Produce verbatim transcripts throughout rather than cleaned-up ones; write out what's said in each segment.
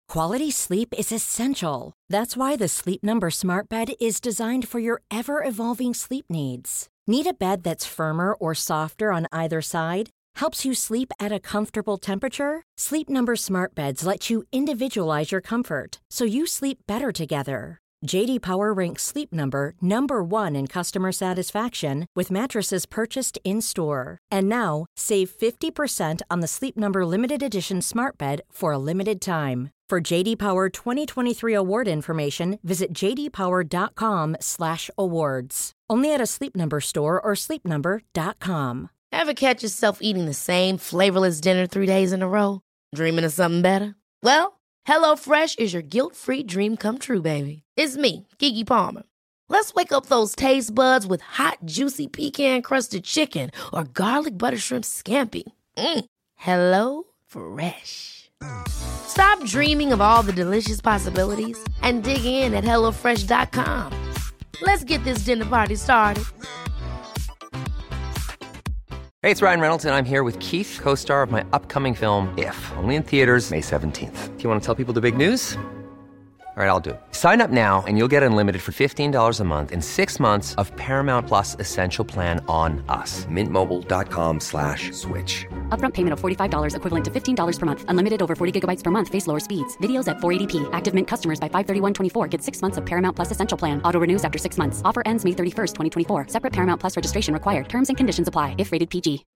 Quality sleep is essential. That's why the Sleep Number Smart Bed is designed for your ever-evolving sleep needs. Need a bed that's firmer or softer on either side? Helps you sleep at a comfortable temperature? Sleep Number Smart Beds let you individualize your comfort, so you sleep better together. J D Power ranks Sleep Number number one in customer satisfaction with mattresses purchased in-store. And now, save fifty percent on the Sleep Number Limited Edition Smart Bed for a limited time. For J D Power twenty twenty-three award information, visit j d power dot com slash awards. Only at a Sleep Number store or sleep number dot com. Ever catch yourself eating the same flavorless dinner three days in a row? Dreaming of something better? Well, HelloFresh is your guilt-free dream come true, baby. It's me, Keke Palmer. Let's wake up those taste buds with hot, juicy pecan-crusted chicken or garlic butter shrimp scampi. Mm. Hello Fresh. Stop dreaming of all the delicious possibilities and dig in at hello fresh dot com. Let's get this dinner party started. Hey, it's Ryan Reynolds, and I'm here with Keith, co-star of my upcoming film, If, only in theaters May seventeenth. Do you want to tell people the big news? All right, I'll do it. Sign up now and you'll get unlimited for fifteen dollars a month and six months of Paramount Plus Essential Plan on us. Mint Mobile dot com slash switch. Upfront payment of forty-five dollars equivalent to fifteen dollars per month. Unlimited over forty gigabytes per month. Face lower speeds. Videos at four eighty p. Active Mint customers by five thirty-one twenty-four get six months of Paramount Plus Essential Plan. Auto renews after six months. Offer ends May thirty-first, twenty twenty-four. Separate Paramount Plus registration required. Terms and conditions apply if rated P G.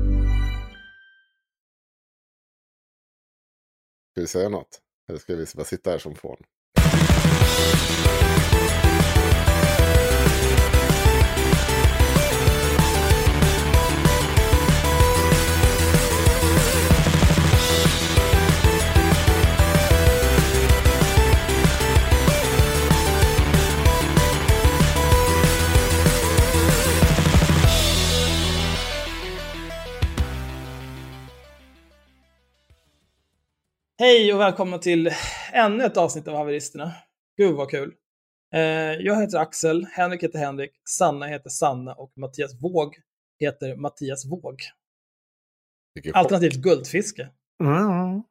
Ska vi säga något? Eller ska vi bara sitta här som fån? Hej och välkomna till ännu ett avsnitt av Haveristerna. Gud vad kul. Eh, jag heter Axel, Henrik heter Henrik, Sanna heter Sanna och Mattias Våg heter Mattias Våg. Alternativt guldfiske. Mm.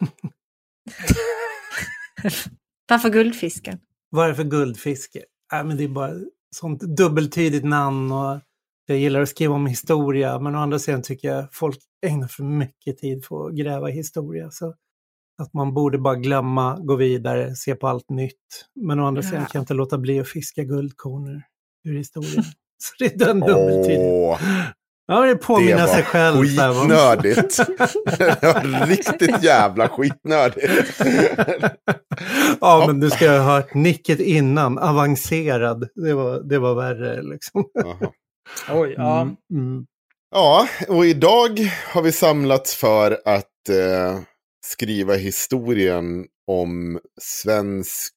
Varför guldfisken? Varför guldfiske? Äh, men det är bara sånt dubbeltydigt namn och jag gillar att skriva om historia, men å andra sidan tycker jag folk ägnar för mycket tid på att gräva i historia, så att man borde bara glömma, gå vidare, se på allt nytt. Men å andra sidan kan jag inte låta bli att fiska guldkorner ur historien. Så det är den dubbeltydigt. Åh, ja, det påminner det sig själv. Skitnödigt. Det var riktigt jävla skitnödigt. Ja, men du ska ha hört nicket innan. Avancerad. Det var, det var värre liksom. Oj, ja. Mm, mm. Ja, och idag har vi samlats för att eh, skriva historien om svensk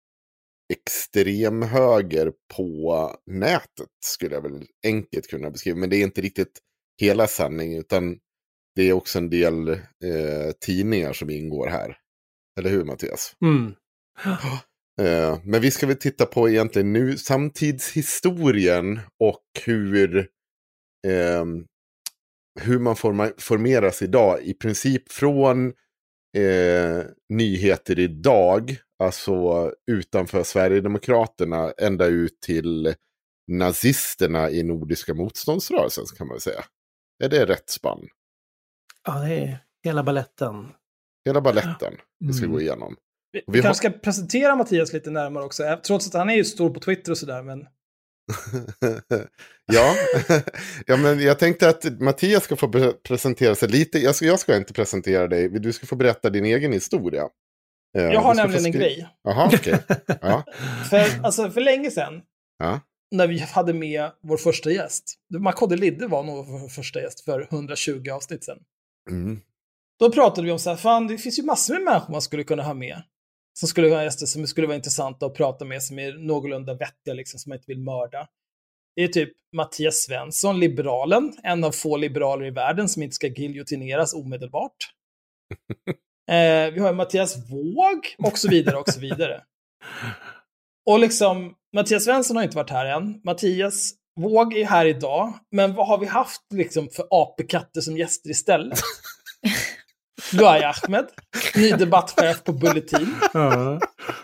extremhöger på nätet, skulle jag väl enkelt kunna beskriva. Men det är inte riktigt hela sanningen, utan det är också en del eh, tidningar som ingår här. Eller hur, Mattias? Mm. eh, men vi ska väl titta på egentligen nu samtidshistorien och hur eh, hur man form- formeras idag. I princip från eh, nyheter idag, alltså utanför Sverigedemokraterna, ända ut till nazisterna i Nordiska motståndsrörelsen, kan man väl säga. Är det rätt spann? Ja, det är hela balletten. Hela balletten mm. vi ska gå igenom. Vi, vi vi har... kanske ska presentera Mattias lite närmare också, trots att han är ju stor på Twitter och sådär, men... ja. ja, men jag tänkte att Mattias ska få pre- presentera sig lite. Jag ska, jag ska inte presentera dig. Du ska få berätta din egen historia. Jag har nämligen skri- en grej. Jaha, okej. Okay. Ja. för, alltså, för länge sedan, ja. när vi hade med vår första gäst. Makode Lidde var nog vår första gäst för hundratjugo avsnitt sedan. Mm. Då pratade vi om så här, fan, det finns ju massor med människor man skulle kunna ha med. Som skulle ha gäster som skulle vara intressanta att prata med, som är någorlunda vettiga, liksom, som man inte vill mörda. Det är typ Mattias Svensson, liberalen, en av få liberaler i världen som inte ska giljotineras omedelbart. eh, vi har Mattias Våg och så vidare och så vidare. Och liksom, Mattias Svensson har inte varit här än. Mattias Våg är här idag. Men vad har vi haft liksom för apekatter som gäster istället? Guy Ahmed, ny debattchef på Bulletin. Ja.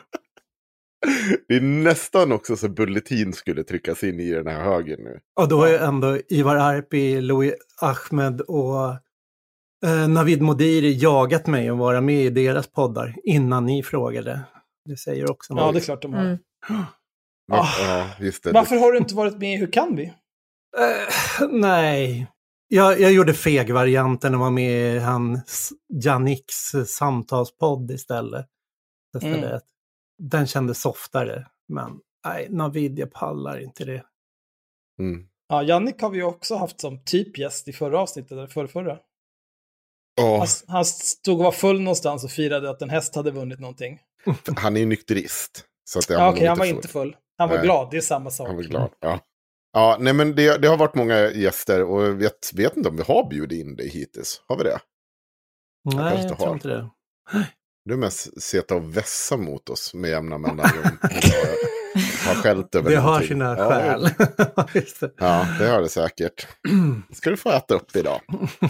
Det är nästan också så Bulletin skulle tryckas in i den här högen nu. Och då har ju ändå Ivar Arpi, Louis Ahmed och eh, Navid Modiri jagat mig att vara med i deras poddar innan ni frågade. Det säger också något. Ja, det är klart de har. Mm. Va? Ja, just det. Varför har du inte varit med i Hur kan vi? Eh, nej. Jag, jag gjorde feg-varianten och var med i hans Janiks samtalspodd istället. istället. Mm. Den kändes softare. Men nej, Navid, jag pallar inte det. Mm. Ja, Jannik har vi också haft som typgäst i förra avsnittet, eller förra förra. Oh. Han, han stod och var full någonstans och firade att en häst hade vunnit någonting. Han är ju nykterist. Så att det ja, okej, okay, han var full. inte full. Han var nej. glad, det är samma sak. Han var glad, ja. Ja, nej men det, det har varit många gäster och jag vet, vet inte om vi har bjudit in dig hittills. Har vi det? Nej, jag, jag tror inte det. Du är mest seta och vässa mot oss med jämna mellanrum. Har skällt över det någonting. har sina skäl. Ja, det. ja, det har det säkert. Ska du få äta upp idag.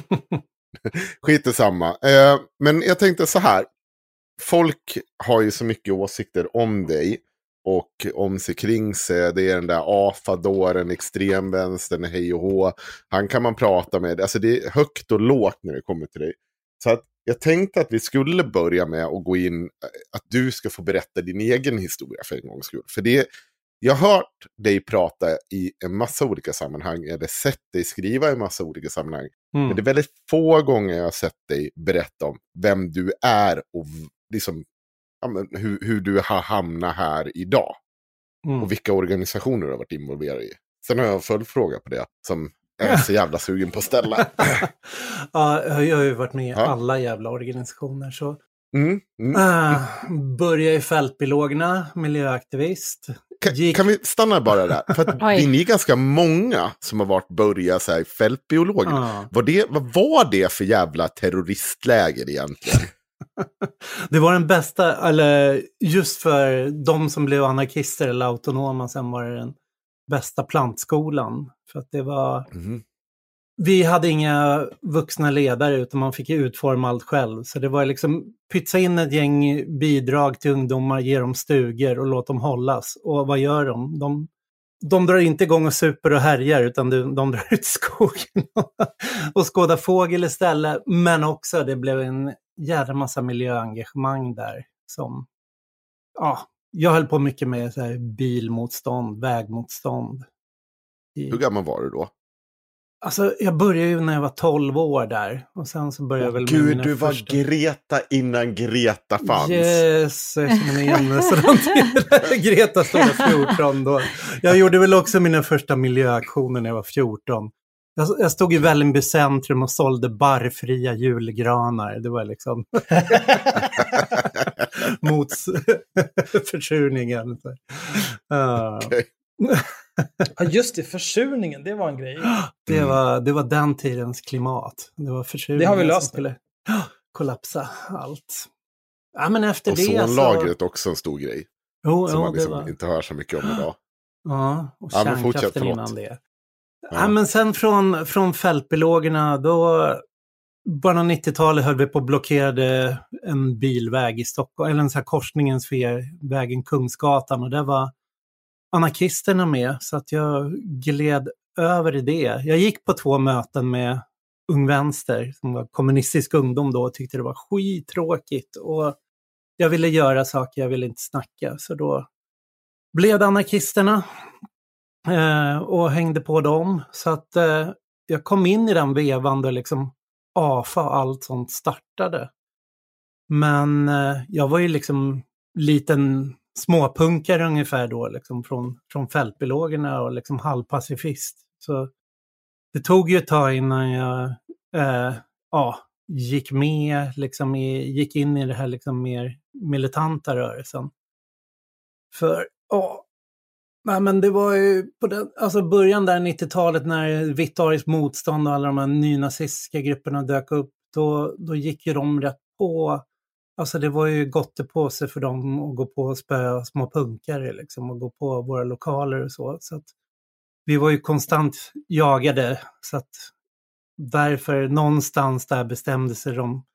Skit i samma. Eh, men jag tänkte så här. Folk har ju så mycket åsikter om dig. Och om sig kring sig. Det är den där afadoren, extremvänstern, hej och hå. Han kan man prata med. Alltså det är högt och lågt när det kommer till dig. Så att jag tänkte att vi skulle börja med att gå in. Att du ska få berätta din egen historia för en gångs skull. För det, jag har hört dig prata i en massa olika sammanhang. Eller sett dig skriva i en massa olika sammanhang. Mm. Men det är väldigt få gånger jag har sett dig berätta om vem du är. Och liksom ja, men hur, hur du har hamnat här idag. Mm. Och vilka organisationer du har varit involverad i. Sen har jag en följdfråga på det. Som är så jävla sugen på att ställa. Ja, jag har ju varit med i ja. alla jävla organisationer. Så mm, mm. Uh, börja i fältbiologerna, miljöaktivist. Kan, gick... kan vi stanna bara där? För att det är ganska många som har varit börja så här, fältbiologerna. Uh. Vad, det, vad var det för jävla terroristläger egentligen? Det var den bästa, eller just för de som blev anarkister eller autonoma, sen var det den bästa plantskolan. För att det var... Mm. Vi hade inga vuxna ledare utan man fick utforma allt själv. Så det var liksom pytsa in ett gäng bidrag till ungdomar, ge dem stugor och låt dem hållas. Och vad gör de? De, de drar inte igång och super och härjar utan de, de drar ut i skogen och skådar fågel istället. Men också det blev en jävla massa miljöengagemang där som... Ja, jag höll på mycket med så här bilmotstånd, vägmotstånd. Hur gammal var du då? Alltså, jag började ju när jag var tolv år där. Och sen så började jag väl med Gud, mina du var första... Greta innan Greta fanns. Yes, jag känner igen sådant. Greta stod fjorton då. Jag gjorde väl också mina första miljöaktioner när jag var fjorton. Jag, jag stod i Vällingby centrum och sålde barrfria julgranar. Det var liksom... mot försurningen. Uh. Okay. Ja, just det, försurningen, det var en grej. Det var, det var den tidens klimat. Det var försurningen det har vi löst som skulle kollapsa allt. Ja, men efter och det zonlagret så... också en stor grej. Jo, som jo, man liksom var... inte hör så mycket om idag. Ja, och ja, kärnkraften innan det. Ja. Ja, men sen från, från fältbiologerna, då början av nittiotalet höll vi på att blockerade en bilväg i Stockholm, eller en sån här korsningen Sveavägen Kungsgatan, och det var anarkisterna med, så att jag gled över i det. Jag gick på två möten med Ung Vänster, som var kommunistisk ungdom då, och tyckte det var skittråkigt. Och jag ville göra saker, jag ville inte snacka. Så då blev det anarkisterna eh, och hängde på dem. Så att eh, jag kom in i den vevan och liksom A F A och allt sånt startade. Men eh, jag var ju liksom liten... småpunkare ungefär då, liksom från, från fältbiologerna och liksom halvpacifist. Så det tog ju ett tag innan jag eh, ja, gick med, liksom i, gick in i det här liksom mer militanta rörelsen. För, ja, nej, men det var ju på den, alltså början där nittiotalet när Vitt-Ariskt motstånd och alla de här nynazistiska grupperna dök upp, då, då gick ju de rätt på. Alltså det var ju gott på sig för dem att gå på och spöa små punkare liksom, och gå på våra lokaler och så. Så att vi var ju konstant jagade, så att därför någonstans där bestämde sig de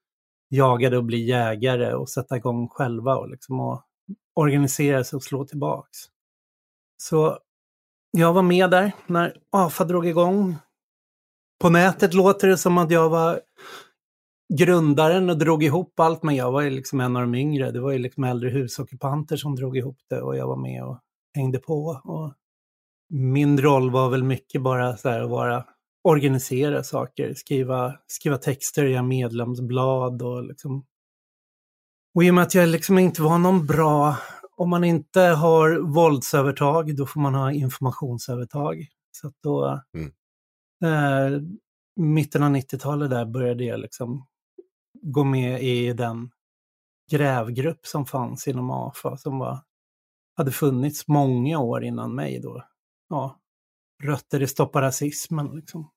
jagade och bli jägare och sätta igång själva och, liksom, och organisera sig och slå tillbaks. Så jag var med där när A F A drog igång. På nätet låter det som att jag var grundaren och drog ihop allt, men jag var ju liksom en av de yngre. Det var ju liksom äldre husockupanter som drog ihop det och jag var med och hängde på. Och min roll var väl mycket bara så här att vara, organisera saker, skriva, skriva texter, göra medlemsblad och liksom. Och i och med att jag liksom inte var någon bra, om man inte har våldsövertag då får man ha informationsövertag. Så att då mm. eh, mitten av nittiotalet där började jag liksom gå med i den grävgrupp som fanns inom A F A som var, hade funnits många år innan mig då. Ja, rötter i stoppa rasismen liksom.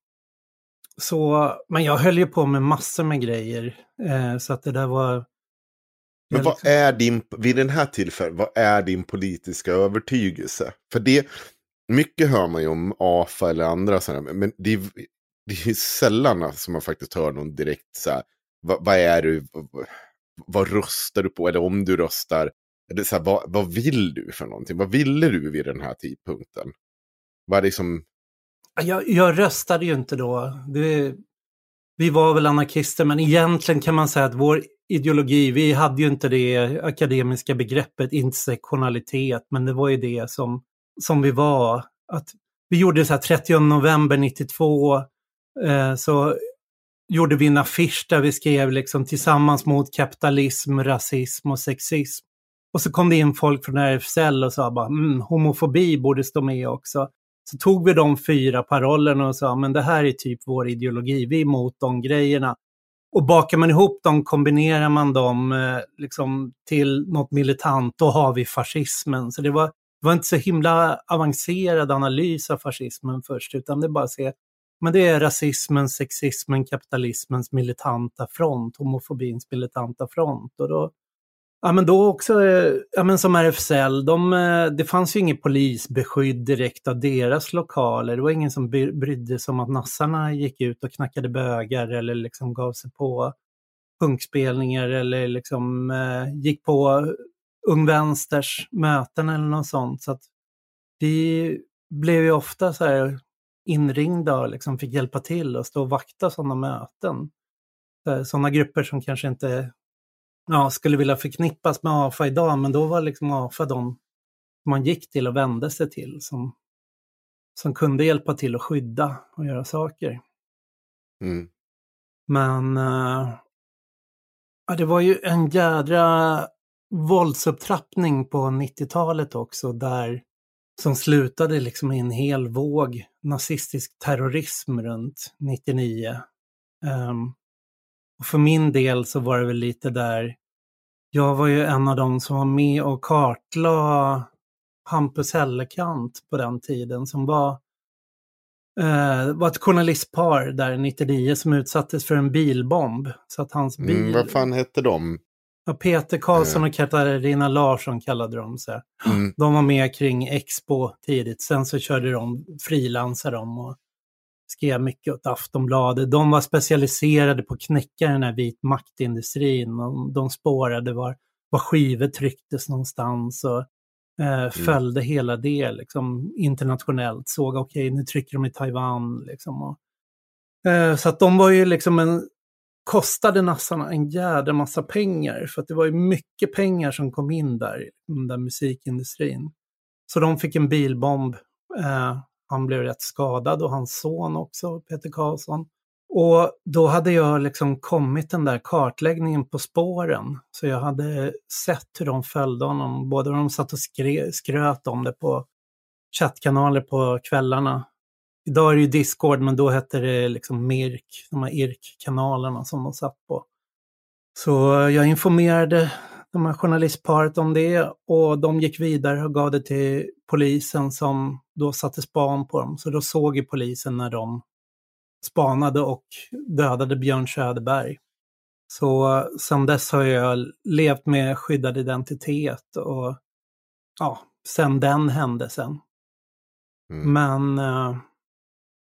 Så, men jag höll ju på med massor med grejer eh, så att det där var. Men vad liksom är din, vid den här tillfället, vad är din politiska övertygelse? För det, mycket hör man ju om A F A eller andra sådana, men det är, det är sällan som man faktiskt hör någon direkt så här, vad, vad är du, vad, vad röstar du på, eller om du röstar, eller så här, vad, vad vill du för någonting? Vad ville du vid den här tidpunkten? Vad är som... jag, jag röstade ju inte då. Det, vi var väl anarkister, men egentligen kan man säga att vår ideologi, vi hade ju inte det akademiska begreppet intersektionalitet, men det var ju det som, som vi var. Att vi gjorde så här trettionde november nittiotvå eh, så gjorde vi en affisch där vi skrev liksom tillsammans mot kapitalism, rasism och sexism. Och så kom det in folk från R F S L och sa bara mm, homofobi borde stå med också. Så tog vi de fyra parollerna och sa men det här är typ vår ideologi, vi är emot de grejerna. Och bakar man ihop dem, kombinerar man dem eh, liksom till något militant, då har vi fascismen. Så det var, det var inte så himla avancerad analys av fascismen först, utan det är bara att se, men det är rasismen, sexismen, kapitalismens militanta front, homofobins militanta front. Och då, ja men då också, ja men som R F S L, de, det fanns ju inget polisbeskydd direkt av deras lokaler. Det var ingen som brydde sig om att nassarna gick ut och knackade bögar eller liksom gav sig på punkspelningar eller liksom eh, gick på Ung Vänsters möten eller något sånt. Så att vi blev ju ofta så här inringda och liksom fick hjälpa till och stå och vakta sådana möten. Sådana grupper som kanske inte ja, skulle vilja förknippas med A F A idag, men då var liksom A F A de man gick till och vände sig till som, som kunde hjälpa till att skydda och göra saker. Mm. Men äh, ja, det var ju en jädra våldsupptrappning på nittiotalet också där som slutade liksom i en hel våg nazistisk terrorism runt nittionio. Um, och för min del så var det väl lite där, jag var ju en av dem som var med och kartlade Hampus Hellekant på den tiden som var, uh, var ett journalistpar där nittionio som utsattes för en bilbomb. Så att hans bil... Mm, vad fan hette de? Ja, Peter Karlsson och Katarina Larsson kallade de sig. Mm. De var med kring Expo tidigt. Sen så körde de, frilansade de och skrev mycket åt Aftonbladet. De var specialiserade på att knäcka den här vit maktindustrin. De, de spårade var, var skivor trycktes någonstans och eh, mm. följde hela det liksom, internationellt. Såg okej, okay, nu trycker de i Taiwan. Liksom, och, eh, så att de var ju liksom en... kostade nassarna en jävla massa pengar för att det var ju mycket pengar som kom in där i den där musikindustrin. Så de fick en bilbomb. Eh, han blev rätt skadad och hans son också, Peter Karlsson. Och då hade jag liksom kommit den där kartläggningen på spåren. Så jag hade sett hur de följde honom. Både de satt och skre- skröt om det på chattkanaler på kvällarna. Idag är det ju Discord, men då hette det liksom Mirk, de här I R K-kanalerna som de satt på. Så jag informerade de här journalistparet om det och de gick vidare och gav det till polisen som då satte span på dem. Så då såg ju polisen när de spanade och dödade Björn Söderberg. Så sedan dess har jag levt med skyddad identitet och ja, sen den händelsen. Mm. Men...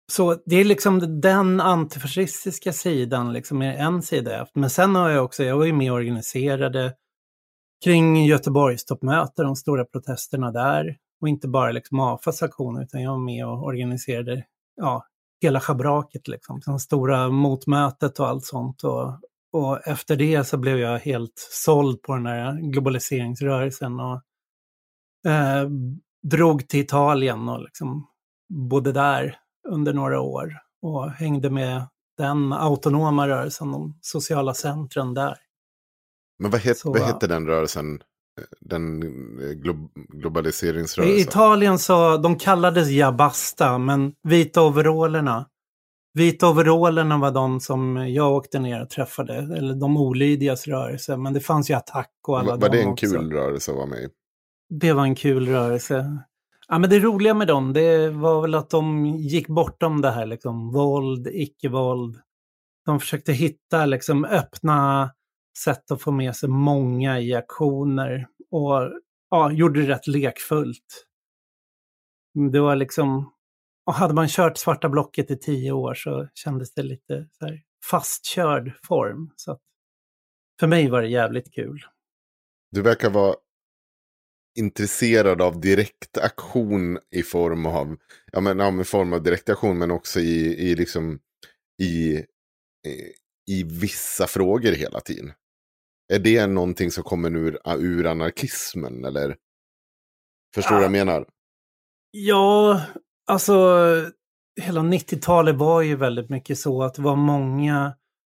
Så det är liksom den antifascistiska sidan liksom är en sida. Men sen har jag också, jag var ju med och organiserade kring Göteborgstoppmöten, de stora protesterna där. Och inte bara liksom A F As aktioner, utan jag var med och organiserade ja, hela schabraket liksom. Det stora motmötet och allt sånt. Och, och efter det så blev jag helt såld på den här globaliseringsrörelsen och eh, drog till Italien och liksom bodde där under några år. Och hängde med den autonoma rörelsen, de sociala centren där. Men vad, het, så, vad hette den rörelsen? Den glo- globaliseringsrörelsen? I Italien så, de kallades Jabasta, men vita overallerna. Vita overallerna var de som jag åkte ner och träffade, eller de olydigas rörelse. Men det fanns ju Attack och alla var, var de det en också. kul rörelse att vara med i? Det var en kul rörelse. Ja, men det roliga med dem, det var väl att de gick bortom det här liksom, våld, icke-våld. De försökte hitta liksom öppna sätt att få med sig många i aktioner och ja, gjorde det rätt lekfullt. Det var liksom, och hade man kört Svarta blocket i tio år så kändes det lite så här fastkörd form. Så att för mig var det jävligt kul. Du verkar vara intresserad av direktaktion i form av, ja men ja, i form av direktaktion, men också i, i liksom i, i, i vissa frågor hela tiden. Är det någonting som kommer ur, ur anarkismen, eller förstår du ja. vad jag menar? Ja, alltså hela nittiotalet var ju väldigt mycket så att det var många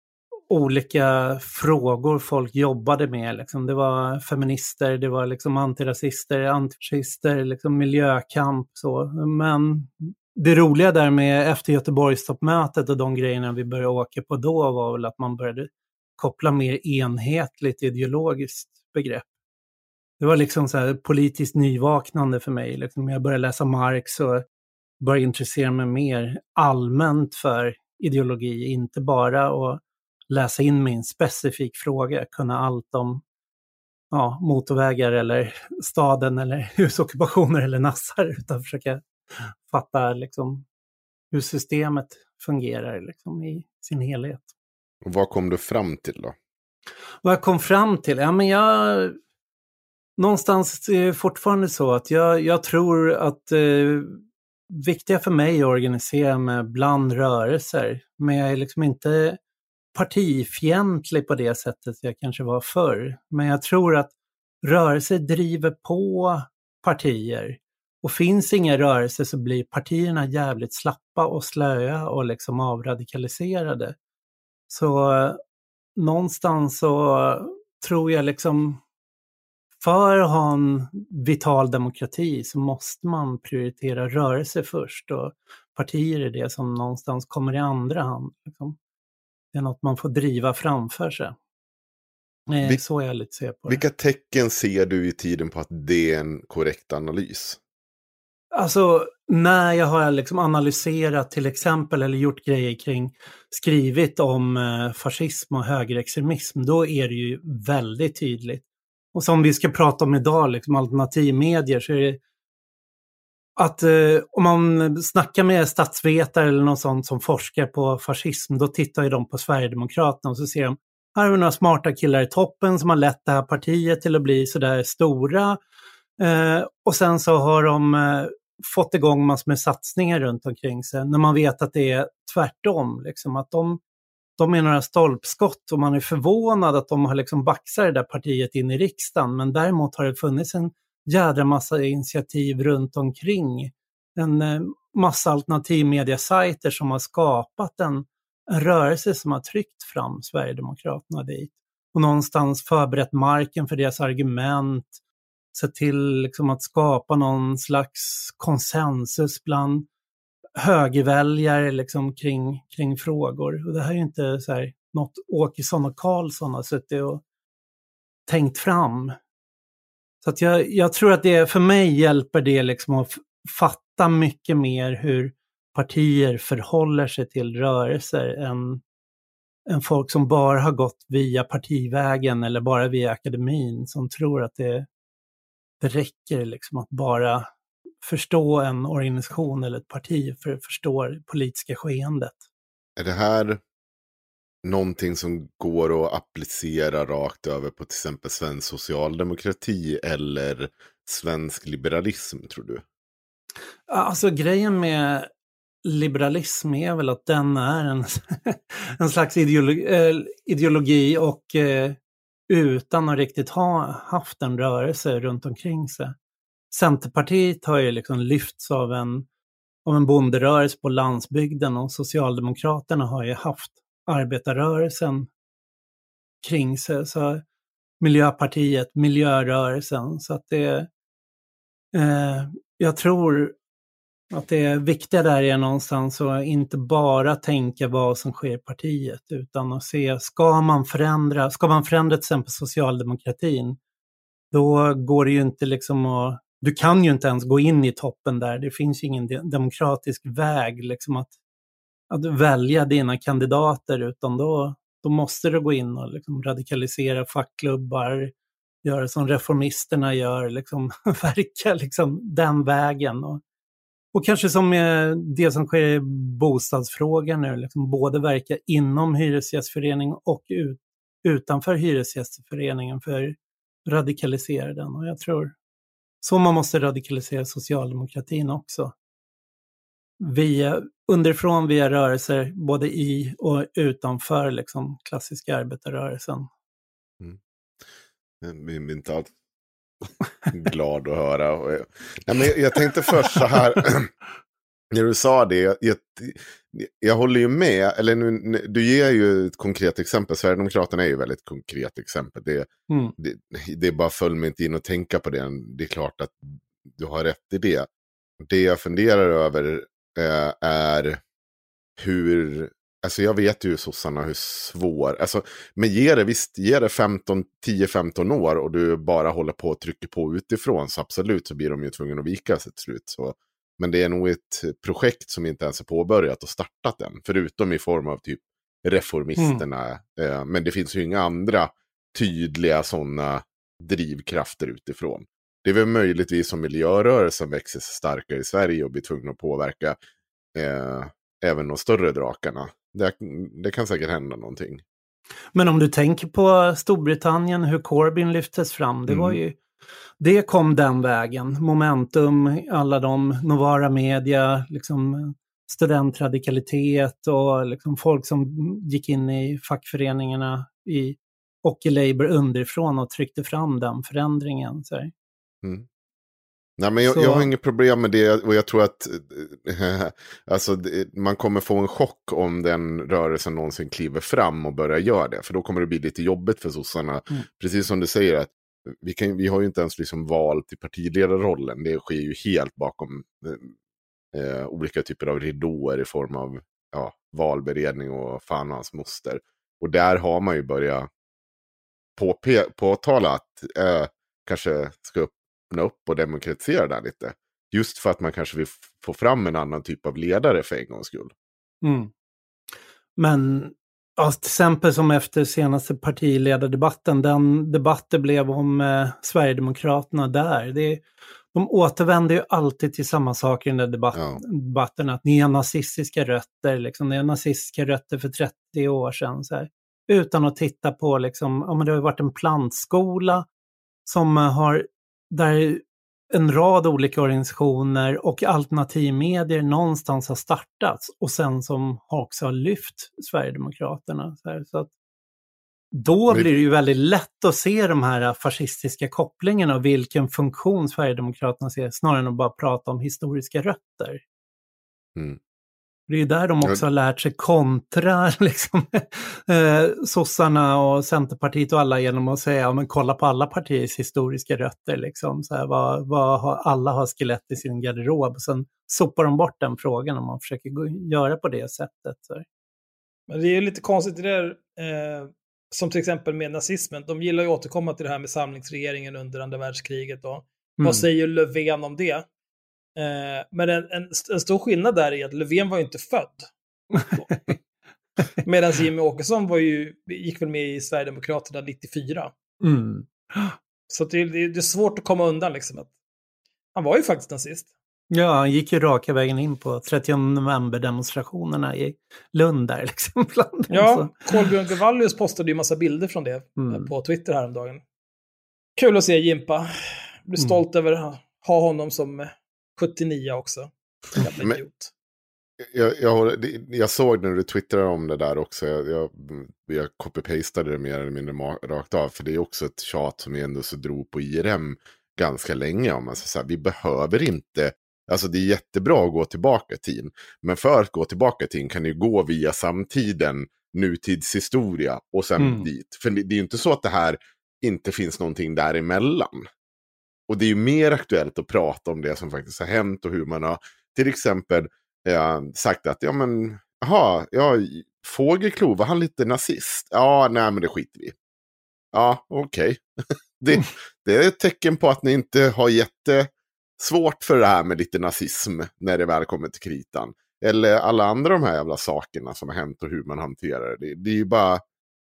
olika frågor folk jobbade med. Liksom. Det var feminister, det var liksom antirasister, antifascister, liksom miljökamp. Så. Men det roliga där med efter Göteborgstoppmötet och de grejerna vi började åka på då var väl att man började koppla mer enhetligt ideologiskt begrepp. Det var liksom så här politiskt nyvaknande för mig. Liksom. Jag började läsa Marx och började intressera mig mer allmänt för ideologi, inte bara att läsa in min specifik fråga, kunna allt om ja, motorvägar eller staden eller husockupationer eller nassar, utan försöka fatta liksom, hur systemet fungerar liksom, i sin helhet. Och vad kom du fram till då? Vad jag kom fram till? Ja, men jag... Någonstans är det fortfarande så att jag, jag tror att eh, viktiga för mig är att organisera mig bland rörelser. Men jag är liksom inte partifientlig på det sättet jag kanske var förr. Men jag tror att rörelser driver på partier. Och finns inga rörelser så blir partierna jävligt slappa och slöa och liksom avradikaliserade. Så eh, någonstans så tror jag liksom för att ha en vital demokrati så måste man prioritera rörelse först, och partier är det som någonstans kommer i andra hand. Liksom. Det är något man får driva framför sig. Eh, Vil- så jag lite ser på det. Vilka tecken ser du i tiden på att det är en korrekt analys? Alltså när jag har liksom analyserat till exempel eller gjort grejer kring, skrivit om eh, fascism och högerextremism, då är det ju väldigt tydligt. Och som vi ska prata om idag, liksom alternativmedier, så är det att eh, om man snackar med statsvetare eller något sånt som forskar på fascism, då tittar ju de på Sverigedemokraterna och så ser de, här har vi några smarta killar i toppen som har lett det här partiet till att bli sådär stora. Eh, och sen så har de eh, fått igång massor med satsningar runt omkring sig, när man vet att det är tvärtom. Liksom, att de De är några stolpskott och man är förvånad att de har liksom baxat det där partiet in i riksdagen. Men däremot har det funnits en jädra massa initiativ runt omkring. En eh, massa alternativmediasajter som har skapat en, en rörelse som har tryckt fram Sverigedemokraterna dit. Och någonstans förberett marken för deras argument. Sett till liksom att skapa någon slags konsensus bland högerväljare liksom kring, kring frågor. Och det här är ju inte så här något Åkesson och Karlsson har suttit och tänkt fram. Så att jag, jag tror att det för mig hjälper det liksom att fatta mycket mer hur partier förhåller sig till rörelser än, än folk som bara har gått via partivägen eller bara via akademin, som tror att det, det räcker liksom att bara förstå en organisation eller ett parti för att förstå det politiska skeendet. Är det här någonting som går att applicera rakt över på till exempel svensk socialdemokrati eller svensk liberalism, tror du? Alltså grejen med liberalism är väl att den är en, en slags ideologi, ideologi och eh, utan att riktigt ha haft en rörelse runt omkring sig. Centerpartiet har ju liksom lyfts av en, av en bonderörelse på landsbygden, och Socialdemokraterna har ju haft arbetarrörelsen kring sig. Så Miljöpartiet, miljörörelsen. Så att det eh, jag tror att det viktiga där är någonstans att inte bara tänka vad som sker i partiet, utan att se, ska man förändra, ska man förändra till exempel socialdemokratin, då går det ju inte liksom att, du kan ju inte ens gå in i toppen där, det finns ju ingen de- demokratisk väg liksom att, att välja dina kandidater, utan då, då måste du gå in och liksom radikalisera fackklubbar, göra som reformisterna gör, liksom verka liksom den vägen. Och, och kanske som med det som sker i bostadsfrågan nu, liksom både verka inom hyresgästföreningen och ut, utanför hyresgästföreningen för att radikalisera den. Och jag tror så man måste radikalisera socialdemokratin också. Via, underifrån via rörelser, både i och utanför liksom klassiska arbetarrörelsen. Mm. Jag är inte alls glad att höra. Nej, men jag tänkte först så här, när du sa det, jag, jag, jag håller ju med, eller nu, du ger ju ett konkret exempel, Sverigedemokraterna är ju väldigt konkret exempel, det, mm. det, det är bara föll mig inte in och tänka på det, det är klart att du har rätt i det. Det jag funderar över eh, är hur, alltså jag vet ju sossarna hur svår, alltså, men ger det, visst, ger det femton, tio femton år och du bara håller på och trycker på utifrån, så absolut så blir de ju tvungna att vika sig till slut. Så, men det är nog ett projekt som inte ens är påbörjat och startat än, förutom i form av typ reformisterna. Mm. Eh, men det finns ju inga andra tydliga sådana drivkrafter utifrån. Det är väl möjligtvis som miljörörelsen växer sig starkare i Sverige och blir tvungna att påverka eh, även de större drakarna. Det, det kan säkert hända någonting. Men om du tänker på Storbritannien, hur Corbyn lyftes fram, det mm. var ju, det kom den vägen. Momentum, alla de, Novara Media, liksom studentradikalitet och liksom folk som gick in i fackföreningarna i, och i Labour underifrån och tryckte fram den förändringen. Så. Mm. Nej, men jag, jag har inget problem med det, och jag tror att alltså, man kommer få en chock om den rörelsen någonsin kliver fram och börjar göra det, för då kommer det bli lite jobbigt för sossarna. Mm. Precis som du säger, att vi, kan, vi har ju inte ens liksom val till partiledarrollen, det sker ju helt bakom eh, olika typer av ridåer i form av ja, valberedning och fan och hans moster. Och där har man ju börjat påpe- påtala att eh, kanske ska upp upp och demokratisera där lite. Just för att man kanske vill f- få fram en annan typ av ledare för en gångs skull. Mm. Men ja, till exempel som efter senaste partiledardebatten, den debatten blev om eh, Sverigedemokraterna där. Det, de återvänder ju alltid till samma sak i den där debatt, ja. debatten, att ni har nazistiska rötter, liksom, ni har nazistiska rötter för trettio år sedan. Så här. Utan att titta på, liksom, ja, men det har varit en plantskola som har där en rad olika organisationer och alternativmedier någonstans har startats och sen som också har lyft Sverigedemokraterna. Så, här, så att då blir det ju väldigt lätt att se de här fascistiska kopplingarna och vilken funktion Sverigedemokraterna ser, snarare än att bara prata om historiska rötter. Mm. Det är ju där de också har lärt sig kontra liksom, eh, sossarna och Centerpartiet och alla genom att säga, ja, men kolla på alla partiers historiska rötter. Liksom, så här, vad, vad har, alla har skelett i sin garderob. Och sen sopar de bort den frågan om man försöker gå, göra på det sättet. Så. Men det är ju lite konstigt det där, eh, som till exempel med nazismen. De gillar ju att återkomma till det här med samlingsregeringen under andra världskriget. Då. Mm. Vad säger Löfven om det? Eh, men en, en, en stor skillnad där är att Löfven var ju inte född. Medan Jimmy Åkesson var ju, gick väl med i Sverigedemokraterna nittiofyra. Mm. Så det, det, det är svårt att komma undan liksom. Att han var ju faktiskt nazist. Ja, han gick ju raka vägen in på trettionde november-demonstrationerna i Lund där liksom. Bland ja, Kolbjörn Gavalius postade ju massa bilder från det mm. på Twitter häromdagen. Kul att se Jimpa. Blir stolt mm. över att ha honom som sjuttionio också. Men, jag, jag, jag såg när du twittrade om det där också. Jag, jag, jag copy-pastade det mer eller mindre rakt av. För det är också ett tjat som jag ändå så drog på I R M ganska länge. Om man så här, vi behöver inte... Alltså det är jättebra att gå tillbaka till. Men för att gå tillbaka till kan du gå via samtiden, nutidshistoria och sen mm. dit. För det, det är ju inte så att det här inte finns någonting däremellan. Och det är ju mer aktuellt att prata om det som faktiskt har hänt och hur man har till exempel eh, sagt att ja men, aha, ja, Fågelklo, var han lite nazist? Ja, nej men det skiter vi. Ja, okej. Okay. det, det är ett tecken på att ni inte har jättesvårt för det här med lite nazism när det väl kommer till kritan. Eller alla andra de här jävla sakerna som har hänt och hur man hanterar det. Det är ju bara...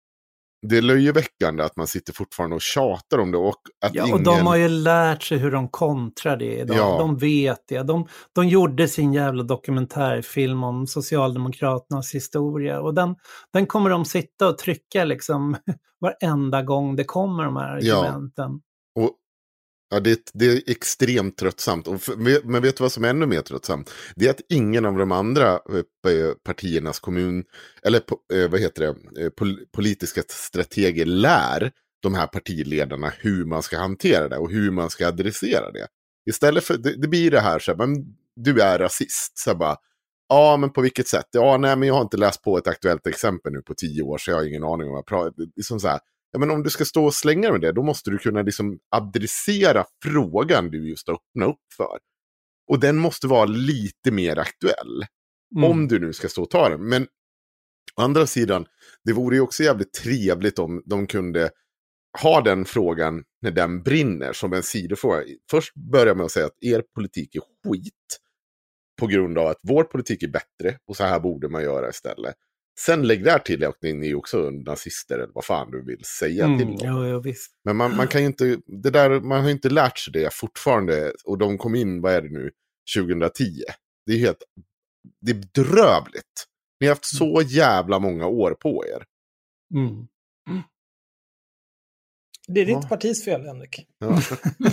Det är löjeväckande att man sitter fortfarande och tjatar om det. Och, att ja, ingen... och de har ju lärt sig hur de kontrar det idag. Ja. De vet det. De, de gjorde sin jävla dokumentärfilm om Socialdemokraternas historia. Och den, den kommer de sitta och trycka liksom varenda gång det kommer de här argumenten. Ja, och, ja det, det är extremt tröttsamt. Och för, men vet du vad som är ännu mer tröttsamt? Det är att ingen av de andra partiernas kommun, eller vad heter det, politiska strateger lär de här partiledarna hur man ska hantera det och hur man ska adressera det. Istället för, det, det blir det här så här, men du är rasist. Så bara, ja men på vilket sätt? Ja nej men jag har inte läst på ett aktuellt exempel nu på tio år så jag har ingen aning om vad jag pratar. Det är som så här, ja, men om du ska stå och slänga med det, då måste du kunna liksom adressera frågan du just öppnar upp för. Och den måste vara lite mer aktuell. Mm. Om du nu ska stå och ta den. Men å andra sidan, det vore ju också jävligt trevligt om de kunde ha den frågan när den brinner som en sidofråga. Först börjar med att säga att er politik är skit. På grund av att vår politik är bättre och så här borde man göra istället. Sen lägg där till att ni är också nazister eller vad fan du vill säga mm, till dem. Ja, ja, visst. Men man, man kan ju inte, det där, man har ju inte lärt sig det fortfarande. Och de kom in, vad är det nu, tjugohundratio. Det är helt, det är bedrövligt. Ni har haft så jävla många år på er. Mm. Mm. Det är ditt ja. partis fel, Henrik. Ja.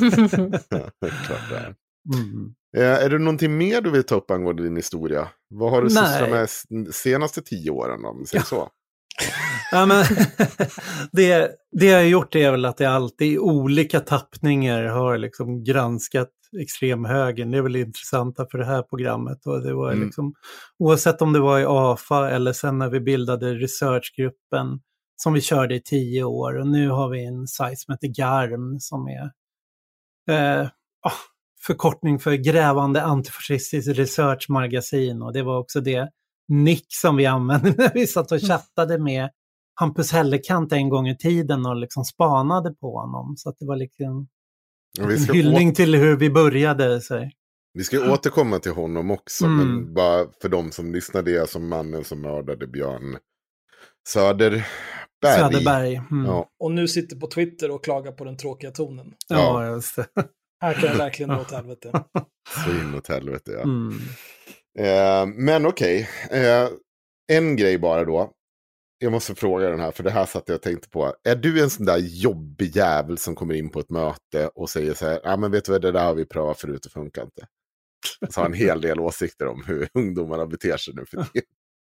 Klart det är. Mm. Är det någonting mer du vill ta upp angående din historia? Vad har du sysslat med de senaste tio åren om säger ja. så? Ja, men, det, det jag har gjort är väl att jag alltid i olika tappningar har liksom granskat extremhögern. Det är väl intressanta för det här programmet. Och det var mm. liksom, oavsett om det var i A F A eller sen när vi bildade researchgruppen som vi körde i tio år. Och nu har vi en sajt som heter GARM som är... Eh, oh, förkortning för grävande antifascistisk researchmagasin och det var också det nick som vi använde när vi satt och chattade med Hampus Hellekant en gång i tiden och liksom spanade på honom så att det var liksom en hyllning å- till hur vi började. Så. Vi ska återkomma till honom också mm. men bara för de som lyssnade är som mannen som mördade Björn Söderberg. Söderberg. Mm. Ja. Och nu sitter på Twitter och klagar på den tråkiga tonen. Ja, ja just det. Här kan jag verkligen nå åt helvete. Så in åt helvete, ja. Mm. Eh, men okej. Okay. Eh, en grej bara då. Jag måste fråga den här, för det här satt jag och tänkte på. Är du en sån där jobbig jävel som kommer in på ett möte och säger så här, ja ah, men vet du vad, det där har vi prövat förut, det funkar inte. Så har en hel del åsikter om hur ungdomarna beter sig nu för tiden.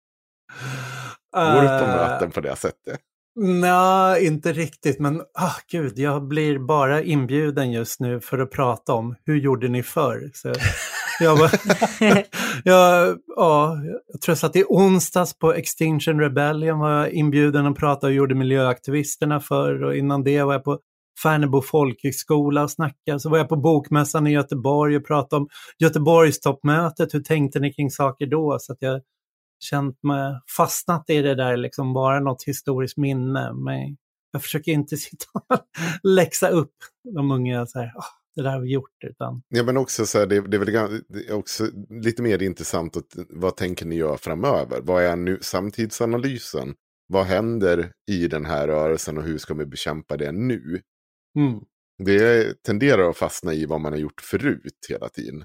Går du på möten på det sättet? Nej, inte riktigt. Men ah, gud, jag blir bara inbjuden just nu för att prata om hur gjorde ni förr? Så jag, bara, jag, ja, jag tror jag satt i onsdags på Extinction Rebellion var jag inbjuden att prata och gjorde miljöaktivisterna förr. Och innan det var jag på Färnebo folkhögskola och snackade. Så var jag på Bokmässan i Göteborg och pratade om Göteborgs toppmötet. Hur tänkte ni kring saker då? Så att jag känt mig fastnat i det där liksom bara något historiskt minne. Men jag försöker inte sitta och läxa upp de unga så här, oh, det där har vi gjort. Utan... Ja, men också så här, det, det är väl det är också lite mer intressant att, vad tänker ni göra framöver? Vad är nu samtidsanalysen? Vad händer i den här rörelsen och hur ska vi bekämpa det nu? Mm. Det tenderar att fastna i vad man har gjort förut hela tiden.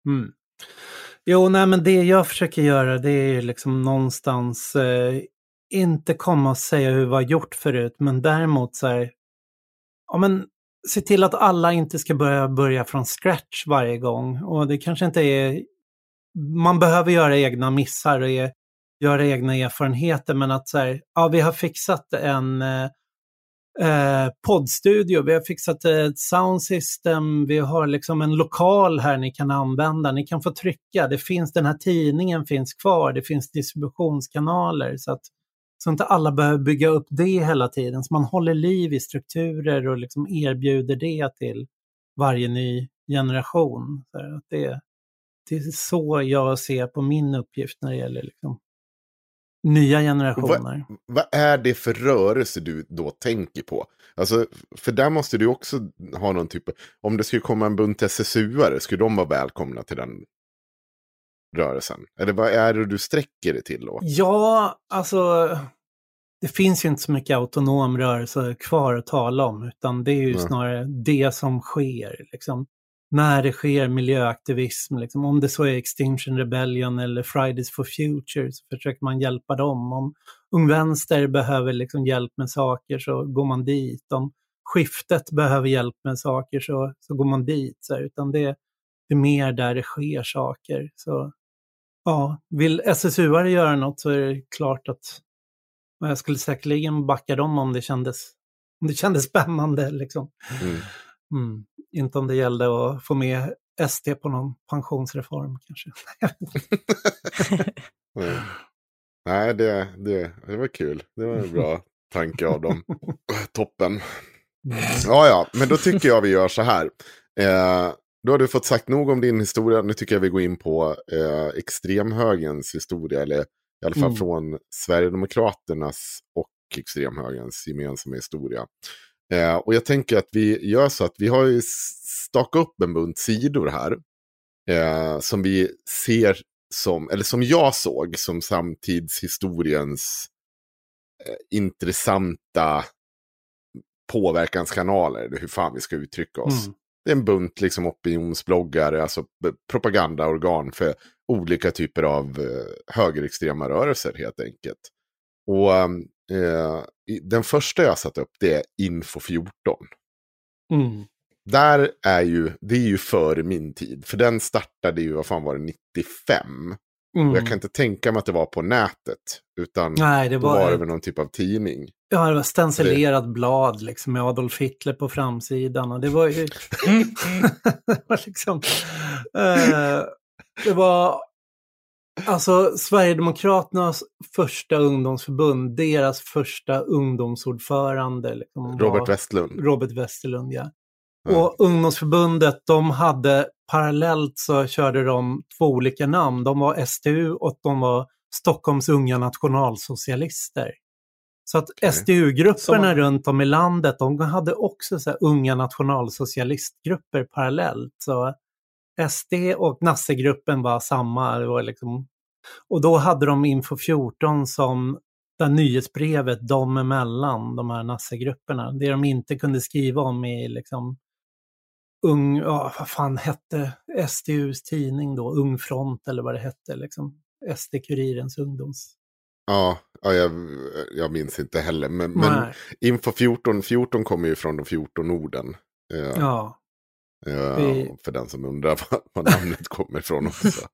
Mm. Jo, nej men det jag försöker göra det är liksom någonstans eh, inte komma och säga hur vi har gjort förut, men däremot så här, ja men se till att alla inte ska börja börja från scratch varje gång. Och det kanske inte är, man behöver göra egna missar och e- göra egna erfarenheter, men att så här, ja vi har fixat en eh, Eh, poddstudio, vi har fixat ett sound system, vi har liksom en lokal här ni kan använda, ni kan få trycka, det finns, den här tidningen finns kvar, det finns distributionskanaler, så att så inte alla behöver bygga upp det hela tiden, så man håller liv i strukturer och liksom erbjuder det till varje ny generation. Så att det, det är så jag ser på min uppgift när det gäller liksom nya generationer. Vad, vad är det för rörelse du då tänker på? Alltså, för där måste du också ha någon typ av, om det skulle komma en bunt S S U-are, skulle de vara välkomna till den rörelsen? Eller vad är det du sträcker det till då? Ja, alltså det finns ju inte så mycket autonom rörelse kvar att tala om, utan det är ju mm. snarare det som sker liksom. När det sker miljöaktivism, liksom, om det så är Extinction Rebellion eller Fridays for Future, så försöker man hjälpa dem. Om Ung Vänster behöver liksom hjälp med saker, så går man dit. Om skiftet behöver hjälp med saker, så, så går man dit. Så, utan det, det är mer där det sker saker. Så ja, vill S S U-are göra något, så är det klart att jag skulle säkerligen backa dem om det kändes, om det kändes spännande. Liksom. Mm. Mm. Inte om det gällde att få med S D på någon pensionsreform kanske. Nej, Nej det, det, det var kul. Det var en bra tanke av dem. Toppen. Mm. Ja, ja, men då tycker jag vi gör så här. Eh, då har du fått sagt nog om din historia. Nu tycker jag vi går in på eh, extremhögens historia. Eller i alla fall mm. från Sverigedemokraternas och extremhögens gemensamma historia. Eh, och jag tänker att vi gör så att vi har ju stakat upp en bunt sidor här eh, som vi ser som, eller som jag såg som samtidshistoriens eh, intressanta påverkanskanaler, hur fan vi ska uttrycka oss. Mm. Det är en bunt liksom opinionsbloggare, alltså propagandaorgan för olika typer av eh, högerextrema rörelser helt enkelt. Och eh, den första jag satt upp, det är Info fjorton. Mm. Där är ju, det är ju före min tid. För den startade ju, vad fan var det, nittiofem. Mm. Och jag kan inte tänka mig att det var på nätet. Utan Nej, det var, då var det väl någon typ av tidning. Ja, det var stencilerat det... blad liksom, med Adolf Hitler på framsidan. Och det var ju... det var liksom... Uh, det var... Alltså Sverigedemokraternas första ungdomsförbund, deras första ungdomsordförande. Liksom, Robert Westlund. Robert Westlund, ja. Mm. Och ungdomsförbundet, de hade parallellt så körde de två olika namn. De var S T U och de var Stockholms unga nationalsocialister. Så att okay. S T U-grupperna så... runt om i landet, de hade också så här unga nationalsocialistgrupper parallellt. Så S D och Nasse-gruppen var samma. Det var liksom... Och då hade de Info fjorton som det nyhetsbrevet dem emellan, de här Nasse-grupperna. Det de inte kunde skriva om i liksom ung, ja, vad fan hette S T U:s tidning då? Ung Front eller vad det hette, liksom. S D-kurirens ungdoms... Ja, ja jag, jag minns inte heller. Men, men Info fjorton, fjorton kommer ju från de fjorton orden. Eh, ja. Eh, Vi... För den som undrar vad, vad namnet kommer ifrån också.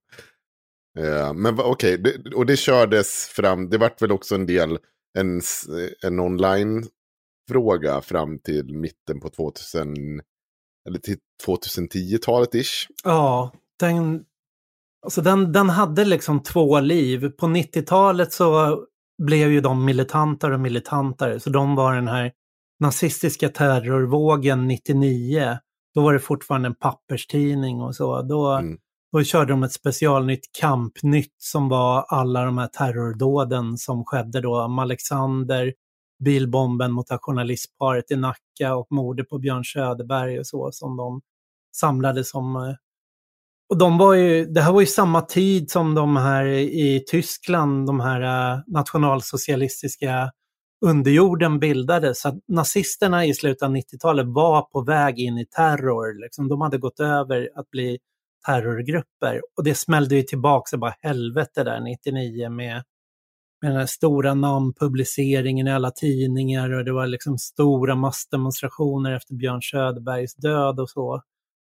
eh, men okej, okay, och det kördes fram, det vart väl också en del, en, en online-fråga fram till mitten på tvåtusen, eller till tjugohundratio-talet ish. Ja, den... Alltså den, den hade liksom två liv. På nittiotalet så blev ju de militantare och militantare. Så de var den här nazistiska terrorvågen nittionio. Då var det fortfarande en papperstidning och så. Då, mm. då körde de ett specialnytt kampnytt som var alla de här terrordåden som skedde då. Om Alexander, bilbomben mot journalistparet i Nacka och mordet på Björn Söderberg och så, som de samlade som... Och de var ju, det här var ju samma tid som de här i Tyskland, de här uh, nationalsocialistiska underjorden bildades. Så att nazisterna i slutet av nittiotalet var på väg in i terror. Liksom. De hade gått över att bli terrorgrupper. Och det smällde ju tillbaka så bara helvete där nittionio med, med den här stora namnpubliceringen i alla tidningar. Och det var liksom stora massdemonstrationer efter Björn Söderbergs död och så.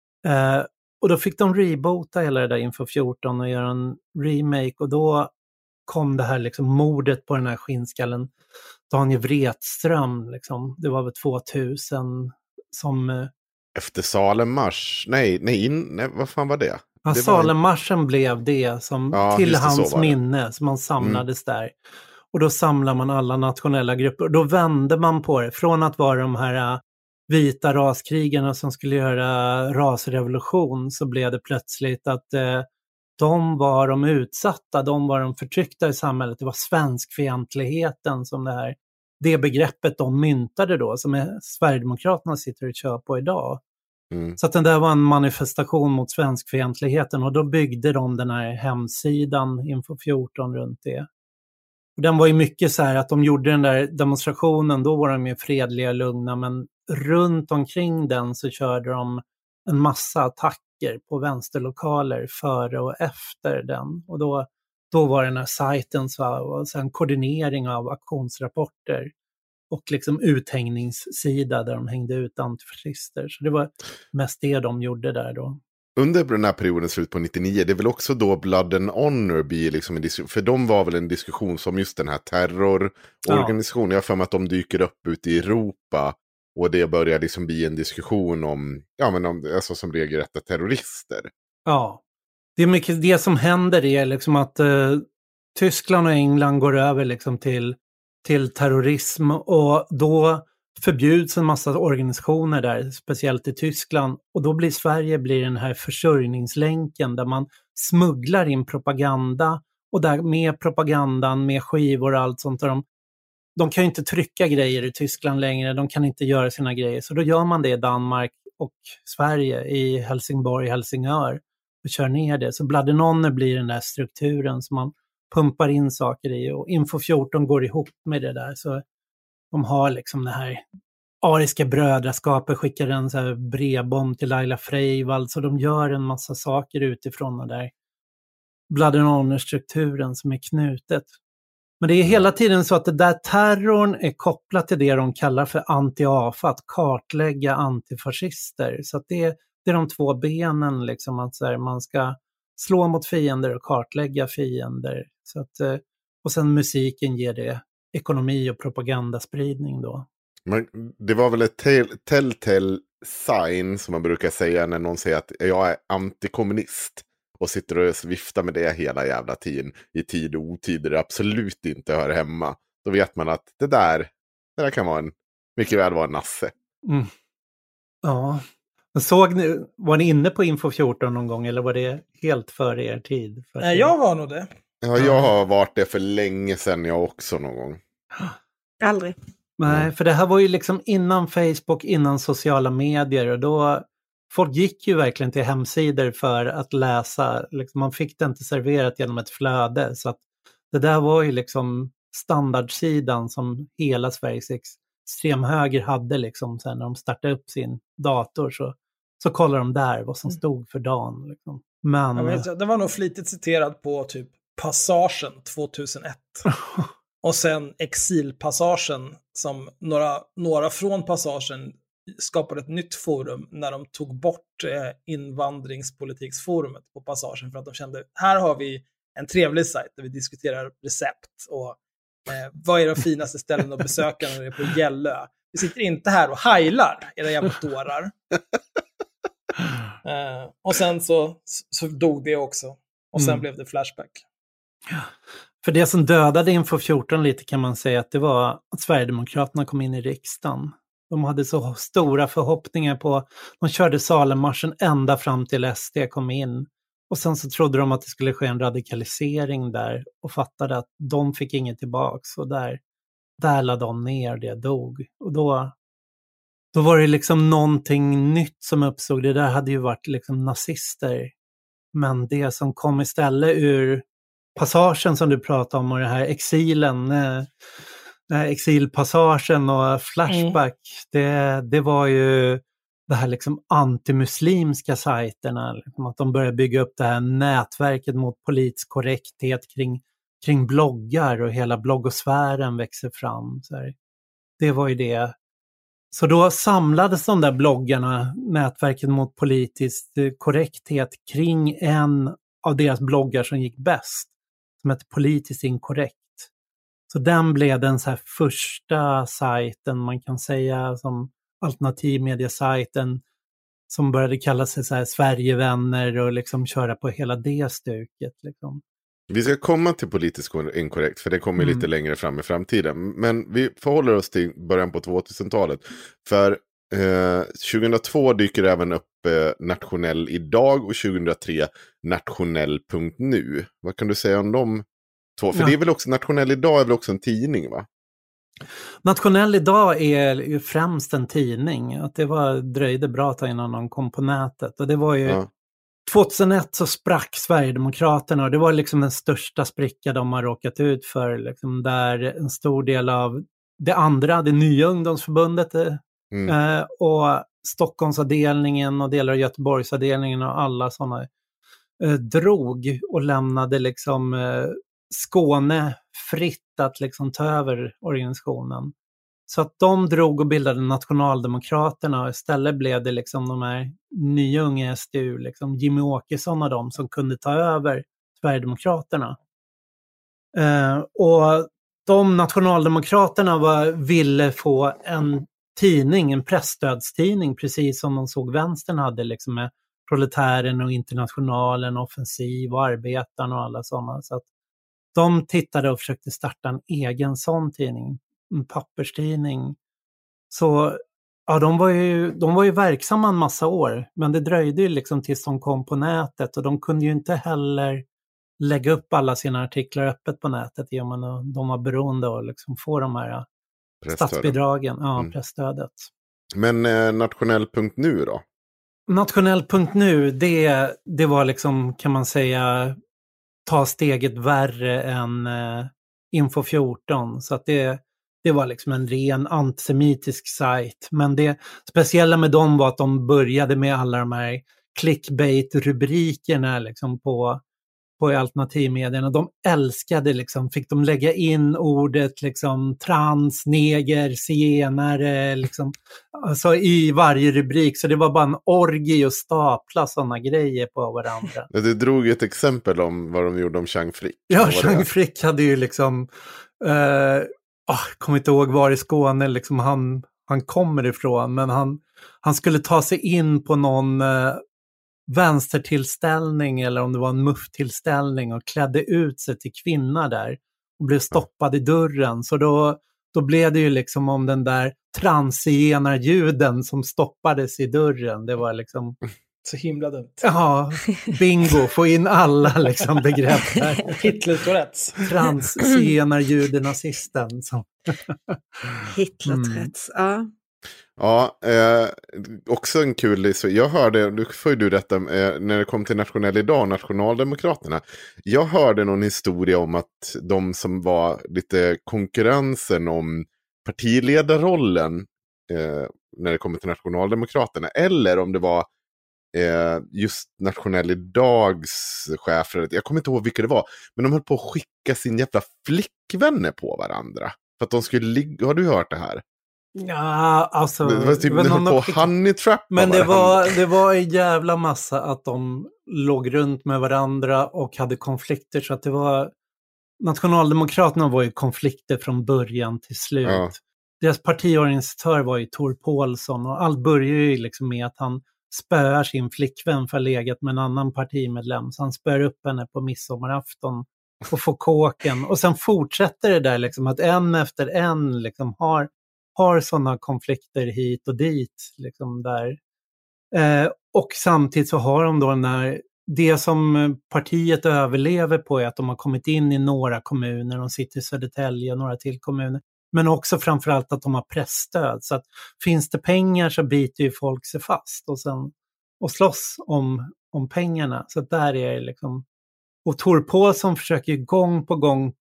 Eh, och då fick de reboota hela det där Info fjorton och göra en remake. Och då kom det här liksom mordet på den här skinnskallen Daniel Wretström. Liksom. Det var väl tvåtusen som... Efter Salem-marsch? Nej, nej, in, nej, vad fan var det? Ja, det Salem-marschen blev det som ja, till det, hans minne som man samlades mm. där. Och då samlar man alla nationella grupper. Då vände man på det. Från att vara de här uh, vita raskrigarna som skulle göra rasrevolution så blev det plötsligt att uh, de var de utsatta, de var de förtryckta i samhället. Det var svenskfientligheten som det här, det begreppet de myntade då, som är Sverigedemokraterna sitter och kör på idag. Mm. Så att den där var en manifestation mot svenskfientligheten och då byggde de den här hemsidan Info fjorton runt det. Och den var ju mycket så här att de gjorde den där demonstrationen, då var de ju fredliga och lugna, men runt omkring den så körde de en massa attacker på vänsterlokaler före och efter den. Och då, då var den här sajten så här, och sen koordinering av aktionsrapporter och liksom uthängningssida där de hängde ut antifascister. Så det var mest det de gjorde där då. Under den här perioden, slut på nittionio, det är väl också då Blood and Honor blir liksom en diskussion, för de var väl en diskussion som just den här terrororganisationen. Ja. Jag har för mig att de dyker upp ute i Europa och det börjar liksom bli en diskussion om, ja men om, alltså som regelrätta terrorister. Ja, det är mycket det som händer är liksom att eh, Tyskland och England går över liksom till, till terrorism och då förbjuds en massa organisationer där, speciellt i Tyskland. Och då blir Sverige blir den här försörjningslänken där man smugglar in propaganda och där med propagandan, med skivor och allt sånt. Där de, de kan ju inte trycka grejer i Tyskland längre, de kan inte göra sina grejer. Så då gör man det i Danmark och Sverige, i Helsingborg, Helsingör och kör ner det. Så Blood and Honor blir den där strukturen som man pumpar in saker i och Info fjorton går ihop med det där. Så de har liksom det här ariska brödraskapet, skickar en så här brevbomb till Laila Freivalds så de gör en massa saker utifrån och där Blood and Honor-strukturen som är knutet. Men det är hela tiden så att det där terrorn är kopplat till det de kallar för anti-AFA, att kartlägga antifascister. Så att det, det är de två benen liksom, att så här, man ska slå mot fiender och kartlägga fiender. Så att, och sen musiken ger det ekonomi och propagandaspridning då. Men det var väl ett telltale sign som man brukar säga när någon säger att jag är antikommunist och sitter och viftar med det hela jävla tiden i tid och otid där det absolut inte hör hemma. Då vet man att det där, det där kan vara en, mycket väl vara en nasse. Mm. Ja. Såg ni, var ni inne på Info fjorton någon gång eller var det helt före er tid? För Nej, jag var nog det. Ja, jag har varit det för länge sedan jag också någon gång. Aldrig. Nej, för det här var ju liksom innan Facebook, innan sociala medier och då, folk gick ju verkligen till hemsidor för att läsa, liksom, man fick det inte serverat genom ett flöde så att det där var ju liksom standardsidan som hela Sveriges extremhöger hade liksom sen när de startade upp sin dator så, så kollade de där vad som stod för dagen. Liksom. Men... Jag vet, det var nog flitigt citerat på typ Passagen tvåtusenett. Och sen Exilpassagen som några, några från Passagen skapade ett nytt forum när de tog bort eh, invandringspolitiksforumet på Passagen för att de kände, här har vi en trevlig sajt där vi diskuterar recept och eh, vad är de finaste ställen att besöka när det är på Gällö. Vi sitter inte här och heilar, era jävla dårar. eh, och sen så, så dog det också. Och sen mm. blev det Flashback. För det som dödade Info fjorton lite kan man säga att det var att Sverigedemokraterna kom in i riksdagen. De hade så stora förhoppningar på, de körde Salem-marschen ända fram till S D kom in. Och sen så trodde de att det skulle ske en radikalisering där och fattade att de fick inget tillbaks. Och där, där lade de ner, det dog. Och då, då var det liksom någonting nytt som uppstod. Det där hade ju varit liksom nazister. Men det som kom istället ur Passagen som du pratade om och det här exilen, eh, exilpassagen och Flashback, mm. det, det var ju det här liksom antimuslimska sajterna. Liksom att de börjar bygga upp det här nätverket mot politisk korrekthet kring, kring bloggar och hela bloggosfären växer fram. Så här. Det var ju det. Så då samlades de där bloggarna, nätverket mot politisk korrekthet, kring en av deras bloggar som gick bäst. Som heter Politiskt inkorrekt. Så den blev den så här första sajten man kan säga som alternativmediasajten som började kalla sig så här Sverigevänner och liksom köra på hela det stuket. Liksom. Vi ska komma till politiskt inkorrekt för det kommer mm. lite längre fram i framtiden. Men vi förhåller oss till början på tvåtusentalet. För eh, tjugohundratvå dyker även upp eh, Nationell idag och tjugohundratre Nationell punkt nu. Vad kan du säga om dem två? För ja. det är väl också, Nationell idag är väl också en tidning, va? Nationell idag är ju främst en tidning. Att det var, dröjde bra att ta innan någon kom på nätet. Och det var ju ja. tjugohundraett så sprack Sverigedemokraterna och det var liksom den största spricka de har råkat ut för. Liksom där en stor del av det andra, det nya ungdomsförbundet mm. eh, och Stockholmsavdelningen och delar av Göteborgsavdelningen och alla sådana eh, drog och lämnade liksom eh, Skåne fritt att liksom ta över organisationen. Så att de drog och bildade Nationaldemokraterna och istället blev det liksom de här nya unga S D U, liksom Jimmy Åkesson och de som kunde ta över Sverigedemokraterna. Eh, och de Nationaldemokraterna var, ville få en tidning, en pressstödstidning, precis som de såg vänstern hade liksom med Proletären och Internationalen, Offensiv och Arbetaren och alla sådana. Så att de tittade och försökte starta en egen sån tidning, en papperstidning. Så ja, de var ju, de var ju verksamma en massa år, men det dröjde ju liksom tills de kom på nätet och de kunde ju inte heller lägga upp alla sina artiklar öppet på nätet i och med att de var beroende av att liksom få de här statsbidragen, ja, mm. pressstödet. Men eh, Nationell punkt nu då? Nationell punkt nu, det, det var liksom, kan man säga, ta steget värre än eh, Info fjorton. Så att det, det var liksom en ren antisemitisk sajt. Men det speciella med dem var att de började med alla de här clickbait-rubrikerna liksom på, på alternativmedierna. De älskade liksom, fick de lägga in ordet liksom trans, neger, zigenare liksom, alltså i varje rubrik. Så det var bara en orgie att stapla sådana grejer på varandra. Du drog ett exempel om vad de gjorde om Chang Frick. Ja, Chang Frick hade ju liksom, eh, oh, jag kommer inte ihåg var i Skåne liksom han, han kommer ifrån, men han, han skulle ta sig in på någon eh, vänstertillställning eller om det var en mufftillställning och klädde ut sig till kvinna där och blev stoppad i dörren. Så då, då blev det ju liksom om den där transzigenarljuden som stoppades i dörren. Det var liksom... Så himla dumt. Ja, bingo, få in alla liksom begrepp där. Hitlertourettes. Transzigenarjudenazisten. Hitlertourettes, mm. ja. Ja, eh, också en kul, så jag hörde, nu får ju du detta, eh, när det kom till Nationell idag, Nationaldemokraterna. Jag hörde någon historia om att de som var lite konkurrensen om partiledarrollen eh, när det kommer till Nationaldemokraterna, eller om det var eh, just Nationell idags chefer, jag kommer inte ihåg vilka det var, men de höll på att skicka sin jävla flickvänner på varandra. För att de skulle ligga, har du hört det här? Ja, alltså... Det var typ de på fick... honey trap. Men det var, det var en jävla massa att de låg runt med varandra och hade konflikter. Så att det var... Nationaldemokraterna var ju konflikter från början till slut. Ja. Deras partiorganisatör var ju Tor Paulsson och allt började ju liksom med att han spöar sin flickvän för legat med en annan partimedlem. Så han spör upp henne på midsommarafton och får kåken. Och sen fortsätter det där liksom att en efter en liksom har... har sådana konflikter hit och dit liksom där. Eh, och samtidigt så har de då när det som partiet överlever på är att de har kommit in i några kommuner, de sitter i Södertälje och några till kommuner, men också framförallt att de har pressstöd, så att finns det pengar så biter ju folk sig fast och sen och slåss om, om pengarna, så att där är det liksom, och Tor Paulsson försöker ju gång på gång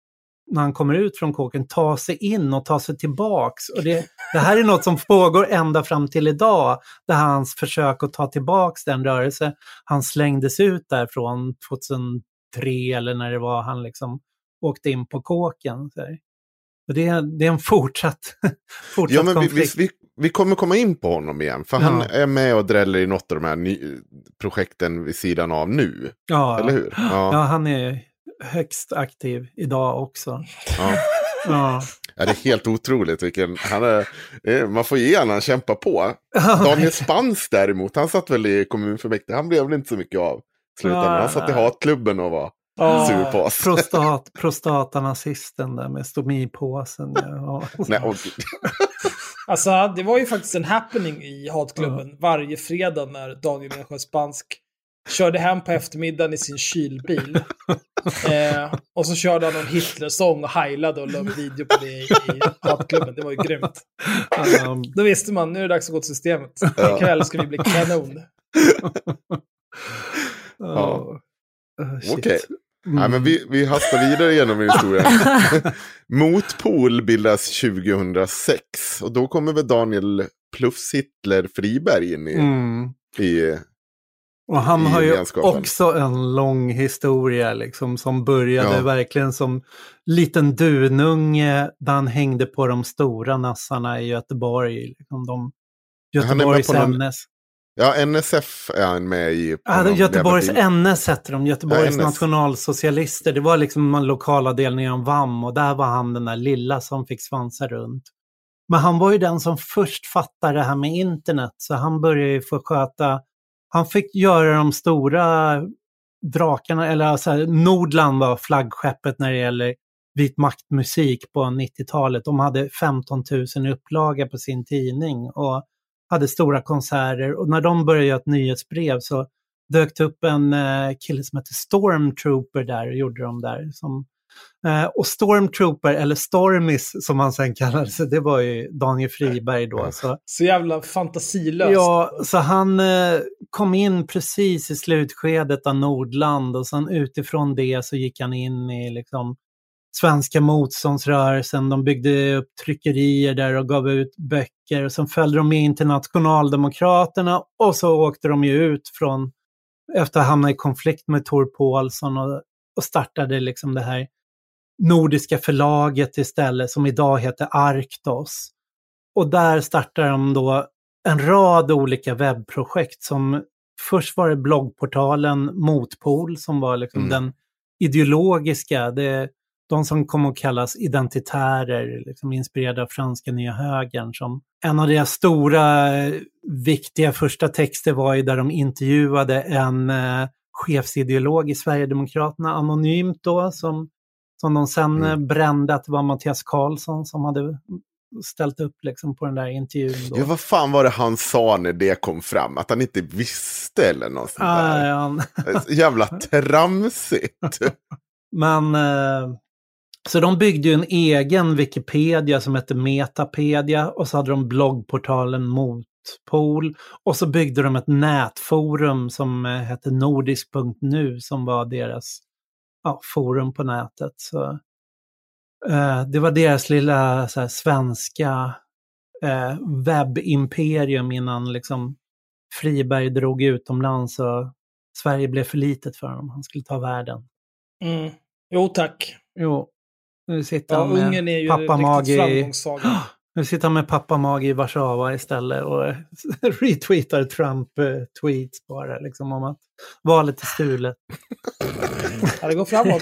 när han kommer ut från kåken, ta sig in och ta sig tillbaks. Och det, det här är något som pågår ända fram till idag. Det här hans försök att ta tillbaks den rörelse. Han slängdes ut därifrån tjugohundratre eller när det var han liksom åkte in på kåken. Så och det, är, det är en fortsatt, fortsatt ja, men konflikt. Vi, vi, vi kommer komma in på honom igen. För ja. han är med och dräller i något av de här ny, projekten vid sidan av nu. Ja, eller hur? Ja. ja, han är högst aktiv idag också. Ja. Ja. Ja, det är helt otroligt. Vilken, han är, man får ge han, han kämpar på. Daniel Spans däremot, han satt väl i kommunfullmäktige. Han blev väl inte så mycket av slutändan. Han satt i hatklubben och var oh, sur på oss. Prostat, prostatanazisten där med stomipåsen. Ja. Nej, och... Alltså, det var ju faktiskt en happening i hatklubben ja. varje fredag när Daniel Spansk körde hem på eftermiddagen i sin kylbil. eh, och så körde han en Hitler-sång och heilade och la video på det i, i hatklubben. Det var ju grymt. Um, Då visste man, nu är det dags att gå till systemet. Ja. Ikväll ska vi bli kanon. Ja. Oh, Okej. Okay. Mm. Nej, men vi, vi hastar vidare genom historien. Motpol bildas tjugohundrasex. Och då kommer väl Daniel plus Hitler Friberg in i... Mm. i och han har ju också en lång historia liksom, som började ja. verkligen som liten dununge där han hängde på de stora nassarna i Göteborg. Liksom, de, Göteborgs N S. Ja, N S F är han med i. Ja, Göteborgs N S heter de, Göteborgs ja, nationalsocialister. Det var liksom en lokala delning av V A M och där var han den där lilla som fick svansa runt. Men han var ju den som först fattade det här med internet, så han började ju få sköta. Han fick göra de stora drakarna, eller så här, Nordland var flaggskeppet när det gäller vit maktmusik på nittiotalet. De hade femton tusen upplaga på sin tidning och hade stora konserter. Och när de började göra ett nyhetsbrev så dök det upp en eh, kille som heter Stormtrooper där och gjorde de där. Som, eh, och Stormtrooper, eller Stormis som han sen kallade sig, det var ju Daniel Friberg då. Så, så jävla fantasilöst. Ja, så han eh, kom in precis i slutskedet av Nordland och sen utifrån det så gick han in i liksom svenska motståndsrörelsen. De byggde upp tryckerier där och gav ut böcker. Och sen följde de med Internationaldemokraterna och så åkte de ju ut från, efter att hamna i konflikt med Tor Pålsson och, och startade liksom det här nordiska förlaget istället som idag heter Arktos. Och där startade de då en rad olika webbprojekt som först var det bloggportalen Motpol som var liksom mm. den ideologiska, det de som kom att kallas identitärer, liksom inspirerade av franska nya högern. Som en av deras stora, viktiga första texter var ju där de intervjuade en eh, chefsideolog i Sverigedemokraterna, anonymt då, som, som de sen mm. brände att det var Mattias Karlsson som hade ställt upp liksom på den där intervjun då. Ja, vad fan var det han sa när det kom fram? Att han inte visste eller något sånt där. Ah, ja. Jävla tramsigt. Men... Eh, Så de byggde ju en egen Wikipedia som hette Metapedia och så hade de bloggportalen Motpol och så byggde de ett nätforum som hette nordisk punkt nu som var deras ja, forum på nätet. Så, eh, det var deras lilla så här, svenska eh, webbimperium innan liksom, Friberg drog utomlands och Sverige blev för litet för honom. Han skulle ta världen. Mm. Jo, tack. Jo. Nu sitter ja, han med Ungern är ju pappa Magi. Nu sitter han med pappa Magi i Warszawa istället och retweetar Trump-tweets bara liksom om att valet är stulet. Ja, det går framåt.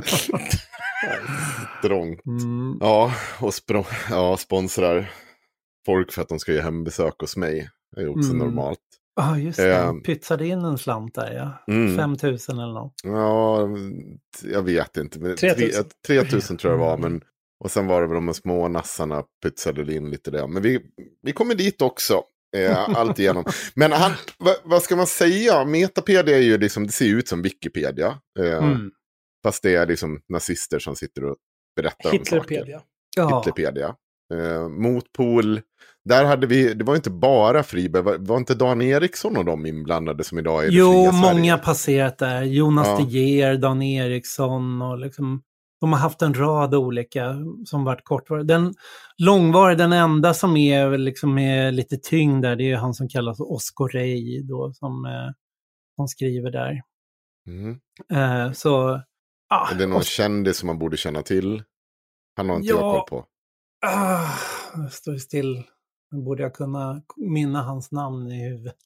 Strångt. Mm. Ja, och spro- ja, sponsrar folk för att de ska göra hembesök hos mig. Det är också mm. normalt. Ja, ah, just det. Eh, Pytsade in en slant där, ja. Mm. fem tusen eller något. Ja, jag vet inte. Men tre tusen tror jag det var. Men, och sen var det väl de små nassarna pytsade in lite där. Men vi, vi kommer dit också. Eh, allt igenom. Men han, vad, vad ska man säga? Metapedia är ju liksom, det ser ut som Wikipedia. Eh, mm. Fast det är liksom nazister som sitter och berättar Hitlerpedia. om saker. Hitlerpedia. Eh, Motpol. Där hade vi, det var inte bara Friberg, var, var inte Dan Eriksson och de inblandade som idag är det jo, fria många Sverige? Passerat där. Jonas ja. De Geer, Dan Eriksson och liksom de har haft en rad olika som varit kortvariga. Den långvariga, den enda som är liksom är lite tyngd där, det är han som kallas Oscar Rey då, som, eh, som skriver där. Mm. Eh, så... Ah, är det någon och... kändis som man borde känna till? Han har inte ja, jag koll på. Ah, jag står still. Nu borde jag kunna minna hans namn i huvudet.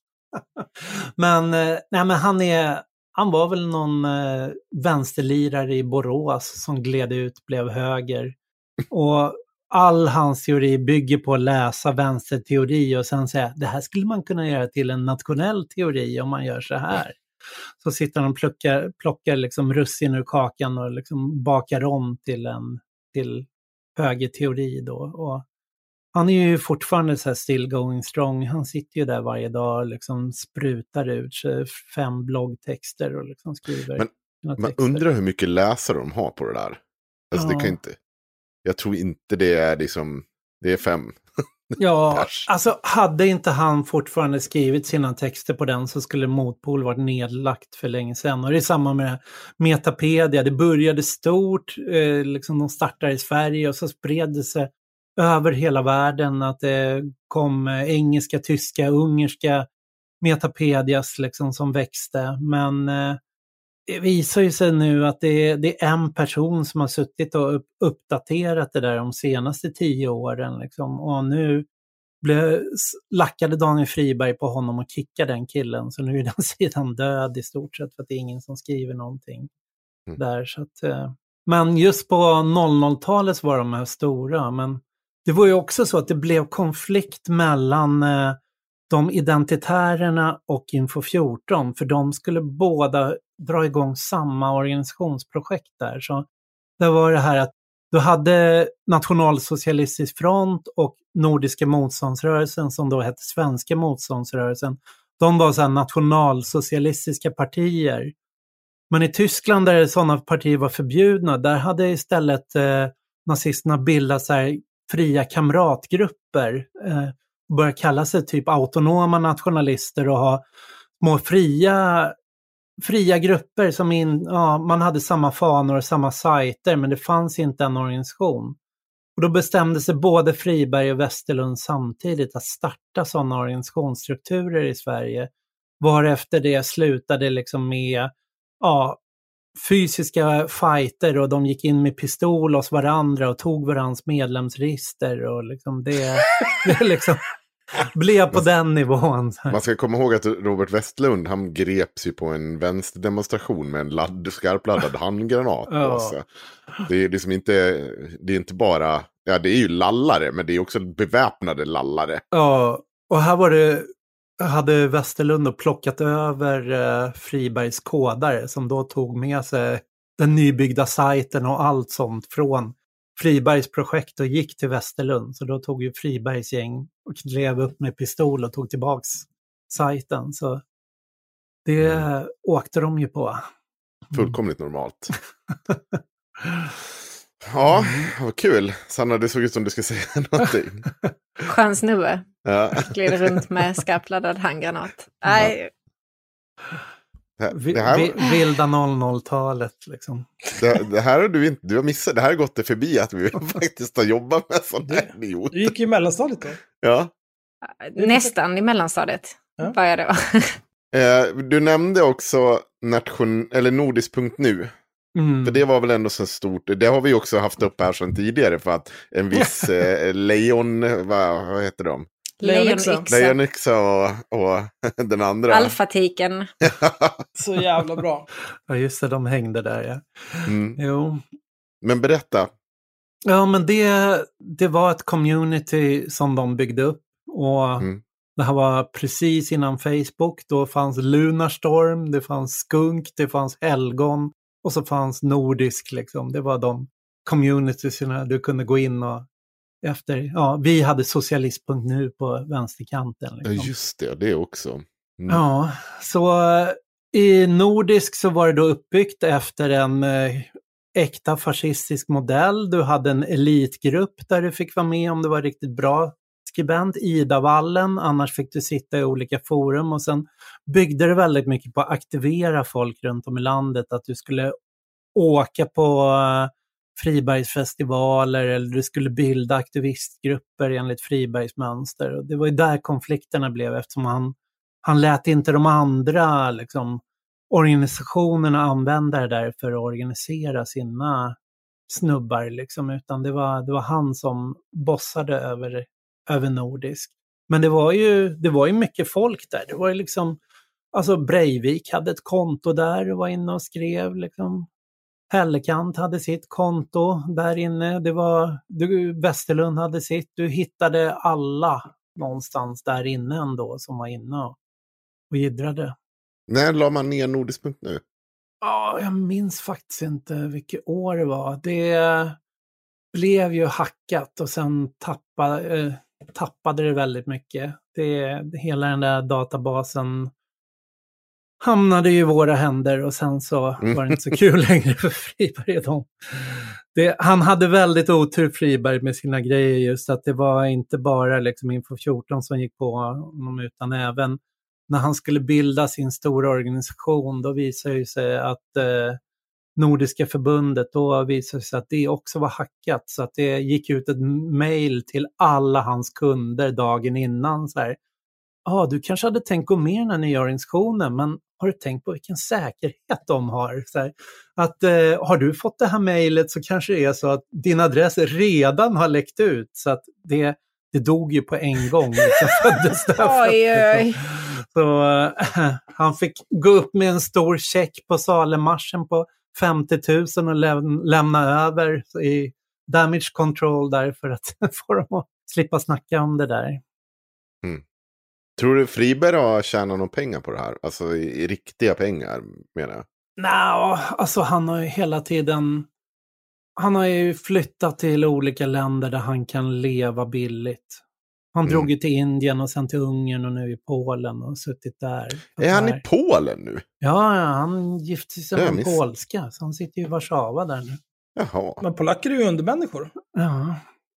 men, eh, nej, men han är... Han var väl någon eh, vänsterlirare i Borås som gled ut, blev höger. Och all hans teori bygger på att läsa vänsterteori och sen säga det här skulle man kunna göra till en nationell teori om man gör så här. Så sitter han och plockar, plockar liksom russin ur kakan och liksom bakar om till en till högerteori då. Och han är ju fortfarande så här still going strong. Han sitter ju där varje dag och liksom sprutar ut fem bloggtexter och liksom skriver. Men man undrar hur mycket läsare de har på det där. Alltså ja. det kan inte... Jag tror inte det är liksom... Det är fem. Ja, Pers. alltså hade inte han fortfarande skrivit sina texter på den så skulle Motpol varit nedlagt för länge sedan. Och det är samma med Metapedia. Det började stort, eh, liksom de startade i Sverige och så spred det sig över hela världen att det kom engelska, tyska, ungerska Metapedias liksom som växte. Men eh, det visar ju sig nu att det är, det är en person som har suttit och upp, uppdaterat det där de senaste tio åren. Liksom. Och nu blev, lackade Daniel Friberg på honom och kickade den killen. Så nu är den sidan död i stort sett för att det är ingen som skriver någonting mm. där. Så att, eh, men just på noll noll-talet var de här stora. Men det var ju också så att det blev konflikt mellan eh, de identitärerna och Info fjorton. För de skulle båda dra igång samma organisationsprojekt där. Så det var det här att du hade Nationalsocialistisk front och Nordiska motståndsrörelsen som då hette Svenska motståndsrörelsen. De var så här nationalsocialistiska partier. Men i Tyskland där sådana partier var förbjudna, där hade istället eh, nazisterna bildat så här fria kamratgrupper. Eh, började kalla sig typ autonoma nationalister och ha små fria fria grupper som in, ja, man hade samma fanor och samma sajter men det fanns inte en organisation. Och då bestämde sig både Friberg och Westerlund samtidigt att starta sådana organisationsstrukturer i Sverige. Varefter det slutade liksom med ja, fysiska fighter och de gick in med pistol hos varandra och tog varandras medlemsregister och liksom det, det liksom blev på den nivån. Man ska komma ihåg att Robert Westlund, han greps ju på en vänsterdemonstration med en ladd, skarpladdad handgranat. Ja. Alltså. Det är liksom inte, det är inte bara, ja det är ju lallare, men det är också beväpnade lallare. Ja, och här var det, hade Westerlund plockat över eh, Fribergs kodare som då tog med sig den nybyggda sajten och allt sånt från Fribergs projekt och gick till Westerlund. Så då tog ju Fribergs gäng och klev upp med pistol och tog tillbaks sajten. Så det mm. åkte de ju på. Fullkomligt normalt. Ja, vad kul. Sanna, det såg ut som du ska säga någonting. Skön snubbe. Ja. Glider runt med skarpladdad handgranat. Nej. Det, det här... Vilda noll noll-talet liksom. Det, det här har du inte, du har missat, det här har gått det förbi att vi faktiskt har jobbat med sån här idiot. Du gick ju i mellanstadiet då? Ja. Nästan i mellanstadiet. Ja. Var jag då. eh, du nämnde också nation, eller nordisk punkt nu. Mm. För det var väl ändå så stort. Det har vi också haft upp här sedan tidigare för att en viss eh, lejon, vad, vad heter de? Lejonyxa. Lejonyxa och, och den andra. Alfatiken. Så jävla bra. Ja just det, de hängde där ja. Mm. Jo. Men berätta. Ja men det, det var ett community som de byggde upp. Och mm. det här var precis innan Facebook. Då fanns Lunarstorm, det fanns Skunk, det fanns Helgon. Och så fanns Nordisk liksom. Det var de communitiesna du kunde gå in och efter, ja, vi hade socialist punkt nu på vänsterkanten. Liksom. Ja, just det, det också. Mm. Ja, så i Nordisk så var det då uppbyggt efter en eh, äkta fascistisk modell. Du hade en elitgrupp där du fick vara med om det var riktigt bra skribent, Idavallen, annars fick du sitta i olika forum och sen byggde det väldigt mycket på att aktivera folk runt om i landet, att du skulle åka på Fribergsfestivaler eller du skulle bilda aktivistgrupper enligt Fribergs mönster. Och det var ju där konflikterna blev eftersom han, han lät inte de andra liksom, organisationerna använda det där för att organisera sina snubbar liksom, utan det var, det var han som bossade över, över Nordisk. Men det var ju det var ju mycket folk där. Det var ju liksom, alltså Breivik hade ett konto där och var inne och skrev liksom. Hellekant hade sitt konto där inne. Det var, du, Westerlund hade sitt. Du hittade alla någonstans där inne ändå som var inne och, och giddrade. När la man ner Nordisk punkt nu? Ja, jag minns faktiskt inte vilket år det var. Det blev ju hackat och sen tappade, eh, tappade det väldigt mycket. Det, hela den där databasen hamnade ju i våra händer och sen så var det inte så kul längre för Friberg. De. Det, han hade väldigt otur, Friberg, med sina grejer, just att det var inte bara liksom Info fjorton som gick på honom, utan även när han skulle bilda sin stora organisation, då visade det sig att eh, Nordiska förbundet, då visade det sig att det också var hackat, så att det gick ut ett mejl till alla hans kunder dagen innan så här: ja, ah, du kanske hade tänkt gå med i den här nya organisationen, men har du tänkt på vilken säkerhet de har? Så här, att eh, har du fått det här mejlet så kanske det är så att din adress redan har läckt ut, så att det, det dog ju på en gång. föddes oj, oj. Så äh, han fick gå upp med en stor check på Salemmarschen på femtio tusen och läm- lämna över i damage control där för att få dem att slippa snacka om det där. Mm. Tror du Friberg har tjänat någon pengar på det här? Alltså i, i riktiga pengar, menar jag. Nej, alltså han har ju hela tiden, han har ju flyttat till olika länder där han kan leva billigt. Han mm. drog ju till Indien och sen till Ungern och nu i Polen och suttit där. Är han i Polen nu? Ja, ja, han gifte sig med en miss... polska, så han sitter ju i Warszawa där nu. Jaha. Men polacker är ju undermänniskor. Ja.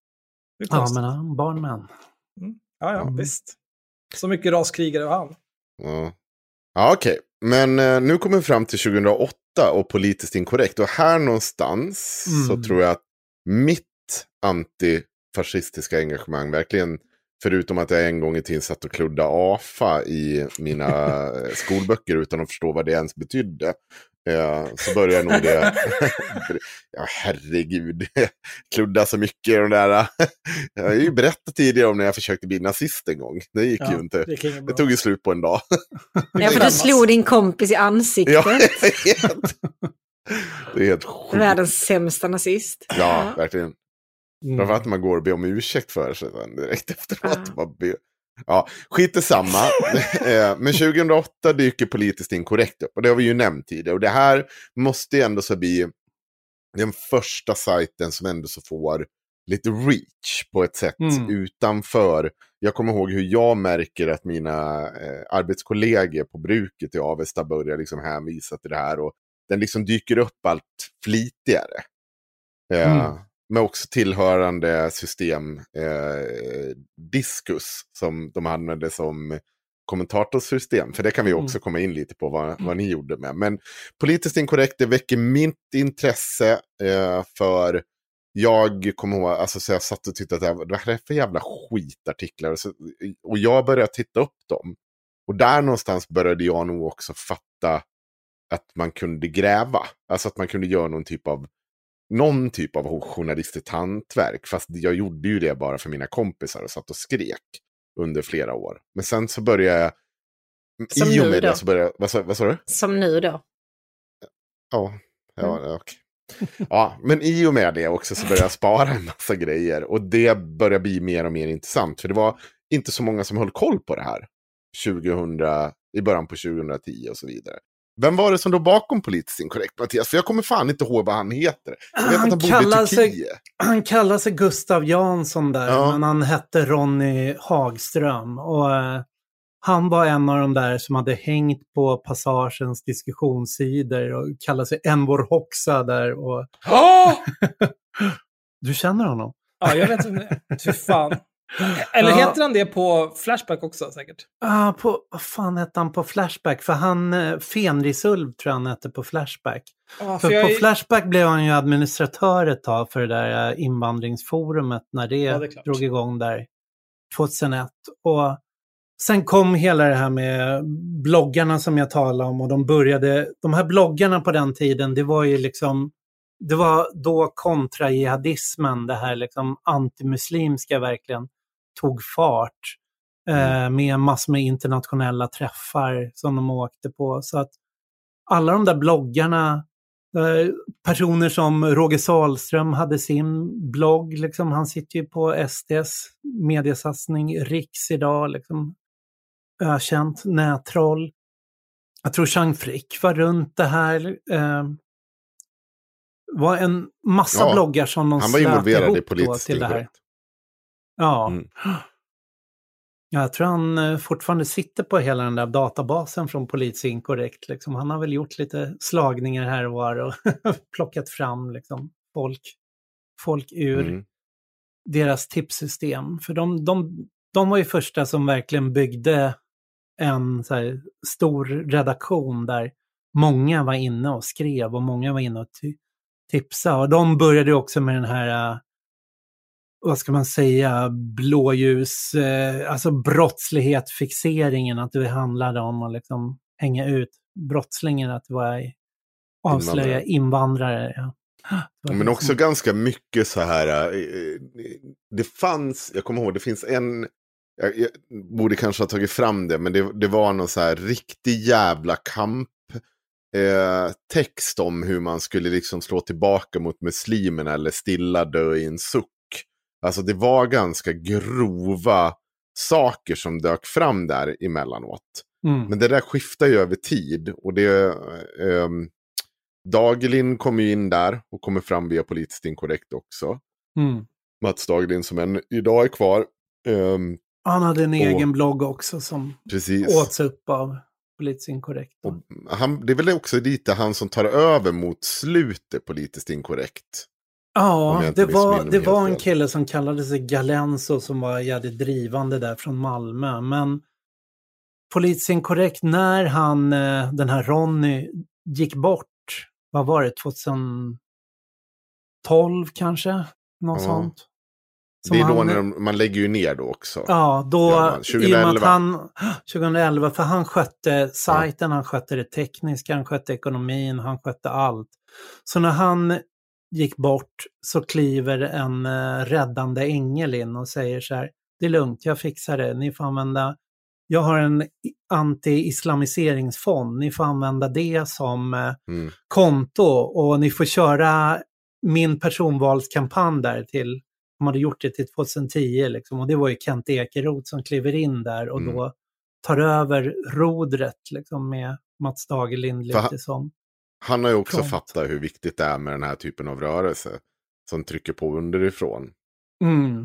Ja, men han barn män. Mm. Ja, ja, mm. visst. Så mycket raskrigare var han. Ja, ja okej. Okay. Men eh, nu kommer vi fram till tjugohundraåtta och politiskt inkorrekt. Och här någonstans mm. så tror jag att mitt antifascistiska engagemang verkligen, förutom att jag en gång i tiden satt och kludda A F A i mina skolböcker utan att förstå vad det ens betydde. Eh, så börjar nog det ja herregud kludda så mycket de där. Jag har ju berättat tidigare om när jag försökte bli nazist en gång. Det gick ja, ju inte. Det, det tog ju slut på en dag. Ja, för du slog din kompis i ansiktet. Ja, helt, det är helt sjukt. Världens sämsta nazist. Ja, ja. Verkligen. Mm. Framförallt att man går och ber om ursäkt för sig direkt efteråt. Ja. Man ber... Ja, skit är samma. Men tjugohundraåtta dyker politiskt inkorrekt upp. Och det har vi ju nämnt tidigare. Och det här måste ju ändå så bli den första sajten som ändå så får lite reach på ett sätt mm. utanför. Jag kommer ihåg hur jag märker att mina eh, arbetskollegor på bruket i Avesta börjar liksom hänvisa till det här. Och den liksom dyker upp allt flitigare. Eh, mm. Med också tillhörande system eh, Diskus som de använde som kommentatorsystem. För det kan vi också mm. komma in lite på vad, vad ni gjorde med. Men politiskt inkorrekt, det väcker mitt intresse eh, för jag kommer ihåg, alltså så jag satt och tyckte att det här, det här är för jävla skitartiklar. Och, så, och jag började titta upp dem. Och där någonstans började jag nog också fatta att man kunde gräva. Alltså att man kunde göra någon typ av någon typ av journalistiskt hantverk. Fast jag gjorde ju det bara för mina kompisar och satt och skrek under flera år. Men sen så började jag som i och med nu det då? så började vad sa, vad sa du? Som nu då? Ja, ja, mm. okej. Ja, men i och med det också så började jag spara en massa grejer. Och det började bli mer och mer intressant. För det var inte så många som höll koll på det här. tjugohundra, i början på tjugohundratio och så vidare. Vem var det som låg bakom politiskt inkorrekt, Mattias? För jag kommer fan inte ihåg vad han heter. Jag vet han, att han kallar bodde i sig, han kallar sig Gustav Jansson där, ja. Men han hette Ronny Hagström. Och eh, han var en av de där som hade hängt på Passagens diskussionssidor och kallade sig Envor Hoxa där. Och... Oh! Du känner honom? Ja, jag vet inte. Fy fan. Eller ja. Heter han det på Flashback också säkert? Ja, uh, på vad fan hette han på Flashback? För han, uh, Fenrisulv tror jag han hette på Flashback. Ja, för för på jag... Flashback blev han ju administratör ett tag för det där invandringsforumet när det, Ja, det är klart. drog igång där tjugohundraett. Och sen kom hela det här med bloggarna som jag talade om och de började, de här bloggarna på den tiden, det var ju liksom, det var då kontra-jihadismen, det här liksom antimuslimska verkligen tog fart eh, med massor med internationella träffar som de åkte på. Så att alla de där bloggarna, eh, personer som Roger Sahlström hade sin blogg, liksom, han sitter ju på S D:s mediesatsning Riks idag, liksom, ökänt nättroll. Jag tror Jean Frick var runt det här. Eh, var en massa ja, bloggar som de han var involverad i politiskt till det här. Ja. Mm. Jag tror han eh, fortfarande sitter på hela den där databasen från Politiskt inkorrekt. Liksom. Han har väl gjort lite slagningar här och var och plockat fram liksom, folk, folk ur mm. deras tipssystem. För de, de, de var ju första som verkligen byggde en så här, stor redaktion där många var inne och skrev och många var inne och ty- tipsade. Och de började också med den här, uh, vad ska man säga, blåljus, uh, alltså brottslighet, fixeringen, att det handlade om att liksom hänga ut brottslingen, att det var avslöja invandrare. Ja. Men liksom... också ganska mycket så här, uh, det fanns, jag kommer ihåg, det finns en, jag, jag borde kanske ha tagit fram det, men det, det var någon så här riktig jävla kamp eh, text om hur man skulle liksom slå tillbaka mot muslimerna eller stilla dö i en suck. Alltså det var ganska grova saker som dök fram där emellanåt. Mm. Men det där skiftar ju över tid och det eh, Dagelin kommer ju in där och kommer fram via Politiskt inkorrekt också. Mm. Mats Dagelin som än idag är kvar. Um, Han hade en och, egen blogg också som precis. åts upp av Politiskt inkorrekt. Och han, det är väl också lite han som tar över mot slutet Politiskt inkorrekt. Ja, det var, det var en kille som kallade sig Galenso som var jävligt drivande där från Malmö. Men Politiskt inkorrekt, när han, den här Ronny, gick bort, vad var det, tjugotolv kanske? Något ja. sånt. Som det är då han, när de, man lägger ju ner då också. Ja, då ja, tjugoelva. I och med att han, tjugoelva, för han skötte sajten, ja. han skötte det tekniska, han skötte ekonomin, han skötte allt. Så när han gick bort så kliver en uh, räddande ängel in och säger så här, det är lugnt, jag fixar det, ni får använda, jag har en anti-islamiseringsfond, ni får använda det som uh, mm. konto och ni får köra min personvalskampanj där till. De hade gjort det till tjugohundratio liksom, och det var ju Kent Ekeroth som kliver in där och mm. då tar över rodret liksom, med Mats Dagelin lite han, som han har ju också front. fattat hur viktigt det är med den här typen av rörelse som trycker på underifrån. Mm.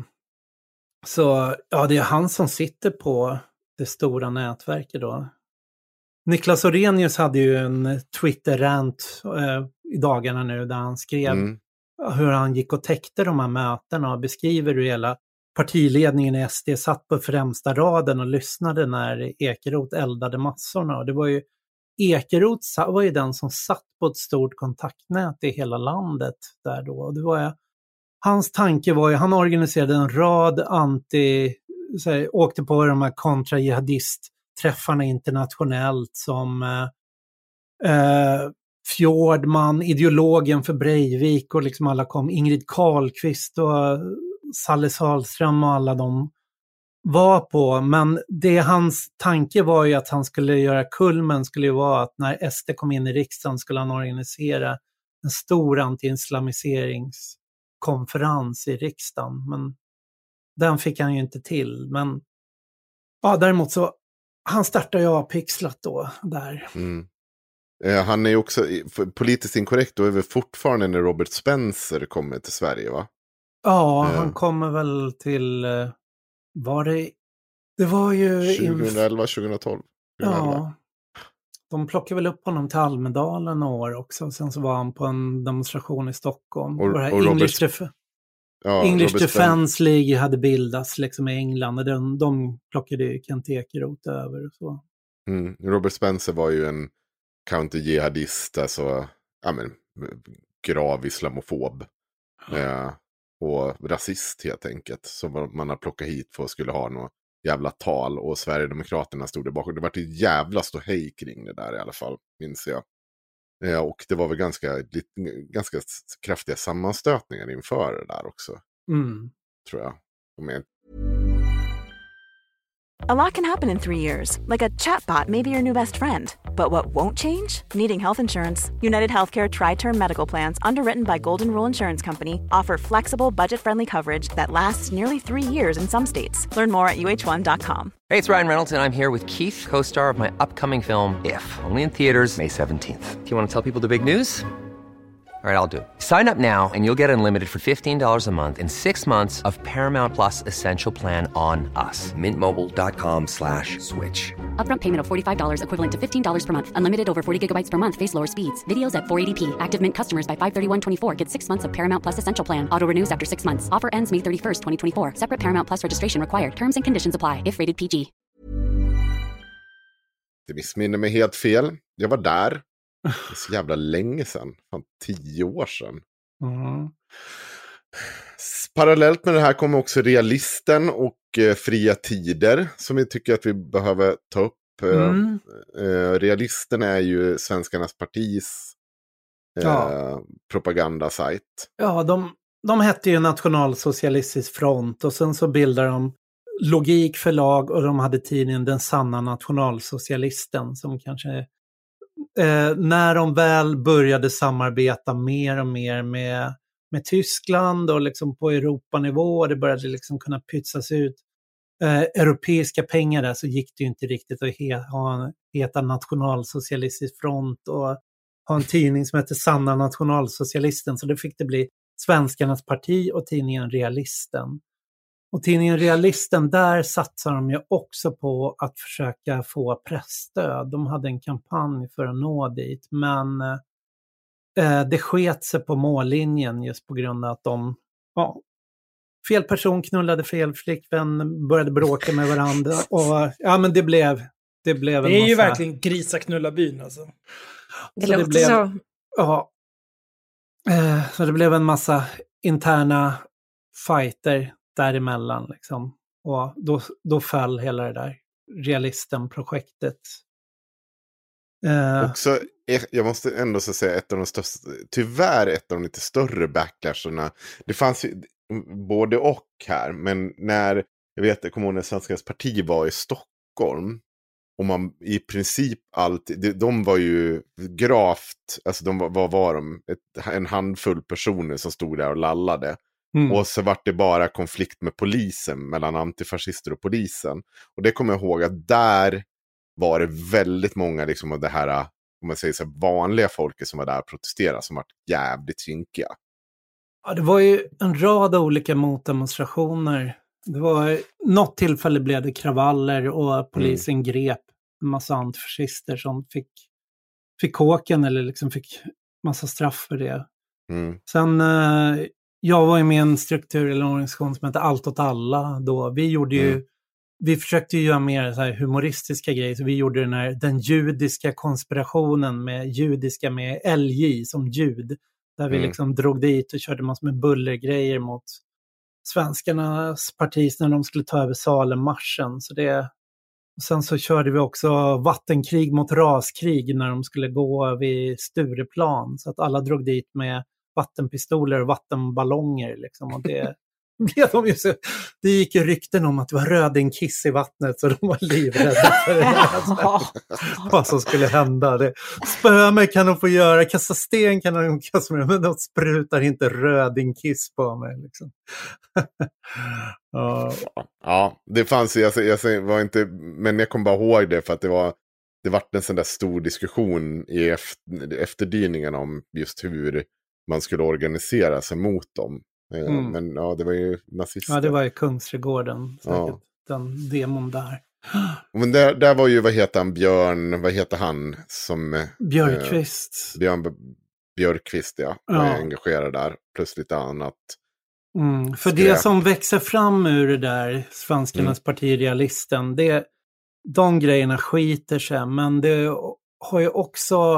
Så ja, det är han som sitter på det stora nätverket då. Niklas Orenius hade ju en Twitter-rant eh, i dagarna nu där han skrev mm. hur han gick och täckte de här mötena och beskriver hur hela partiledningen i S D satt på främsta raden och lyssnade när Ekeroth eldade massorna. Och det var ju, Ekeroth var ju den som satt på ett stort kontaktnät i hela landet där då. Och det var ju, hans tanke var ju, han organiserade en rad anti, så här, åkte på de här kontra-jihadist-träffarna internationellt som eh, Fjordman, ideologen för Breivik och liksom alla kom, Ingrid Carlqvist och Salle Sahlström och alla de var på. Men det hans tanke var ju att han skulle göra, kulmen skulle ju vara att när S D kom in i riksdagen skulle han organisera en stor anti-islamiseringskonferens i riksdagen. Men den fick han ju inte till. Men ja, däremot så han startade ju Apixlat då där. Mm. Han är ju också Politiskt inkorrekt, då är vi fortfarande när Robert Spencer kommer till Sverige, va? Ja, uh. han kommer väl till, var det, det var ju tjugoelva tjugotolv. Ja, de plockade väl upp honom till Almedalen år också. Sen så var han på en demonstration i Stockholm. Och, och, och Robert, English, Def- ja, English Robert Defense Spen- League hade bildats liksom i England. Och de, de plockade ju Kent Ekeroth över och så. Mm, Robert Spencer var ju en counter-jihadist, alltså ja, men, grav islamofob. Eh, och rasist helt enkelt. Som man har plockat hit för att skulle ha något jävla tal. Och Sverigedemokraterna stod där bakom. Det var ett jävla ståhej kring det där i alla fall, minns jag. Eh, och det var väl ganska, lite, ganska kraftiga sammanstötningar inför det där också. Mm. Tror jag. De A lot can happen in three years, like a chatbot may be your new best friend. But what won't change? Needing health insurance. United Healthcare Tri-Term Medical Plans, underwritten by Golden Rule Insurance Company, offer flexible, budget-friendly coverage that lasts nearly three years in some states. Learn more at U H one dot com. Hey, it's Ryan Reynolds, and I'm here with Keith, co-star of my upcoming film, If, only in theaters May seventeenth. Do you want to tell people the big news? All right, I'll do it. Sign up now and you'll get unlimited for fifteen dollars a month and six months of Paramount Plus Essential Plan on us. Mint Mobile dot com slash switch. Upfront payment of forty-five dollars equivalent to fifteen dollars per month. Unlimited over forty gigabytes per month. Face lower speeds. Videos at four eighty p. Active Mint customers by five thirty-one twenty-four get six months of Paramount Plus Essential Plan. Auto renews after six months. Offer ends May thirty-first, twenty twenty-four. Separate Paramount Plus registration required. Terms and conditions apply if rated P G. Det missminner mig helt fel. Jag var där. Det är så jävla länge sedan. Fan, tio år sedan. Mm. Parallellt med det här kommer också Realisten och eh, Fria Tider. Som vi tycker att vi behöver ta upp. Mm. Eh, Realisten är ju Svenskarnas partis eh, ja. propagandasajt. Ja, de, de hette ju Nationalsocialistisk front. Och sen så bildade de Logik förlag. Och de hade tidningen Den sanna nationalsocialisten. Som kanske... Eh, när de väl började samarbeta mer och mer med, med Tyskland och liksom på Europanivå och det började liksom kunna pytsas ut eh, europeiska pengar där, så gick det ju inte riktigt att he, ha en, heta Nationalsocialistisk front och ha en tidning som heter Sanna nationalsocialisten, så det fick det bli Svenskarnas parti och tidningen Realisten. Och tidningen Realisten, där satsar de ju också på att försöka få pressstöd. De hade en kampanj för att nå dit. Men eh, det sket sig på mållinjen just på grund av att de... Ja, fel person knullade fel flickvän, började bråka med varandra. Och ja, men det blev... Det, blev en det är massa... ju verkligen grisa knulla byn alltså. Det så låter det blev, så. Ja. Eh, så det blev en massa interna fighter däremellan liksom. Och då, då föll hela det där Realisten-projektet. Eh. Också, jag måste ändå så säga ett av de största, tyvärr ett av de lite större backlasherna. Det fanns ju både och här, men när, jag vet, jag kommer ihåg när Svenskarnas parti var i Stockholm, och man i princip allt, de var ju gravt, alltså de var, vad var de? Ett, en handfull personer som stod där och lallade. Mm. Och så var det bara konflikt med polisen, mellan antifascister och polisen. Och det kommer jag ihåg att där var det väldigt många liksom av det här, om man säger så, vanliga folket som var där och protesterade, som var jävligt kinkiga. Ja, det var ju en rad olika motdemonstrationer. Det var något tillfälle blev det kravaller och polisen mm. grep en massa antifascister som fick, fick kåken eller liksom fick massa straff för det. Mm. Sen... Eh, Jag var ju med i en struktur eller en organisation som heter Allt åt alla då. Vi gjorde ju, mm. vi försökte ju göra mer så här humoristiska grejer. Så vi gjorde den här, den judiska konspirationen med judiska med L J som ljud. Där mm. vi liksom drog dit och körde massor med bullergrejer mot Svenskarnas parti när de skulle ta över Salemmarschen. Så det, och sen så körde vi också vattenkrig mot raskrig när de skulle gå vid Stureplan. Så att alla drog dit med vattenpistoler och vattenballonger liksom, och det, det, de ju så, det gick ju rykten om att det var rödinkiss i vattnet, så de var livrädda för det här. Vad som skulle hända. Det, spöa mig kan de få göra, kasta sten kan de kasta mig, men de sprutar inte rödinkiss på mig liksom. ja. ja, det fanns ju, jag, jag var inte, men jag kom bara ihåg det för att det var det var en sån där stor diskussion i efter, efterdyningen om just hur man skulle organisera sig mot dem. Mm. Men ja, det var ju nazister. Ja, det var ju Kungsträdgården. Ja. Den demon där. Men där, där var ju, vad heter han, Björn, vad heter han som... Björkqvist. Eh, Björn Björkqvist, ja. Var ja. engagerad där. Plus lite annat. Mm, för skräp. Det som växer fram ur det där, Svenskarnas mm. parti Realisten, det, de grejerna skiter sig. Men det har ju också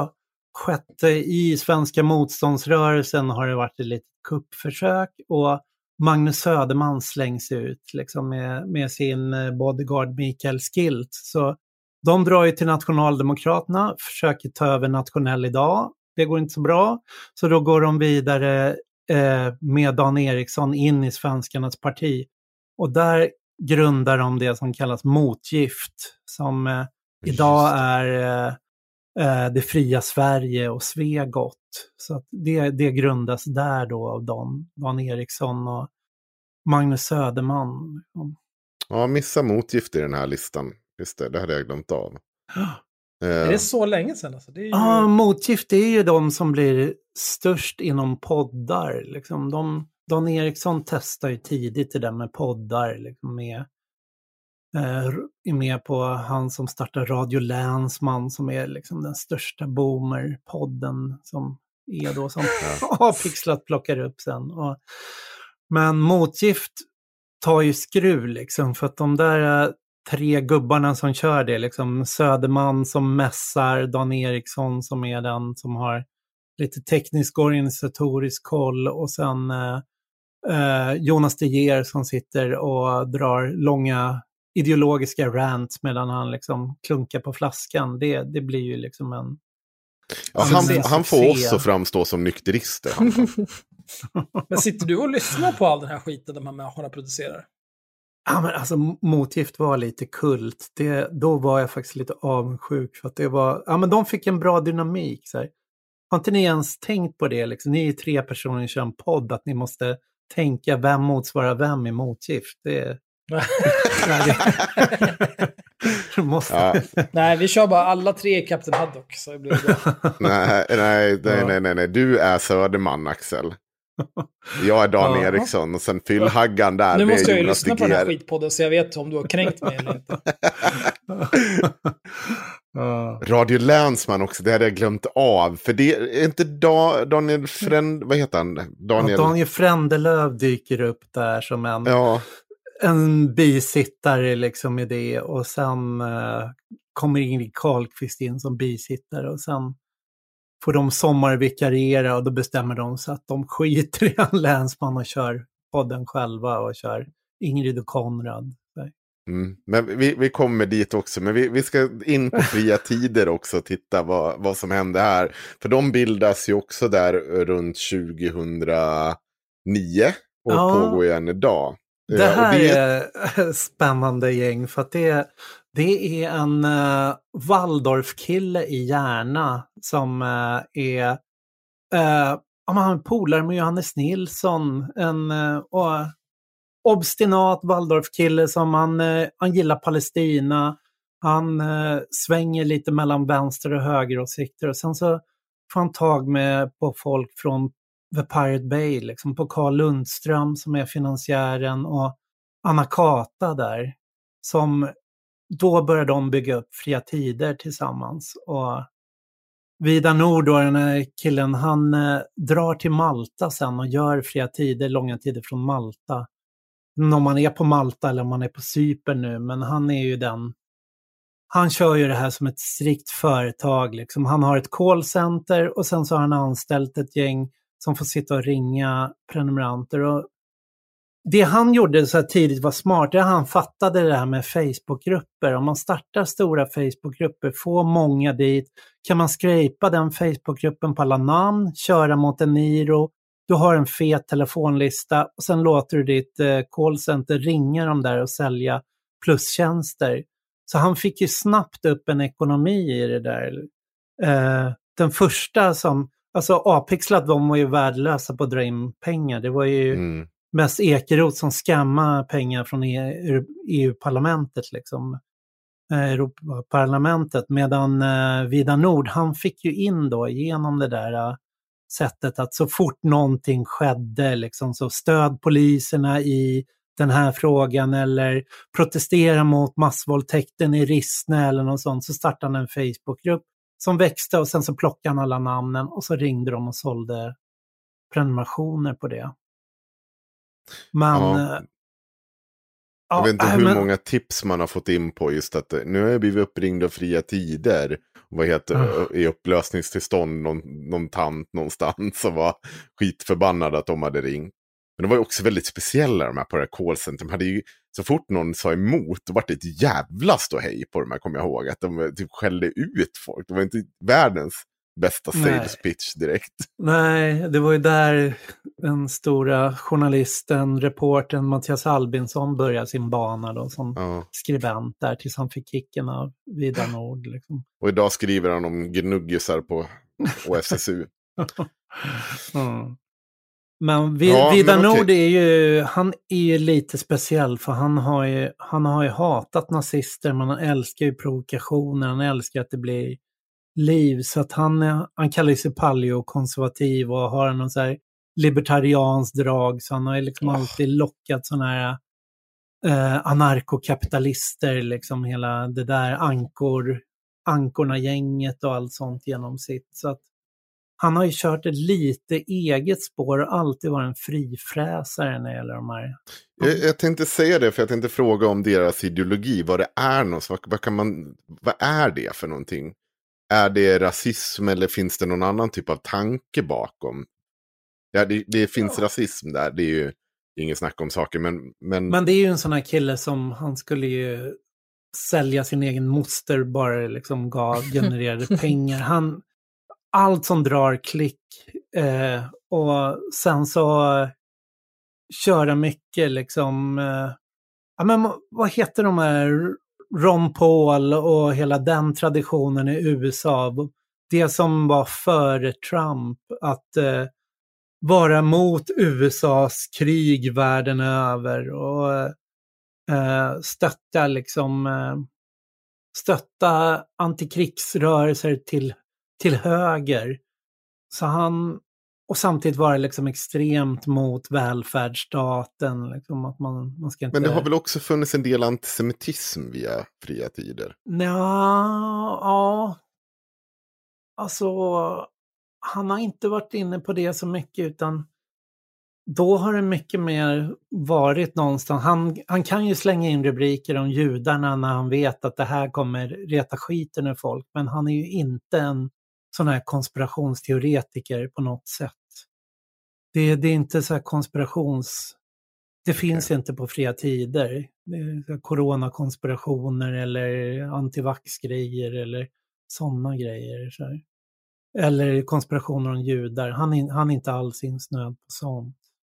skett i svenska motståndsrörelsen har det varit ett litet kuppförsök och Magnus Söderman slängs ut liksom med, med sin bodyguard Mikael Skilt. Så de drar ju till Nationaldemokraterna, försöker ta över Nationell idag. Det går inte så bra. Så då går de vidare eh, med Dan Eriksson in i Svenskarnas parti. Och där grundar de det som kallas motgift. Som eh, idag är eh, det fria Sverige och Svegot. Så att det, det grundas där då av Dan, Dan Eriksson och Magnus Söderman. Ja, missa motgift i den här listan. Just det, det hade jag glömt av. Är det så länge sedan? Alltså? Det är ju... Ja, motgift är ju de som blir störst inom poddar. Liksom de, Dan Eriksson testar ju tidigt det där med poddar. Liksom med, eh, är med på han som startar Radio Länsman som är liksom den största boomer-podden som är då som Avpixlat plockar upp sen. Och, men motgift tar ju skruv liksom för att de där tre gubbarna som kör det, liksom Söderman som mässar, Dan Eriksson som är den som har lite teknisk organisatorisk koll och sen eh, Jonas De Geer som sitter och drar långa ideologiska rants medan han liksom klunkar på flaskan. Det, det blir ju liksom en... Ja, han, han får också framstå som nykterister. Men sitter du och lyssnar på all den här skiten de här människorna producerar? Ja, men alltså motgift var lite kult. Det, då var jag faktiskt lite avundsjuk för att det var, ja men de fick en bra dynamik så här. Har inte ni ens tänkt på det liksom? Ni är tre personer som kör en podd att ni måste tänka vem motsvarar vem i motgift. Det, det måste. Ja. Nej, vi kör bara alla tre i Captain Haddock så det blir bra. nej, nej, nej, nej, nej, nej, du är Söderman, Axel. Jag är Dan ja. Eriksson och sen fyllhaggan där. Nu måste jag ju Jonas lyssna på den här skitpodden så jag vet om du har kränkt mig eller inte. Radio Länsman också, det hade jag glömt av. För det är inte da, Daniel Fränd, vad heter han? Daniel, ja, Daniel Frändelöv dyker upp där som en, ja. en bisittare liksom i det. Och sen uh, kommer Ingrid Carlqvist in som bisittare och sen får de sommarvikariera och då bestämmer de så att de skiter i en Länsman och kör podden själva och kör Ingrid och Konrad. Mm. Men vi, vi kommer dit också, men vi, vi ska in på fria tider också och titta vad, vad som händer här. För de bildas ju också där runt tjugohundranio och ja, pågår ju än idag. Det här det... är spännande gäng för att det, det är en uh, Waldorf-kille i Järna som uh, är uh, han polare med Johannes Nilsson, en uh, och, obstinat Waldorf-kille som han, uh, han gillar Palestina. Han uh, svänger lite mellan vänster och högeråsikter och sen så får han tag med på folk från The Pirate Bay, liksom på Carl Lundström som är finansiären och Anna Kata där som då börjar de bygga upp fria tider tillsammans och Vidar Nord då, den här killen, han eh, drar till Malta sen och gör fria tider, långa tider från Malta. Om man är på Malta eller om man är på Cypern nu, men han är ju den, han kör ju det här som ett strikt företag liksom. Han har ett callcenter och sen så har han anställt ett gäng som får sitta och ringa prenumeranter och det han gjorde så här tidigt var smart. Det han fattade det här med Facebookgrupper. Om man startar stora Facebookgrupper, får många dit, kan man scrapa den Facebookgruppen på alla namn, köra mot en Niro. Du har en fet telefonlista och sen låter du ditt eh, callcenter ringa dem där och sälja plustjänster. Så han fick ju snabbt upp en ekonomi i det där. Eh, den första som, alltså Avpixlat, de var ju värdelösa på att dra in pengar. Det var ju mm. mest Ekeroth som skammade pengar från E U-parlamentet liksom. Europaparlamentet. Medan eh, Vidar Nord, han fick ju in då genom det där uh, sättet att så fort någonting skedde liksom, så stöd poliserna i den här frågan eller protestera mot massvåldtäkten i Rissne eller något sånt, så startade han en Facebookgrupp som växte och sen så plockade han alla namnen och så ringde de och sålde prenumerationer på det. Men, ja. Jag vet inte ja, hur men... många tips man har fått in på just att nu har jag blivit uppringd av Fria Tider. Vad heter mm. i upplösningstillstånd någon, någon tant någonstans som var skitförbannad att de hade ringt. Men det var ju också väldigt speciella de här på det här callcenter. De hade ju, så fort någon sa emot, då var det ett jävla ståhej på de här, kommer jag ihåg. Att de typ skällde ut folk. Det var inte världens bästa sales pitch direkt. Nej, det var ju där den stora journalisten, reportern Mattias Albinsson började sin bana då, som ja. skribent där tills han fick kicken av Vidar Nord. Liksom. Och idag skriver han om gnuggisar på O S S U. mm. Men Vid- ja, Vidar men Nord är ju, han är ju lite speciell för han har ju, han har ju hatat nazister, men han älskar ju provokationer, han älskar att det blir liv, så att han, han kallar sig paleokonservativ och har någon så här libertarians drag, så han har ju liksom oh. alltid lockat sådana här eh, anarkokapitalister, liksom hela det där ankor, ankorna-gänget och allt sånt genom sitt, så att han har ju kört ett lite eget spår och alltid varit en frifräsare när det gäller de här. Jag, jag tänkte säga det, för jag tänkte fråga om deras ideologi, vad det är något, vad, vad kan man, vad är det för någonting? Är det rasism eller finns det någon annan typ av tanke bakom? Ja, det, det finns ja. rasism där, det är ju ingen snack om saker. Men, men... men det är ju en sån här kille som, han skulle ju sälja sin egen moster bara liksom gav, genererade pengar. Han, allt som drar klick eh, och sen så köra mycket liksom, eh, ja men vad heter de här, Ron Paul och hela den traditionen i U S A, det som var före Trump, att eh, vara mot U S A:s krig världen över och eh, stötta liksom eh, stötta antikrigsrörelser till, till höger. Så han, och samtidigt vara liksom extremt mot välfärdsstaten. Liksom att man, man ska inte... Men det har väl också funnits en del antisemitism via Fria Tider? Nja, ja. Alltså, han har inte varit inne på det så mycket, utan då har det mycket mer varit någonstans. Han, han kan ju slänga in rubriker om judarna när han vet att det här kommer reta skiten ur folk. Men han är ju inte en sån här konspirationsteoretiker på något sätt. Det, det är inte så här konspirations... Det finns okay. inte på Fria Tider. Det är coronakonspirationer eller antivaxgrejer eller sådana grejer. Så här. Eller konspirationer om judar. Han är, han är inte alls insnöad på sånt.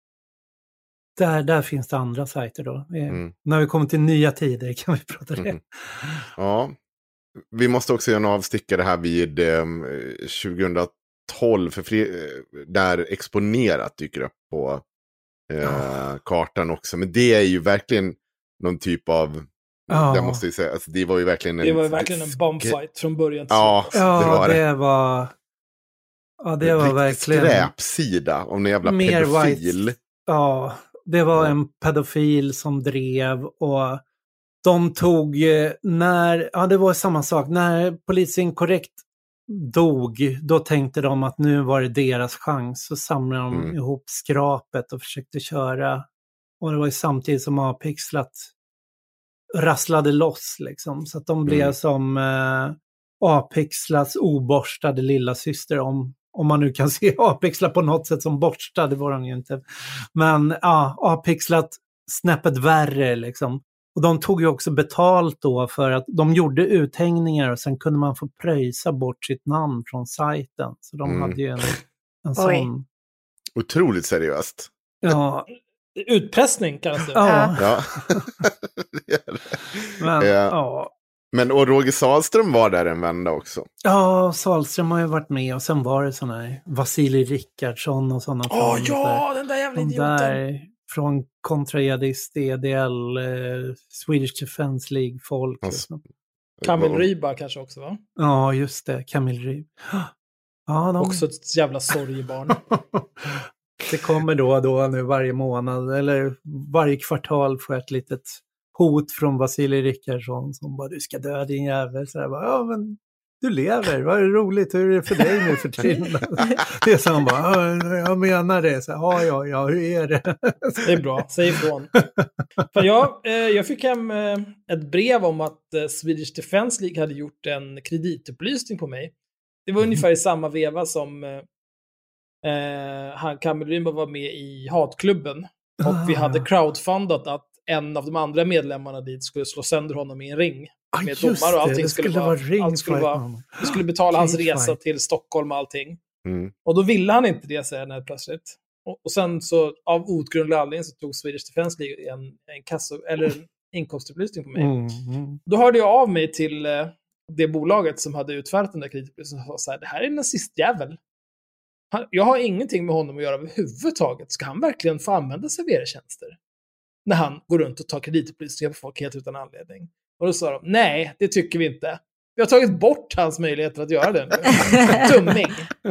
Där, där finns det andra sajter då. Mm. När vi kommer till nya tider kan vi prata det. Mm. Ja. Vi måste också göra en avstickare här vid eh, tjugohundratolv. För fri, där exponerat dyker upp på eh, ja. kartan också. Men det är ju verkligen någon typ av... Ja. Jag måste ju säga, alltså, det var ju verkligen en... Det var ju verkligen en bombfight från början till ja, det var det. det var... Ja, det var verkligen... skräpsida om en jävla Mer pedofil. White. Ja, det var en pedofil som drev och de tog när... Ja, det var samma sak. När polisen korrekt dog, då tänkte de att nu var det deras chans. Så samlade de mm. ihop skrapet och försökte köra. Och det var ju samtidigt som Apixlat rasslade loss liksom. Så att de blev mm. som eh, Apixlats oborstade lilla syster, om, om man nu kan se Apixla på något sätt som borstad, det var de ju inte. Men ja, Apixlat snäppet värre liksom. Och de tog ju också betalt då för att de gjorde uthängningar och sen kunde man få pröjsa bort sitt namn från sajten. Så de mm. hade ju en, en sån... Otroligt seriöst. Ja. Utpressning kanske. Ja. ja. Men, ja. ja. Men och Roger Sahlström var där en vända också. Ja, Sahlström har ju varit med och sen var det sån här Vasilij Rickardsson och sådana. Åh oh, ja, den där jävla idioten. Där, från Kontrajihadist, E D L, eh, Swedish Defense League-folk. Alltså, Kamil Ryba kanske också, va? Ja, just det. Kamil Ryba. Ja, de... Också ett jävla sorgebarn. Det kommer då och då nu varje månad, eller varje kvartal får jag ett litet hot från Vasilij Rickardsson som bara, du ska dö din jävel. Så jag bara, ja men du lever, vad roligt, hur är det för dig nu för tiden? Det är så han bara, jag menar det. Så, ja, ja, ja, hur är det? Det är bra, säg ifrån. För jag, eh, jag fick hem eh, ett brev om att eh, Swedish Defence League hade gjort en kreditupplysning på mig. Det var mm. ungefär i samma veva som eh, han Kamelin var med i hatklubben. Och ah. vi hade crowdfundat att en av de andra medlemmarna dit skulle slå sönder honom i en ring. Ah, med domar och allting. Det skulle, skulle vara, vara allt skulle vara, vi skulle betala hans resa fight. till Stockholm och allting. Mm. Och då ville han inte det, säger han plötsligt. Och, och sen så av outgrundlig anledning så tog Swedish Defence League en, en, kasso, eller en inkomstupplysning på mig. Mm. Mm. Då hörde jag av mig till eh, det bolaget som hade utfärdat den där kreditupplysningen och sa det här är en nazistjävel. Han, jag har ingenting med honom att göra överhuvudtaget. Ska han verkligen få använda serverartjänster? När han går runt och tar kreditupplysningar på folk helt utan anledning. Och då sa de, nej, det tycker vi inte. Vi har tagit bort hans möjligheter att göra det nu. Tumming.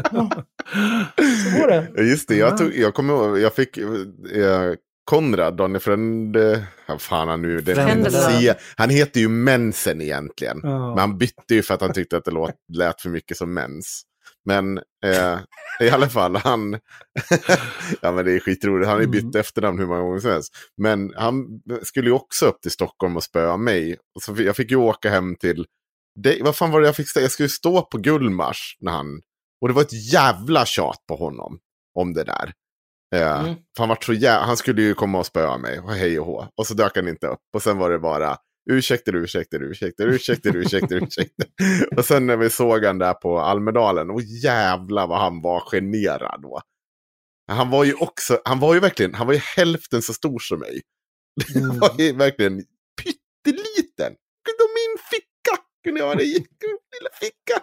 Så var det. Just det, jag, tog, jag kommer ihåg, jag fick eh, Konrad, Donny Frend, eh, fan han nu, den, se, han heter ju Mensen egentligen. Oh. Men han bytte ju för att han tyckte att det låt, lät för mycket som mens. Men eh, i alla fall, han ja men det är skitroligt, han har ju bytt mm. efternamn hur många gånger som helst. Men han skulle ju också upp till Stockholm och spöa mig. Och så jag fick ju åka hem till det, vad fan var det jag fick stå? Jag skulle stå på Gullmars när han, och det var ett jävla tjat på honom om det där. Eh, mm. för han, var så jä- han skulle ju komma och spöa mig och hej och hå. Och så dök han inte upp. Och sen var det bara ursäkta, ursäkta, ursäkta, ursäkta, ursäkta, ursäkta. Och sen när vi såg han där på Almedalen, och jävla vad han var generad då. Han var ju också, han var ju verkligen, han var ju hälften så stor som mig. Mm. Han var ju verkligen pytteliten. Kunde min ficka, kunde jag ha det i lilla ficka.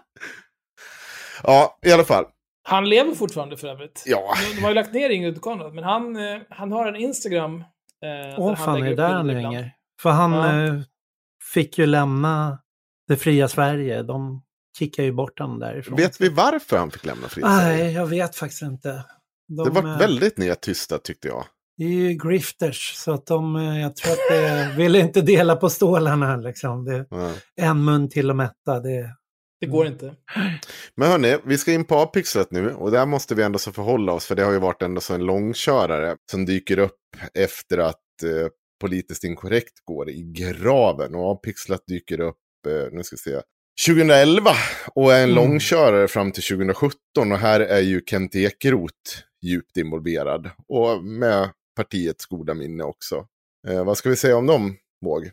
Ja, i alla fall. Han lever fortfarande för övrigt. Ja. De har ju lagt ner Ingrid Konrad, men han, han har en Instagram. Åh eh, fan, är det där han hänger? För han ja. eh, fick ju lämna det fria Sverige. De kickar ju bort honom därifrån. Vet vi varför han fick lämna fria Sverige? Nej, jag vet faktiskt inte. De, det var väldigt nedtystat tyckte jag. Det är ju grifters, så att de, jag tror att det vill inte dela på stålarna liksom. Det, ja. En mun till och mätta, det... Det går inte. Men hörni, vi ska in på Avpixlat nu. Och där måste vi ändå så förhålla oss. För det har ju varit ändå så en långkörare som dyker upp efter att eh, politiskt inkorrekt går i graven. Och Avpixlat dyker upp, eh, nu ska vi se, tjugoelva. Och är en mm. långkörare fram till tjugosjutton. Och här är ju Kent Ekeroth djupt involverad. Och med partiets goda minne också. Eh, vad ska vi säga om dem, Våg?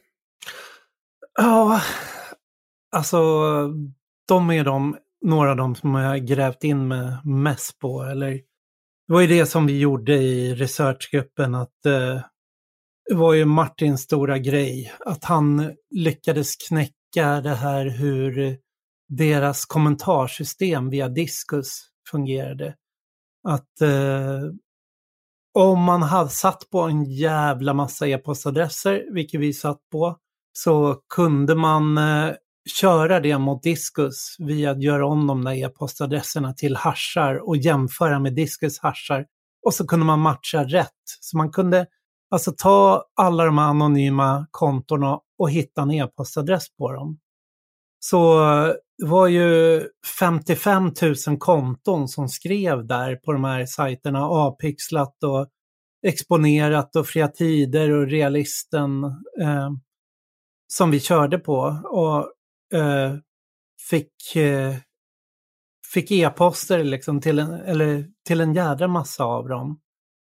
Ja, alltså... De är de, några av dem som jag har grävt in med mest på. Eller, det var ju det som vi gjorde i researchgruppen. Att eh, det var ju Martins stora grej. Att han lyckades knäcka det här hur deras kommentarsystem via Diskus fungerade. Att eh, om man hade satt på en jävla massa e-postadresser, vilket vi satt på, så kunde man... Eh, köra det mot Diskus via att göra om de där e-postadresserna till hashar och jämföra med Diskus hashar. Och så kunde man matcha rätt. Så man kunde alltså ta alla de här anonyma kontorna och hitta en e-postadress på dem. Så det var ju femtiofem tusen konton som skrev där på de här sajterna. Avpixlat och Exponerat och Fria Tider och Realisten eh, som vi körde på. Och Uh, fick, uh, fick e-poster liksom till en, eller till en jädra massa av dem.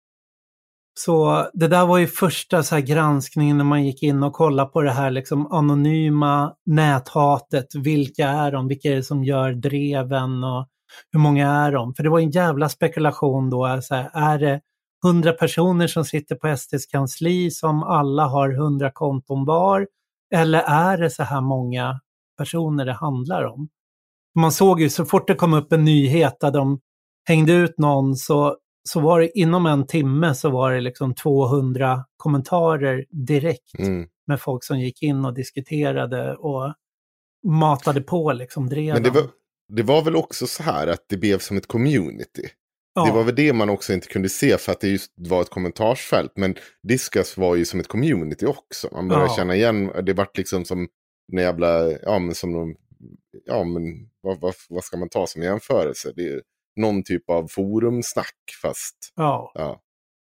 Så det där var ju första så här granskningen när man gick in och kollade på det här liksom anonyma näthatet. Vilka är de? Vilka är det som gör dreven och hur många är de? För det var en jävla spekulation då. Så här, är det hundra personer som sitter på S D:s kansli som alla har hundra konton var? Eller är det så här många personer det handlar om? Man såg ju så fort det kom upp en nyhet där de hängde ut någon, så, så var det inom en timme så var det liksom tvåhundra kommentarer direkt mm. med folk som gick in och diskuterade och matade på liksom dreven. Men det var, det var väl också så här att det blev som ett community. Ja. Det var väl det man också inte kunde se för att det just var ett kommentarsfält, men Diskus var ju som ett community också. Man började ja. känna igen, det var liksom som en jävla, ja men som någon ja men vad, vad, vad ska man ta som jämförelse? Det är någon typ av forumsnack fast. Ja. Ja.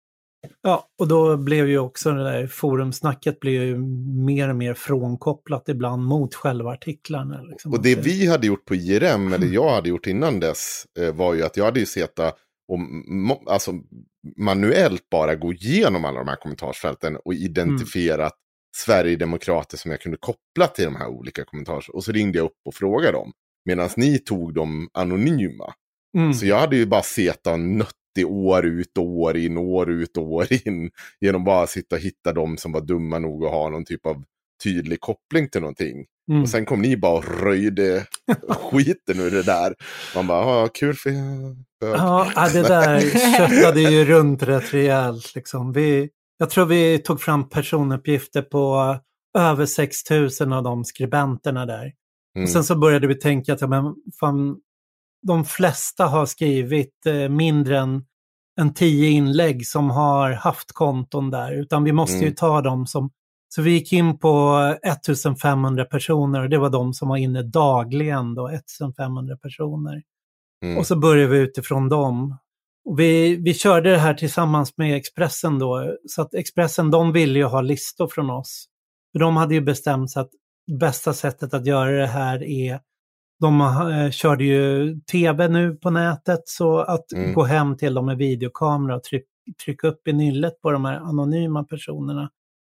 Ja, och då blev ju också det där forumsnacket blev ju mer och mer frånkopplat ibland mot själva artiklarna. Liksom. Och det vi hade gjort på I R M, eller jag hade gjort innan dess, eh, var ju att jag hade ju sett och mo- alltså manuellt bara gå igenom alla de här kommentarsfälten och identifierat mm. Sverigedemokrater som jag kunde koppla till de här olika kommentarsfälten. Och så ringde jag upp och frågade dem, medan ni tog dem anonyma. Mm. Så jag hade ju bara sett en nöttig år ut, år in, år ut, år in. Genom bara att sitta och hitta dem som var dumma nog att ha någon typ av tydlig koppling till någonting. Mm. Och sen kom ni bara och röjde skiten ur det där. Man bara, ja, kul för bög. Ja, det där köttade ju runt rätt rejält. Liksom. Vi, jag tror vi tog fram personuppgifter på över sex tusen av de skribenterna där. Mm. Och sen så började vi tänka att ja, men fan, de flesta har skrivit eh, mindre än, än tio inlägg som har haft konton där. Utan vi måste mm. ju ta dem som... Så vi gick in på ettusentfemhundra personer och det var de som var inne dagligen då, ettusentfemhundra personer. Mm. Och så började vi utifrån dem. Och vi, vi körde det här tillsammans med Expressen då. Så att Expressen, de ville ju ha listor från oss. För de hade ju bestämt sig att bästa sättet att göra det här är... De eh, körde ju tv nu på nätet, så att mm. gå hem till dem med videokamera och tryck, trycka upp i nyllet på de här anonyma personerna.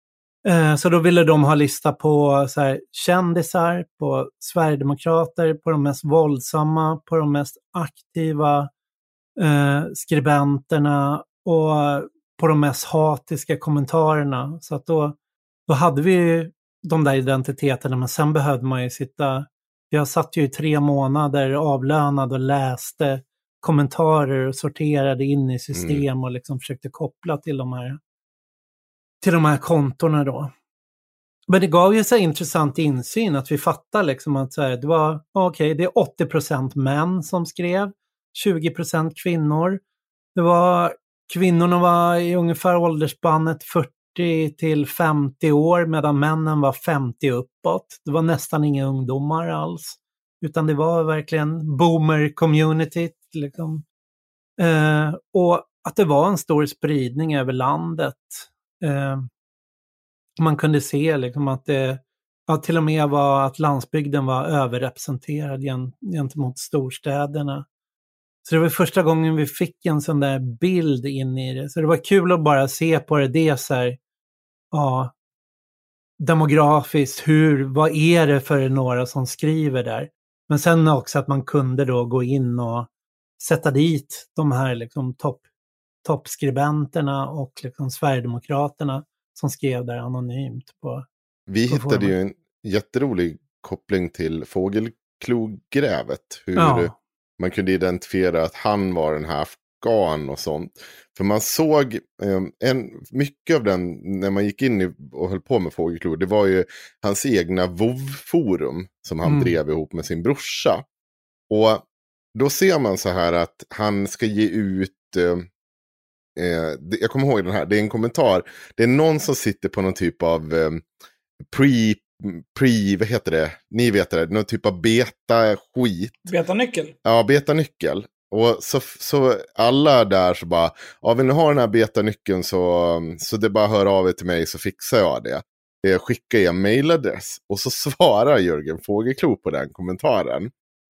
Eh, så då ville de ha lista på så här, kändisar, på Sverigedemokrater, på de mest våldsamma, på de mest aktiva eh, skribenterna och på de mest hatiska kommentarerna. Så att då, då hade vi de där identiteterna, men sen behövde man ju sitta... Jag satt ju i tre månader avlönad och läste kommentarer och sorterade in i system mm. och liksom försökte koppla till de här till de här kontorna då. Men det gav ju så intressant insyn att vi fattar liksom att så här, det var okej, okay, det är åttio procent män som skrev, tjugo procent kvinnor. Det var kvinnorna var i ungefär åldersspannet fyrtio till femtio år, medan männen var femtio uppåt. Det var nästan inga ungdomar alls, utan det var verkligen boomer-community liksom. Eh, och att det var en stor spridning över landet. Eh, man kunde se liksom att det ja, till och med var att landsbygden var överrepresenterad gent- gentemot storstäderna. Så det var första gången vi fick en sån där bild in i det. Så det var kul att bara se på det, det så här, ja, demografiskt, hur, vad är det för några som skriver där? Men sen också att man kunde då gå in och sätta dit de här liksom topp, toppskribenterna och liksom Sverigedemokraterna som skrev där anonymt. På, vi på hittade formen. ju en jätterolig koppling till fågelklogrävet. Hur Ja. man kunde identifiera att han var den här afghan och sånt. För man såg eh, en, mycket av den, när man gick in i, och höll på med fågelklor, det var ju hans egna V O V-forum som han mm. drev ihop med sin brorsa. Och då ser man så här att han ska ge ut, eh, eh, jag kommer ihåg den här, det är en kommentar, det är någon som sitter på någon typ av eh, pre Pre, vad heter det? Ni vet det, någon typ av beta-skit. Beta-nyckel? Ja, beta-nyckel. Och så, så alla där så bara, ja, vill ni ha den här beta-nyckeln så, så det bara hör av er till mig så fixar jag det. Jag skickar er mailadress. Och så svarar Jörgen Fågelklo på den kommentaren.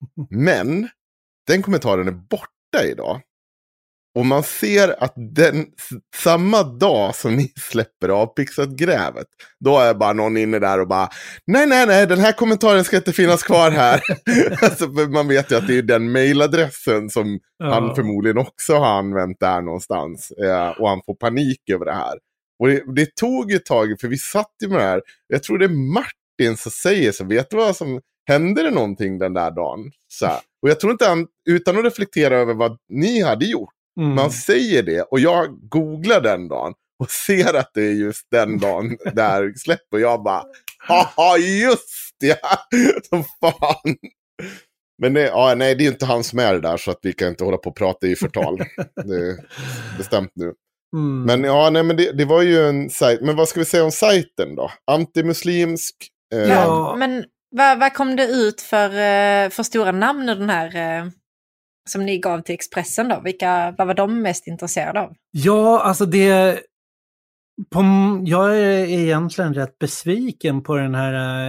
Men den kommentaren är borta idag. Och man ser att den samma dag som ni släpper avpixat grävet, då är bara någon inne där och bara nej, nej, nej, den här kommentaren ska inte finnas kvar här. Alltså, man vet ju att det är den mailadressen som ja. han förmodligen också har använt där någonstans. Eh, och han får panik över det här. Och det, det tog ett tag, för vi satt ju med det här. Jag tror det är Martin som säger så, vet du vad som hände det någonting den där dagen? Så här. Och jag tror inte han, utan att reflektera över vad ni hade gjort, Mm. man säger det, och jag googlar den dagen och ser att det är just den dagen där släpper, och jag bara haha, just ja, som fan. Men det, ja, nej, det är ju inte han som är där, så att vi kan inte hålla på och prata i förtal. Det är bestämt nu. Mm. Men ja, nej, men det, det var ju en sajt. Men vad ska vi säga om sajten då? Antimuslimsk? Eh... Ja, men Vad, vad kom det ut för, för stora namn i den här som ni gav till Expressen då? Vilka, vad var de mest intresserade av? Ja, alltså det... På, jag är egentligen rätt besviken på den här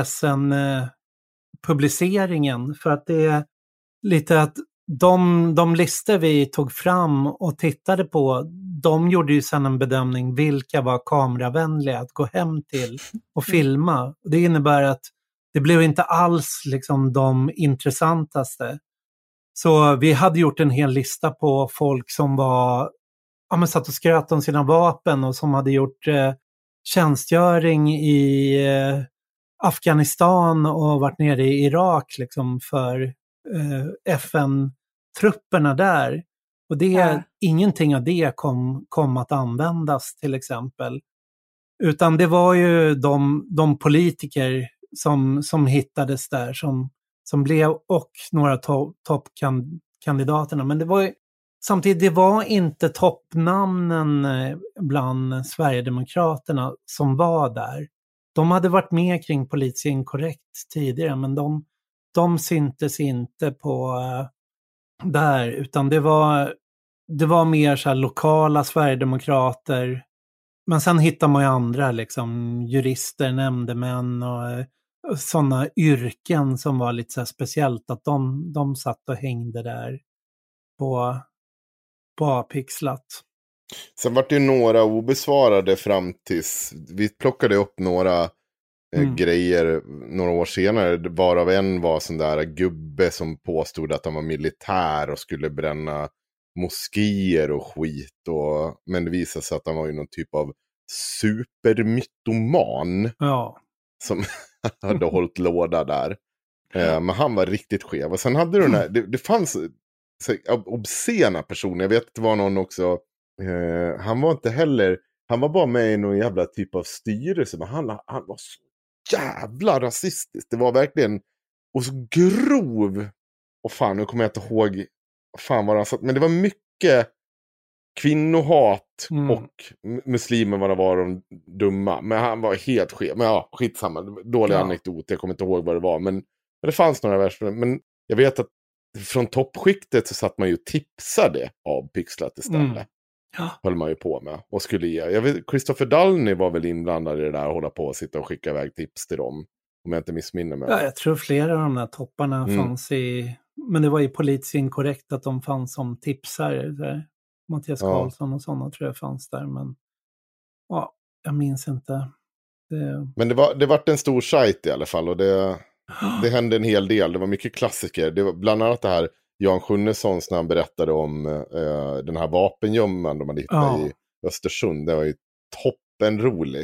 Expressen-publiceringen. För att det är lite att de, de listor vi tog fram och tittade på, de gjorde ju sedan en bedömning vilka var kameravänliga att gå hem till och filma. Det innebär att det blev inte alls liksom de intressantaste. Så vi hade gjort en hel lista på folk som var, ja, men satt och skröt om sina vapen och som hade gjort eh, tjänstgöring i eh, Afghanistan och varit nere i Irak liksom för eh, F N-trupperna där. Och det, ja. Ingenting av det kom, kom att användas till exempel. Utan det var ju de, de politiker som, som hittades där som, som blev, och några to- toppkandidaterna. Men det var ju, samtidigt, det var inte toppnamnen bland Sverigedemokraterna som var där. De hade varit med kring politiskt inkorrekt tidigare, men de, de syntes inte på uh, där, utan det var, det var mer så här lokala Sverigedemokrater. Men sen hittar man ju andra, liksom jurister, nämndemän och, och sådana yrken som var lite så här speciellt, att de, de satt och hängde där på, på A-pixlat. Sen var det ju några obesvarade fram tills vi plockade upp några eh, mm. grejer några år senare, varav en var sån där gubbe som påstod att han var militär och skulle bränna moskéer och skit, och, men det visade sig att han var ju någon typ av supermytoman, ja. Som hade hållit låda där. Eh, men han var riktigt skev. Och sen hade du den här, det, det fanns så, obscena personer. Jag vet att det var någon också, eh, han var inte heller, han var bara med i någon jävla typ av styrelse, men han, han var så jävla rasistisk. Det var verkligen, och så grov, och fan, nu kommer jag inte ihåg fan vad han satt, men det var mycket kvinnohat mm. och muslimer var, var de dumma, men han var helt skev. Men ja, skitsamma, dålig ja. anekdot, jag kommer inte ihåg vad det var, men, men det fanns några verser. Men jag vet att från toppskiktet så satt man ju tipsade av Pixlat istället. Mm. Ja. Höll man ju på med och skulle ge. Jag vet, Christopher Dalney var väl inblandad i det där, och hålla på och sitta och skicka iväg tips till dem, om jag inte missminner mig. Ja, jag tror flera av de där topparna mm. fanns i, men det var ju politiskt inkorrekt att de fanns som tipsare där. Mattias Karlsson ja. och sådana tror jag fanns där, men ja, jag minns inte. Det... Men det var, det var en stor sajt i alla fall, och det, det hände en hel del. Det var mycket klassiker. Det var bland annat det här Jan Schunnessons när han berättade om uh, den här vapengömman de hade hittat ja. i Östersund. Det var ju toppenrolig.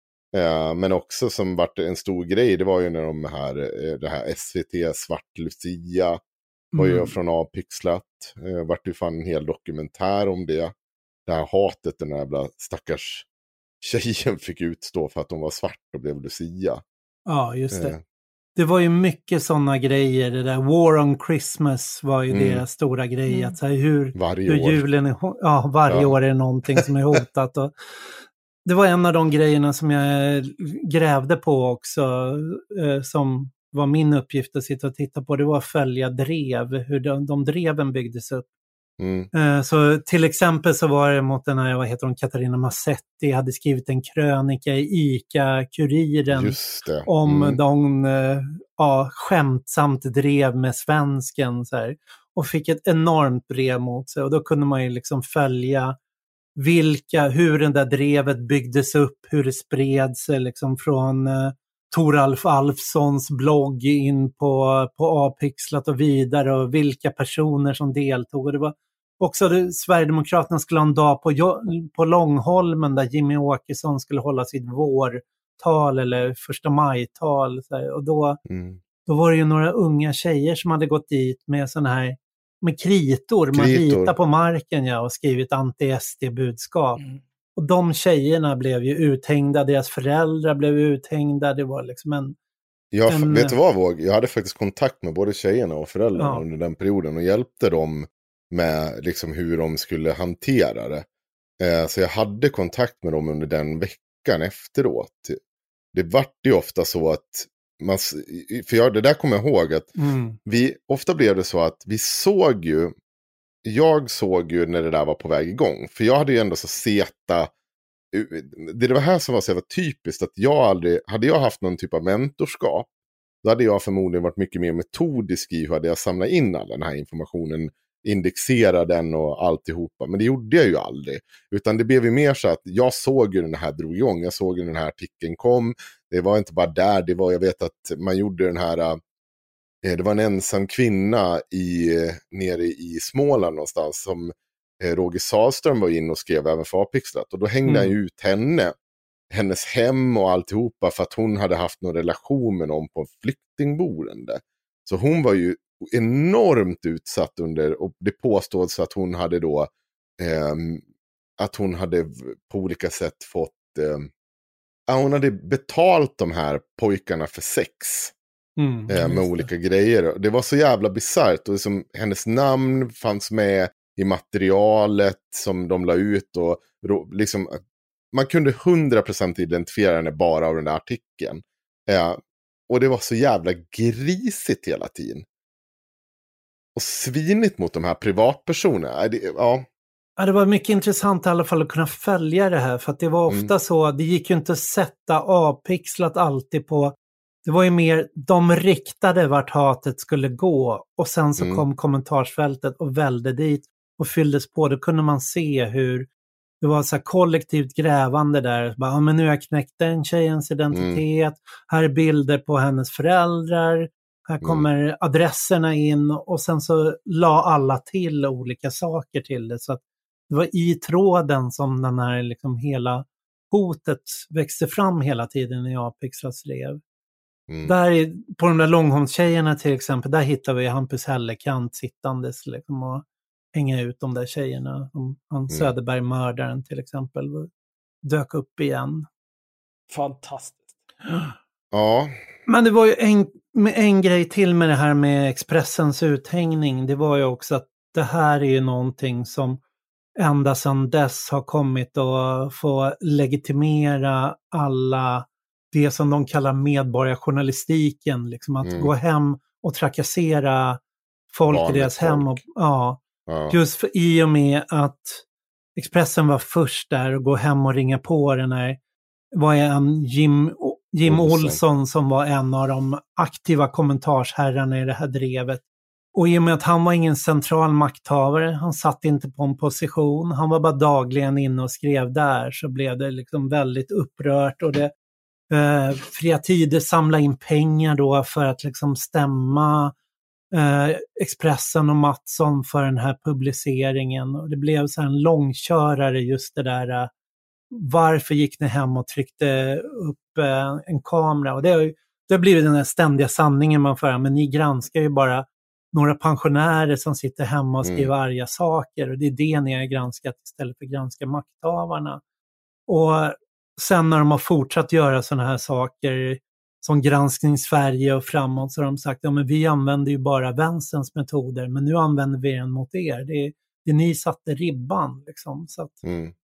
Uh, men också som vart en stor grej, det var ju när de här, uh, det här S V T Svart Lucia var ju mm. från A-pixlat. Uh, vart ju fan en hel dokumentär om det. Det här hatet den här jävla stackars tjejen fick utstå för att hon var svart och blev Lucia. Ja, just det. Uh. Det var ju mycket sådana grejer. Det där War on Christmas var ju mm. deras stora grej. Mm. Att så här, hur, varje hur år. Julen är, ja, varje ja. år är det någonting som är hotat. Och det var en av de grejerna som jag grävde på också. Eh, som var min uppgift att sitta och titta på. Det var att följa drev. Hur de, de dreven byggdes upp. Mm. Eh, så till exempel så var det mot den här, vad heter hon, Katarina Massetti hade skrivit en krönika i ICA-Kuriren om mm. de eh, ja, skämtsamt drev med svensken så här, och fick ett enormt brev mot sig, och då kunde man ju liksom följa vilka, hur den där drevet byggdes upp, hur det spred sig liksom från eh, Toralf Alfssons blogg in på, på A-pixlat och vidare, och vilka personer som deltog. Och det var också det, Sverigedemokraterna skulle ha en dag på, på Långholmen där Jimmy Åkesson skulle hålla sitt vårtal eller första majtal. Så här, och då, mm. då var det ju några unga tjejer som hade gått dit med sån här, med kritor, kritor. Man ritar på marken ja, och skrivit anti-S D-budskap. Mm. Och de tjejerna blev ju uthängda, deras föräldrar blev uthängda, det var liksom en... Jag, en... Vet du vad, Våg? Jag hade faktiskt kontakt med både tjejerna och föräldrarna ja. under den perioden och hjälpte dem med liksom hur de skulle hantera det. Eh, så jag hade kontakt med dem under den veckan efteråt. Det vart ju ofta så att man, för jag, det där kommer jag ihåg att Mm. vi, ofta blev det så att vi såg ju, jag såg ju när det där var på väg igång. För jag hade ju ändå så seta, det var här som var så jävla typiskt att jag aldrig, hade jag haft någon typ av mentorskap, då hade jag förmodligen varit mycket mer metodisk i hur hade jag samlat in all den här informationen, indexera den och alltihopa. Men det gjorde jag ju aldrig. Utan det blev ju mer så att jag såg ju den här drog igång. Jag såg ju den här artikeln kom. Det var inte bara där. Det var, jag vet att man gjorde den här. Eh, det var en ensam kvinna i, nere i Småland någonstans. Som eh, Roger Sahlström var in och skrev även för A-pixlat. Och då hängde mm. han ut henne. Hennes hem och alltihopa. För att hon hade haft någon relation med någon på flyktingboende. Så hon var ju enormt utsatt under, och det påstås att hon hade då eh, att hon hade på olika sätt fått eh, hon hade betalt de här pojkarna för sex mm, eh, med olika grejer. Det var så jävla bisarrt, och liksom, hennes namn fanns med i materialet som de la ut, och liksom, man kunde hundra procent identifiera henne bara av den där artikeln. Eh, och det var så jävla grisigt hela tiden. Och svinigt mot de här privatpersonerna. Det, ja. Ja, det var mycket intressant i alla fall att kunna följa det här. För att det var ofta mm. så, det gick ju inte att sätta A-pixlat alltid på. Det var ju mer, de riktade vart hatet skulle gå. Och sen så mm. kom kommentarsfältet och välde dit och fylldes på. Då kunde man se hur det var så här kollektivt grävande där. Bara, ja, men nu har jag knäckt den tjejens identitet. Mm. Här är bilder på hennes föräldrar. Här kommer mm. adresserna in, och sen så la alla till olika saker till det. Så att det var i tråden som den här liksom hela hotet växte fram hela tiden i A-pixlats rev. Mm. Där på de där Långholmstjejerna till exempel, där hittar vi Hampus Hellekant sittandes liksom, och hänga ut de där tjejerna. Han mm. Söderberg-mördaren till exempel dök upp igen. Fantastiskt. Ja. Men det var ju en, en grej till med det här med Expressens uthängning. Det var ju också att det här är ju någonting som ända sedan dess har kommit att få legitimera alla det som de kallar medborgarjournalistiken. Liksom att mm. gå hem och trakassera folk Vanligt i deras folk. hem. Och, ja, ja. Just för, i och med att Expressen var först där och gå hem och ringa på den här, var en Jim Jim Olsson. Olsson som var en av de aktiva kommentarsherrarna i det här drevet. Och i och med att han var ingen central makthavare, han satt inte på en position, han var bara dagligen inne och skrev där, så blev det liksom väldigt upprört. Och det, eh, Fria Tider samlade in pengar då för att liksom stämma eh, Expressen och Mattsson för den här publiceringen. Och det blev så här en långkörare just det där. Varför gick ni hem och tryckte upp eh, en kamera? Och det har, ju, det har blivit den här ständiga sanningen man får. Men ni granskar ju bara några pensionärer som sitter hemma och skriver mm. arga saker. Och det är det ni har granskat istället för att granska makthavarna. Och sen när de har fortsatt göra sådana här saker som Granskning Sverige och framåt, så har de sagt, ja men vi använder ju bara vänsterns metoder. Men nu använder vi den mot er. Det är, det är ni satte ribban liksom. Så att, mm.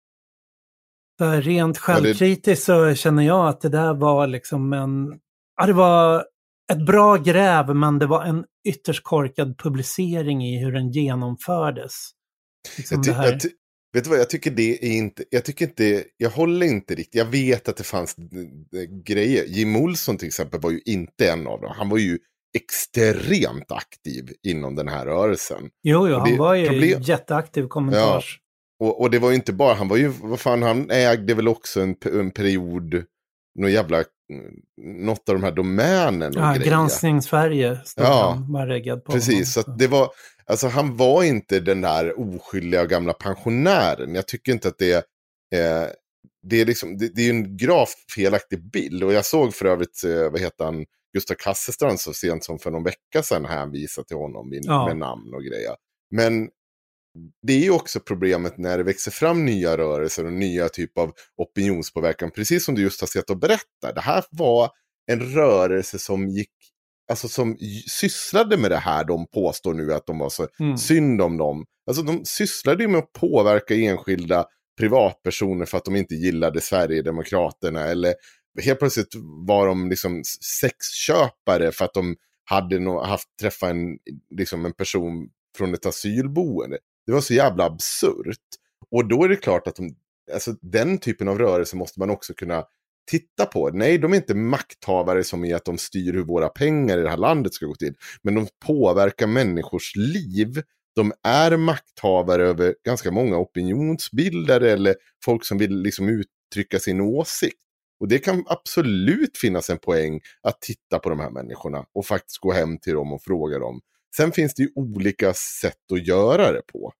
Rent självkritiskt så känner jag att det där var liksom en, ja, det var ett bra gräv, men det var en ytterst korkad publicering i hur den genomfördes. Liksom jag ty- det här. Jag ty- vet du vad, jag tycker det är inte, jag tycker inte, jag håller inte riktigt, jag vet att det fanns grejer. Jim Olsson till exempel var ju inte en av dem, han var ju extremt aktiv inom den här rörelsen. Jo, jo han det, var ju problem- jätteaktiv kommentars. Ja. Och, och det var ju inte bara, han var ju, vad fan, han ägde väl också en, en period, någon jävla, något av de här domänen och ja, grejer. Granskning Sverige stod ja, han var reggad på. Precis, honom, så att det var, alltså han var inte den där oskyldiga gamla pensionären. Jag tycker inte att det eh, det är liksom, det, det är en gravt felaktig bild. Och jag såg för övrigt, eh, vad heter han, Gustav Kasselstrand så sent som för någon vecka sedan hänvisade till honom med, ja. med namn och grejer. Men det är ju också problemet när det växer fram nya rörelser och nya typ av opinionspåverkan. Precis som du just har sett och berättat. Det här var en rörelse som gick, alltså som sysslade med det här. De påstår nu att de var så mm. synd om dem. Alltså de sysslade med att påverka enskilda privatpersoner för att de inte gillade Sverigedemokraterna. Eller helt plötsligt var de liksom sexköpare för att de hade no- haft träffat en, liksom en person från ett asylboende. Det var så jävla absurt. Och då är det klart att de, alltså, den typen av rörelse måste man också kunna titta på. Nej, de är inte makthavare som är att de styr hur våra pengar i det här landet ska gå till. Men de påverkar människors liv. De är makthavare över ganska många opinionsbildare eller folk som vill liksom uttrycka sin åsikt. Och det kan absolut finnas en poäng att titta på de här människorna och faktiskt gå hem till dem och fråga dem. Sen finns det ju olika sätt att göra det på.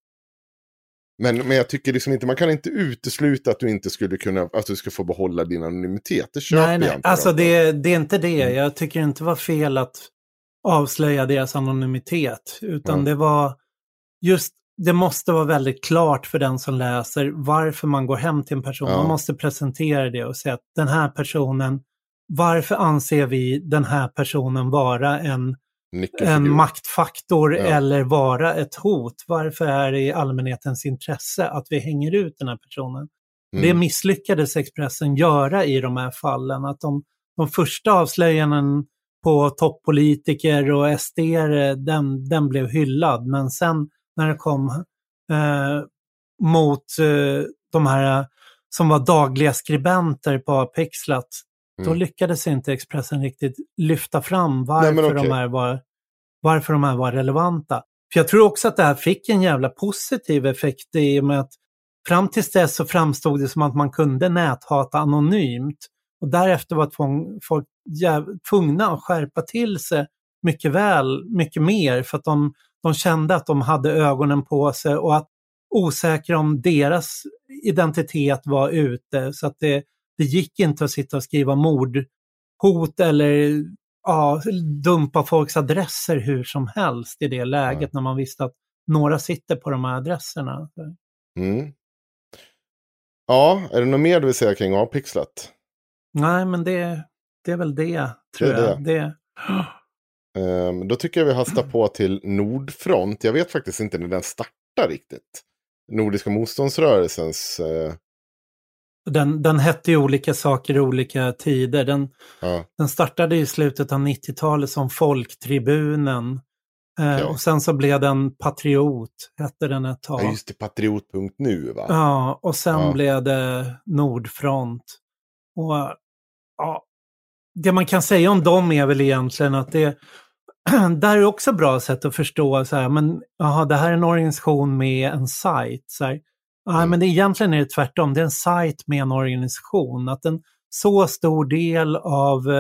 Men, men jag tycker liksom inte, man kan inte utesluta att du inte skulle kunna, att du ska få behålla din anonymitet. Det köper nej, nej. jag inte. Alltså det, det är inte det. Jag tycker inte det var fel att avslöja deras anonymitet. Utan Mm. det var just, det måste vara väldigt klart för den som läser varför man går hem till en person. Ja. Man måste presentera det och säga att den här personen, varför anser vi den här personen vara en en maktfaktor Ja. eller vara ett hot? Varför är det i allmänhetens intresse att vi hänger ut den här personen? Mm. Det misslyckades Expressen göra i de här fallen. Att de, de första avslöjanden på toppolitiker och S D-are, den, den blev hyllad. Men sen när det kom eh, mot eh, de här som var dagliga skribenter på Pixlat, då lyckades inte Expressen riktigt lyfta fram varför, Nej, okay. de här var, varför de här var relevanta. För jag tror också att det här fick en jävla positiv effekt i och med att fram tills dess så framstod det som att man kunde näthata anonymt. Och därefter var tvång, folk jäv, tvungna att skärpa till sig mycket väl, mycket mer. För att de, de kände att de hade ögonen på sig och att osäkra om deras identitet var ute. Så att det Det gick inte att sitta och skriva mordhot eller ja, dumpa folks adresser hur som helst i det läget. Ja. När man visste att några sitter på de här adresserna. Mm. Ja, är det något mer du vill säga kring Avpixlat? Nej, men det, det är väl det, tror det är jag. Det. Det. Um, då tycker jag vi hastar på till Nordfront. Jag vet faktiskt inte när den startar riktigt. Nordiska motståndsrörelsens... Uh... Den, den hette ju olika saker i olika tider. Den, ja. den startade i slutet av nittiotalet som Folktribunen. Eh, ja. Och sen så blev den Patriot, hette den ett tag. Ja, just det, patriot punkt nu va? Ja, och sen ja. blev det Nordfront. Och ja, det man kan säga om dem är väl egentligen att det där är också bra sätt att förstå så här, men aha, det här är en organisation med en sajt så här. Ja, mm. men det, egentligen är det tvärtom. Det är en sajt med en organisation. Att en så stor del av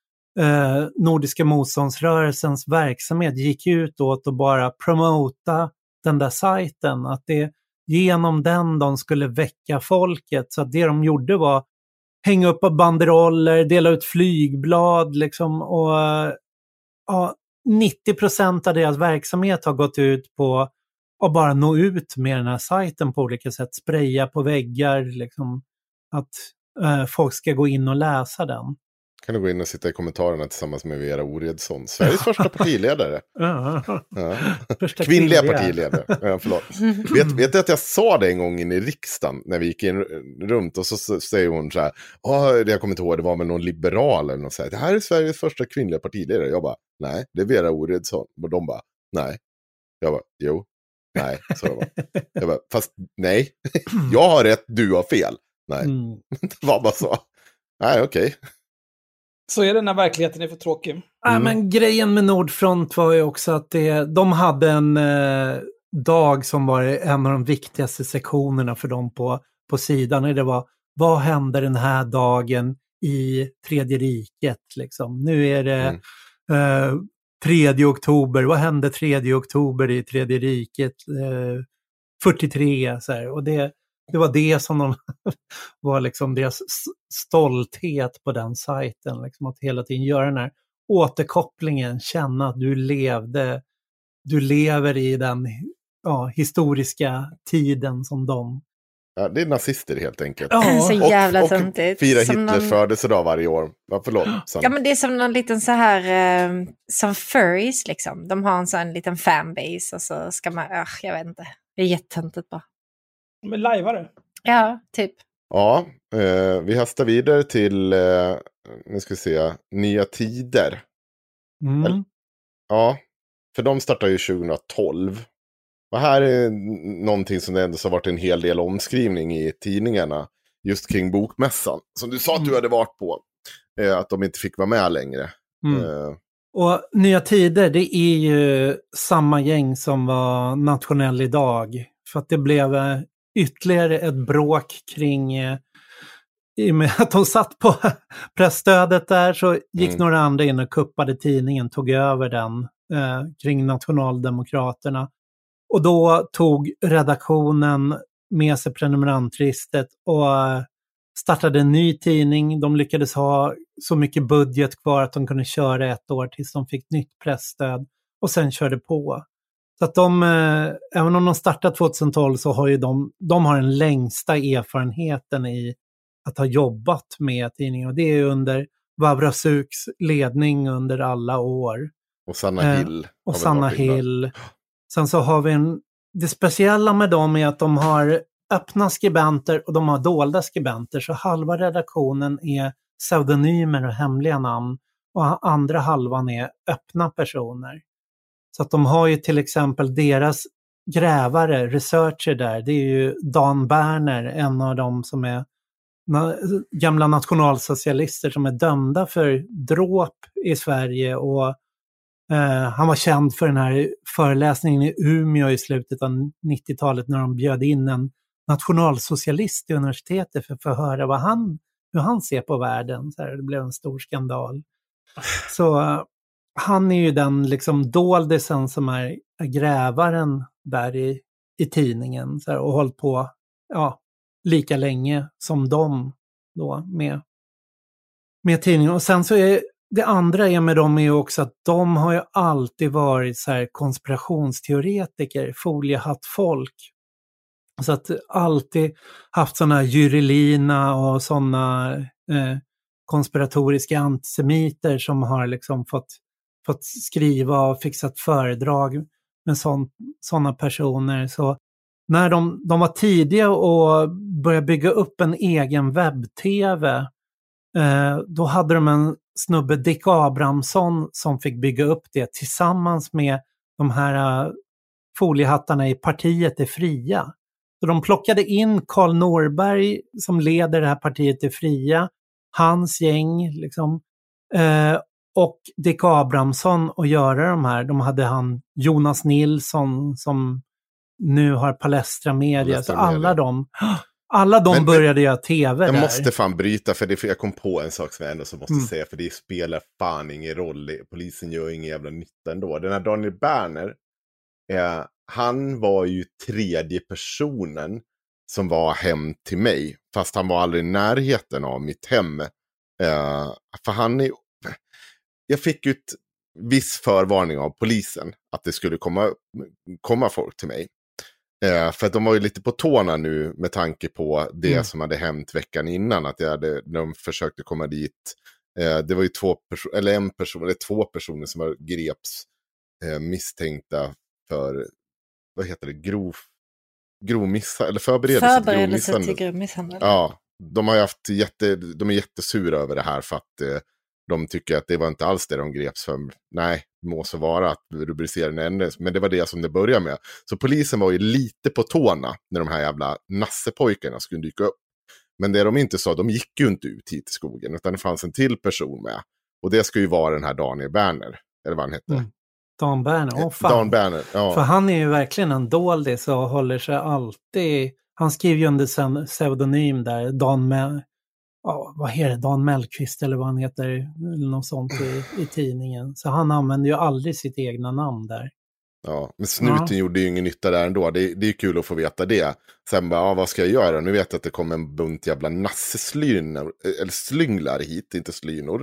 eh, Nordiska motståndsrörelsens verksamhet gick ut åt att bara promota den där sajten. Att det genom den de skulle väcka folket. Så att det de gjorde var hänga upp banderoller, dela ut flygblad liksom. Och ja, nittio procent av deras verksamhet har gått ut på och bara nå ut med den här sajten på olika sätt. Spraya på väggar, liksom, att eh, folk ska gå in och läsa den. Kan du gå in och sitta i kommentarerna tillsammans med Vera Oredsson, Sveriges första partiledare. ja. Första kvinnliga kvinnliga partiledare. Ja, förlåt. vet, vet du att jag sa det en gång in i riksdagen när vi gick in runt och så, så säger hon så här, det jag kommer inte ihåg, det var väl någon liberal eller något så här, det här är Sveriges första kvinnliga partiledare. Jag bara, nej, det är Vera Oredsson. Och de bara, nej. Jag bara, jo. Nej, så var det. Jag bara, fast nej, jag har rätt, du har fel. Nej, mm. det var bara så. Nej, okej. Okay. Så är det när verkligheten är för tråkig. Mm. Ja, men grejen med Nordfront var ju också att det, de hade en eh, dag som var en av de viktigaste sektionerna för dem på, på sidan. Och det var, vad hände den här dagen i Tredje riket? Liksom. Nu är det... Mm. Eh, tredje oktober, vad hände tredje oktober i Tredje riket? Eh, fyrtiotre, så här. Och det, det var det som de var liksom deras stolthet på den sajten. Liksom, att hela tiden göra den här återkopplingen, känna att du levde, du lever i den ja, historiska tiden som de. Ja, det är nazister helt enkelt. Ja. Så jävla och, töntigt. Och fira Hitlers någon... födelsedag varje år. Ja, förlåt. Sen. Ja, men det är som någon liten så här, eh, som furries liksom. De har en sån liten fanbase och så ska man, äh, jag vet inte. Det är jättetöntigt bara. Men lajvare. Ja, typ. Ja, eh, vi hastar vidare till, eh, nu ska vi se, Nya Tider. Mm. Eller, ja, för de startar ju tjugohundratolv. Och här är någonting som det ändå har varit en hel del omskrivning i tidningarna. Just kring bokmässan. Som du sa att du hade varit på. Eh, att de inte fick vara med längre. Mm. Eh. Och Nya Tider, det är ju samma gäng som var Nationell idag. För att det blev eh, ytterligare ett bråk kring... Eh, I och med att de satt på pressstödet där så gick mm. några andra in och kuppade tidningen. Tog över den eh, kring Nationaldemokraterna. Och då tog redaktionen med sig prenumerantlistet och startade en ny tidning. De lyckades ha så mycket budget kvar att de kunde köra ett år tills de fick nytt pressstöd. Och sen körde på. Så att de, eh, även om de startade tjugohundratolv så har ju de, de har den längsta erfarenheten i att ha jobbat med tidningen. Och det är under Vavra Suks ledning under alla år. Och Sanna Hill. Eh, och Sanna Hill. Sen så har vi en, det speciella med dem är att de har öppna skribenter och de har dolda skribenter. Så halva redaktionen är pseudonymer och hemliga namn. Och andra halvan är öppna personer. Så att de har ju till exempel deras grävare, researcher där. Det är ju Dan Berner, en av dem som är na- gamla nationalsocialister som är dömda för dråp i Sverige. Och Uh, han var känd för den här föreläsningen i Umeå i slutet av nittiotalet när de bjöd in en nationalsocialist i universitetet för att få höra vad han, hur han ser på världen. Så här, det blev en stor skandal. Så uh, han är ju den liksom doldisen som är, är grävaren där i, i tidningen så här, och hållit på ja, lika länge som de då med, med tidningen. Och sen så är det andra är med dem är ju också att de har ju alltid varit så här konspirationsteoretiker, foliehattfolk. Så att alltid haft sådana Jyrelina och sådana eh, konspiratoriska antisemiter som har liksom fått, fått skriva och fixat föredrag med sådana personer. Så när de, de var tidiga och började bygga upp en egen webb-tv, eh, då hade de en snubbe Dick Abrahamsson som fick bygga upp det tillsammans med de här uh, foliehattarna i Partiet är fria. Så de plockade in Karl Norberg som leder det här Partiet är fria, hans gäng liksom, uh, och Dick Abrahamsson och göra de här. De hade han Jonas Nilsson som nu har Palestra Media. Palestra så alla Media. de... Alla de men, började göra tv jag där. Jag måste fan bryta för det, för jag kom på en sak som jag ändå så måste mm. säga, för det spelar fan ingen roll. Polisen gör ingen jävla nytta ändå. Den här Daniel Berner, eh, han var ju tredje personen som var hem till mig. Fast han var aldrig i närheten av mitt hem. Eh, för han är... Jag fick ju ett viss förvarning av polisen att det skulle komma, komma folk till mig. Eh, för att de var ju lite på tårna nu med tanke på det mm. som hade hänt veckan innan. Att jag hade, de försökte komma dit. Eh, det var ju två personer, eller en person, eller två personer som var greps eh, misstänkta för, vad heter det, grov, grov misshandel, eller förberedelse, förberedelse till grov misshandel. Ja, de har ju haft jätte, de är jättesura över det här för att eh, de tycker att det var inte alls det de greps för. Nej, må så vara att rubriceringen ändrades. Men det var det som det började med. Så polisen var ju lite på tårna när de här jävla nassepojkarna skulle dyka upp. Men det de inte sa, de gick ju inte ut hit i skogen. Utan det fanns en till person med. Och det ska ju vara den här Daniel Berner. Eller vad han heter. Mm. Dan Berner, åh fan. Dan Berner, ja. För han är ju verkligen en doldis och håller sig alltid... Han skriver ju under pseudonym där, Dan Mel... Ja, vad heter det? Dan Mellqvist eller vad han heter, eller något sånt i, i tidningen. Så han använder ju aldrig sitt egna namn där. Ja, men snuten ja. gjorde ju ingen nytta där ändå. Det, det är kul att få veta det. Sen bara, ja, vad ska jag göra? Nu vet jag att det kommer en bunt jävla nasseslynor, eller slynglar hit, inte slynor.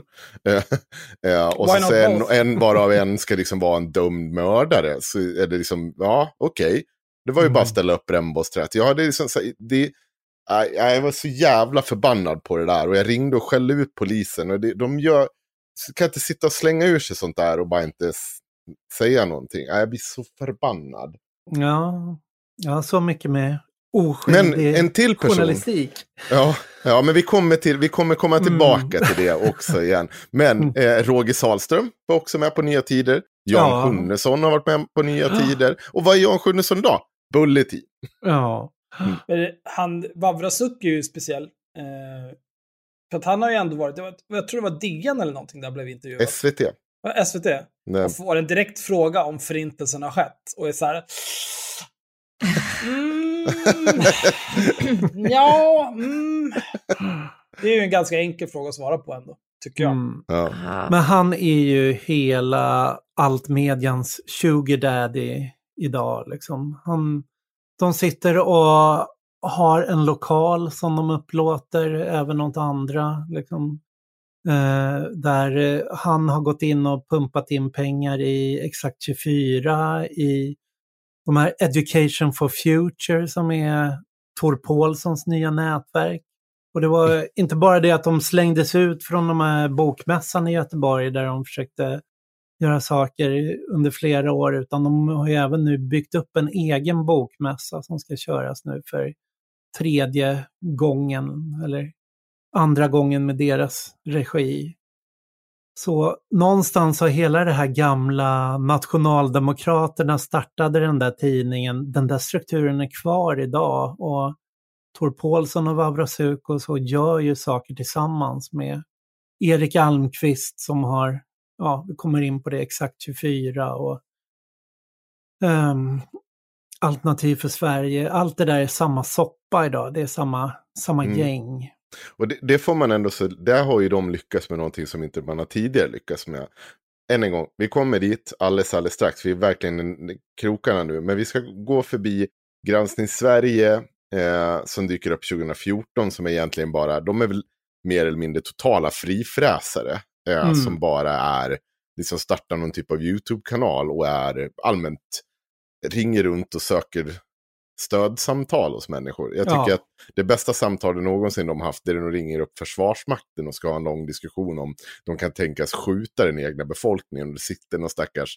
och så sen en bara av en ska liksom vara en dömd mördare. Så är det liksom, ja, okej. Okay. Det var ju mm. bara att ställa upp rembåsträtt. Ja, det är liksom, det jag var så jävla förbannad på det där. Och jag ringde och skällde ut polisen. Och det, de gör, kan inte sitta och slänga ur sig sånt där och bara inte s- säga någonting. Jag blir så förbannad. Ja, ja, så mycket med oskyldig Men en till person. Journalistik. Ja, ja, men vi kommer, till, vi kommer komma tillbaka mm. till det också igen. Men eh, Roger Salström var också med på Nya Tider. Jan ja. Sjunnesson har varit med på Nya Tider. Och vad är Jan Sjunnesson då? Bulletin. Ja. Mm. Men han, Vavrasuk är ju speciell. Eh, för att han har ju ändå varit, jag, jag tror det var D N eller någonting där blev intervjuad. S V T. Ja, S V T. Nej. Och får en direkt fråga om förintelsen har skett. Och är så här... Mm, ja, mm. Det är ju en ganska enkel fråga att svara på ändå, tycker jag. Mm. Ja. Men han är ju hela altmedians sugar daddy idag. Liksom. Han, de sitter och har en lokal som de upplåter även åt andra. Liksom. Eh, där han har gått in och pumpat in pengar i Exakt tjugofyra, i de här Education for Future som är Tor Paulssons nya nätverk. Och det var inte bara det att de slängdes ut från de här bokmässan i Göteborg där de försökte göra saker under flera år, utan de har ju även nu byggt upp en egen bokmässa som ska köras nu för tredje gången eller andra gången med deras regi. Så någonstans har hela det här gamla Nationaldemokraterna startade den där tidningen, den där strukturen är kvar idag, och Tor Paulsson och Vavrasuk och så gör ju saker tillsammans med Erik Almqvist som har, ja, vi kommer in på det, Exakt tjugofyra och um, Alternativ för Sverige. Allt det där är samma soppa idag, det är samma, samma mm. gäng. Och det, det får man ändå så, där har ju de lyckats med någonting som inte man har tidigare lyckats med. Än en gång, vi kommer dit alldeles, alldeles strax. Vi är verkligen i krokarna nu. Men vi ska gå förbi Granskning Sverige eh, som dyker upp tjugo fjorton, som är egentligen bara, de är väl mer eller mindre totala frifräsare. Eh, mm. Som bara är, liksom startar någon typ av YouTube-kanal och är allmänt, ringer runt och söker stödsamtal hos människor. Jag tycker ja. att det bästa samtalet någonsin de haft är när de ringer upp Försvarsmakten och ska ha en lång diskussion om de kan tänkas skjuta den egna befolkningen, och det sitter någon stackars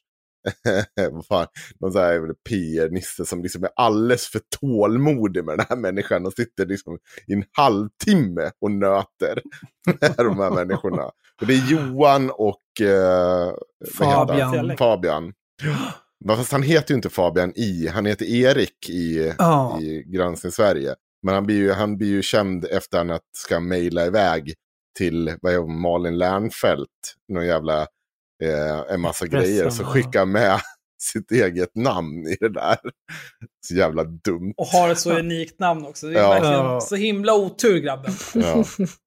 vad fan, någon sån här P R-nisse som liksom är alldeles för tålmodig med den här människan och sitter liksom i en halvtimme och nöter med de här människorna. Och det är Johan och eh, Fabian. Fabian. Fast han heter ju inte Fabian i, han heter Erik i, oh. i Granskning Sverige. Men han blir ju, han blir ju känd efter att han ska mejla iväg till vad är det, Malin Lernfelt, någon jävla eh, en massa Expressen, grejer. Så skickar med sitt eget namn i det där. Så jävla dumt. Och har ett så unikt namn också. Det är ja. verkligen ja. så himla otur, grabben. Ja.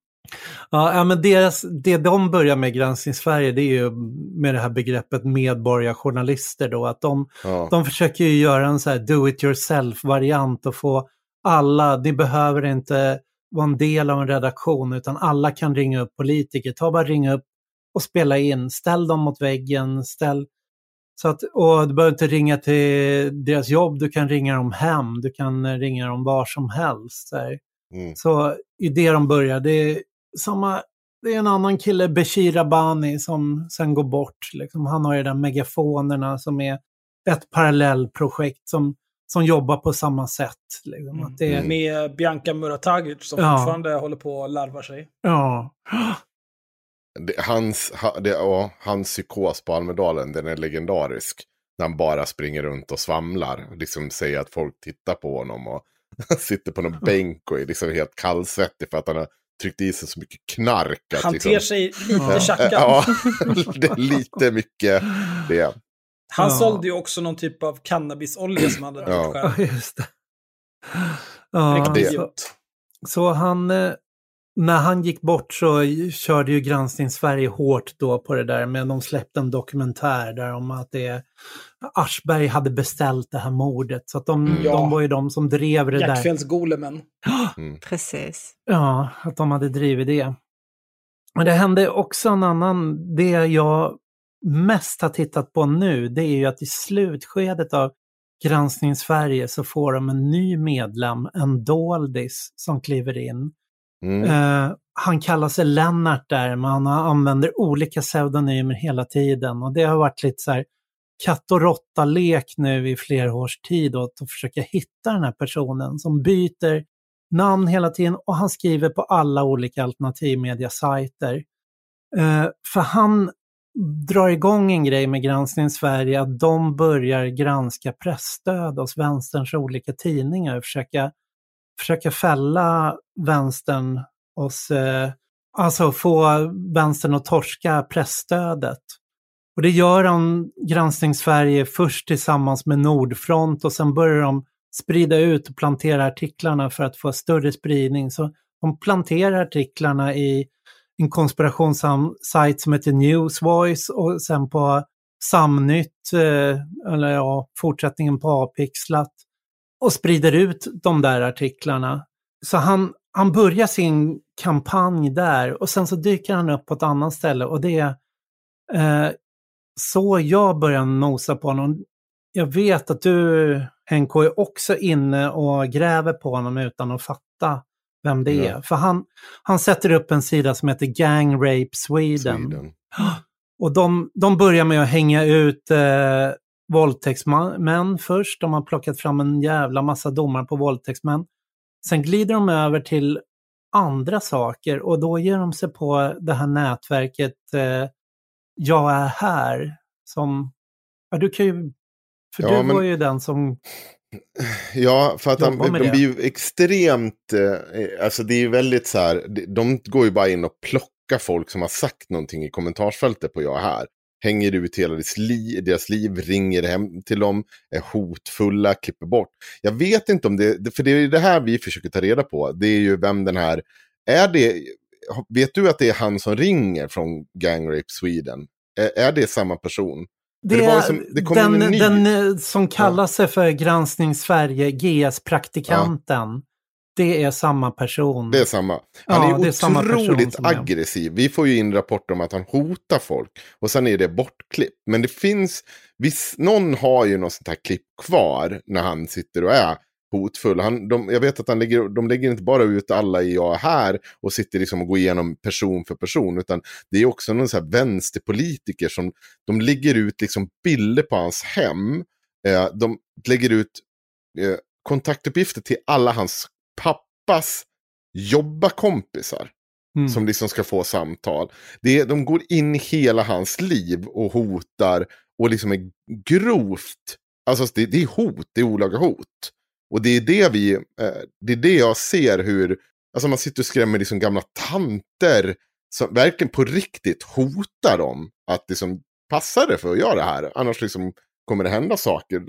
Ja, men deras, det de börjar med Granskning Sverige, det är ju med det här begreppet medborgarjournalister då, att de, ja. de försöker ju göra en så här do-it-yourself-variant och få alla, det behöver inte vara en del av en redaktion, utan alla kan ringa upp politiker, ta bara ringa upp och spela in, ställ dem mot väggen, ställ, så att, och du behöver inte ringa till deras jobb, du kan ringa dem hem, du kan ringa dem var som helst. Så, mm. så i det de börjar, det är samma, det är en annan kille, Bashir Rabbani, som sen går bort. Liksom. Han har ju de megafonerna som är ett parallellprojekt som, som jobbar på samma sätt. Liksom. Mm. Att det är... Med Bianca Muratagic som ja. fortfarande håller på att larva sig. Ja. Det, hans, ha, det, ja, hans psykos på Almedalen, den är legendarisk. När han bara springer runt och svamlar. Liksom säger att folk tittar på honom och sitter på någon bänk och är liksom helt kallsvettig för att han har tryckt i sig så mycket knark. Att han liksom, ter sig lite tjackad. Ja, det är lite mycket det. Han ja. sålde ju också någon typ av cannabisolja som han hade gjort själv. Ja, just det. Ja, det. Så, så han, när han gick bort så körde ju Granskning Sverige hårt då på det där, men de släppte en dokumentär där om att det Aschberg hade beställt det här mordet. Så att de, mm. de var ju de som drev det där. Jackfjälsgolemen. Mm. Precis. Ja, att de hade drivit det. Men det hände också en annan, det jag mest har tittat på nu, det är ju att i slutskedet av Granskning Sverige så får de en ny medlem, en doldis som kliver in. Mm. Uh, han kallar sig Lennart där, men han använder olika pseudonymer hela tiden, och det har varit lite så här katt- och råtta-lek nu i flera års tid åt att försöka hitta den här personen som byter namn hela tiden och han skriver på alla olika alternativmediasajter. Uh, för han drar igång en grej med Granskning Sverige att de börjar granska pressstöd hos vänsterns olika tidningar och försöka, försöka fälla vänstern hos, uh, alltså få vänstern att torska pressstödet. Och det gör de Granskning Sverige först tillsammans med Nordfront och sen börjar de sprida ut och plantera artiklarna för att få större spridning. Så de planterar artiklarna i en konspirationssajt som heter Newsvoice och sen på Samnytt, eh, eller ja, fortsättningen på Apixlat och sprider ut de där artiklarna. Så han, han börjar sin kampanj där och sen så dyker han upp på ett annat ställe och det är eh, så jag börjar nosa på honom. Jag vet att du, Henko, är också inne och gräver på honom utan att fatta vem det är. Ja. För han, han sätter upp en sida som heter Gang Rape Sweden. Sweden. Och de, de börjar med att hänga ut eh, våldtäktsmän först. De har plockat fram en jävla massa domar på våldtäktsmän. Sen glider de över till andra saker och då ger de sig på det här nätverket eh, Jag är här. Som, ja, du kan ju, för ja, du men... var ju den som... Ja, för att de, de blir ju extremt, eh, alltså det är ju väldigt så här, de går ju bara in och plockar folk som har sagt någonting i kommentarsfältet på Jag är här. Hänger ut hela deras liv, deras liv, ringer hem till dem, är hotfulla, klipper bort. Jag vet inte om det, för det är det här vi försöker ta reda på. Det är ju vem den här, är det, vet du att det är han som ringer från Gang Rape Sweden? Är, är det samma person? Det, det, var som, det den, den som kallar sig för Granskning Sverige, G S-praktikanten, ja. Det är samma person. Det är samma. Han ja, är, är otroligt aggressiv. Vi får ju in rapporter om att han hotar folk. Och sen är det bortklipp. Men det finns, viss, någon har ju något sånt här klipp kvar när han sitter och är hotfull. Han, de, jag vet att han lägger, de lägger inte bara ut alla i Jag är här och sitter liksom och går igenom person för person, utan det är också någon så här vänsterpolitiker som de lägger ut liksom bilder på hans hem. Eh, de lägger ut eh, kontaktuppgifter till alla hans pappas jobbakompisar mm. som liksom ska få samtal. Det är, de går in i hela hans liv och hotar och liksom är grovt, alltså det, det är hot, det är olaga hot. Och det är det vi, eh, det är det jag ser hur, alltså man sitter och skrämmer liksom gamla tanter som verkligen på riktigt hotar dem att liksom passa det för att göra det här. Annars liksom kommer det hända saker.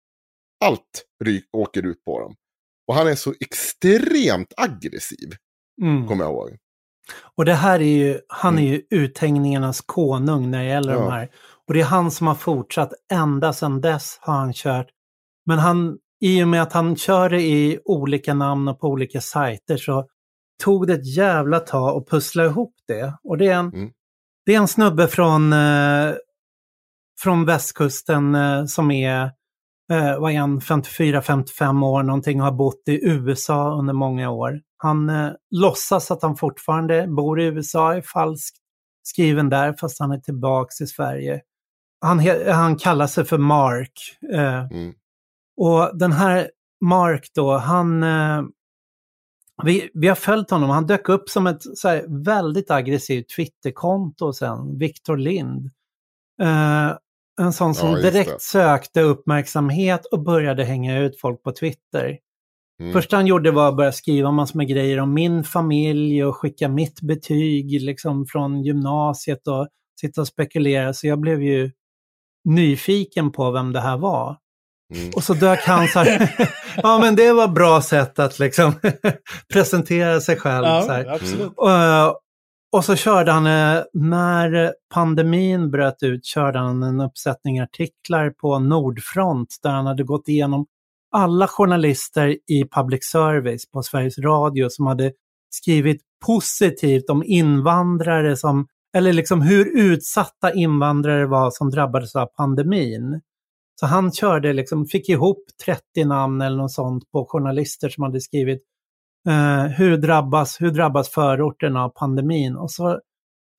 Allt ryk, åker ut på dem. Och han är så extremt aggressiv, mm. kommer jag ihåg. Och det här är ju, han är ju uthängningarnas konung när det gäller ja. de här. Och det är han som har fortsatt, ända sedan dess har han kört. Men han, i och med att han kör det i olika namn och på olika sajter så tog det ett jävla tag att pussla ihop det. Och det är en, mm. det är en snubbe från, eh, från västkusten eh, som är eh, vad är han, femtiofyra femtiofem år någonting och har bott i U S A under många år. Han eh, låtsas att han fortfarande bor i U S A, är falskt skriven där fast han är tillbaks i Sverige. Han, han kallar sig för Mark. Eh, mm. Och den här Mark då, han... Eh, vi, vi har följt honom. Han dök upp som ett så här, väldigt aggressivt Twitterkonto sen. Victor Lind. Eh, en sån som ja, direkt sökte uppmärksamhet och började hänga ut folk på Twitter. Mm. Första han gjorde var att börja skriva massor med grejer om min familj och skicka mitt betyg liksom från gymnasiet och sitta och spekulera. Så jag blev ju nyfiken på vem det här var. Mm. Och så dök han så här, ja men det var bra sätt att liksom presentera sig själv. Ja, så här. Absolut. Och, och så körde han, när pandemin bröt ut, körde han en uppsättning artiklar på Nordfront där han hade gått igenom alla journalister i public service på Sveriges Radio som hade skrivit positivt om invandrare som, eller liksom hur utsatta invandrare var som drabbades av pandemin. Så han körde liksom, fick ihop trettio namn eller något sånt på journalister som hade skrivit eh, hur drabbas hur drabbas förorten av pandemin. Och så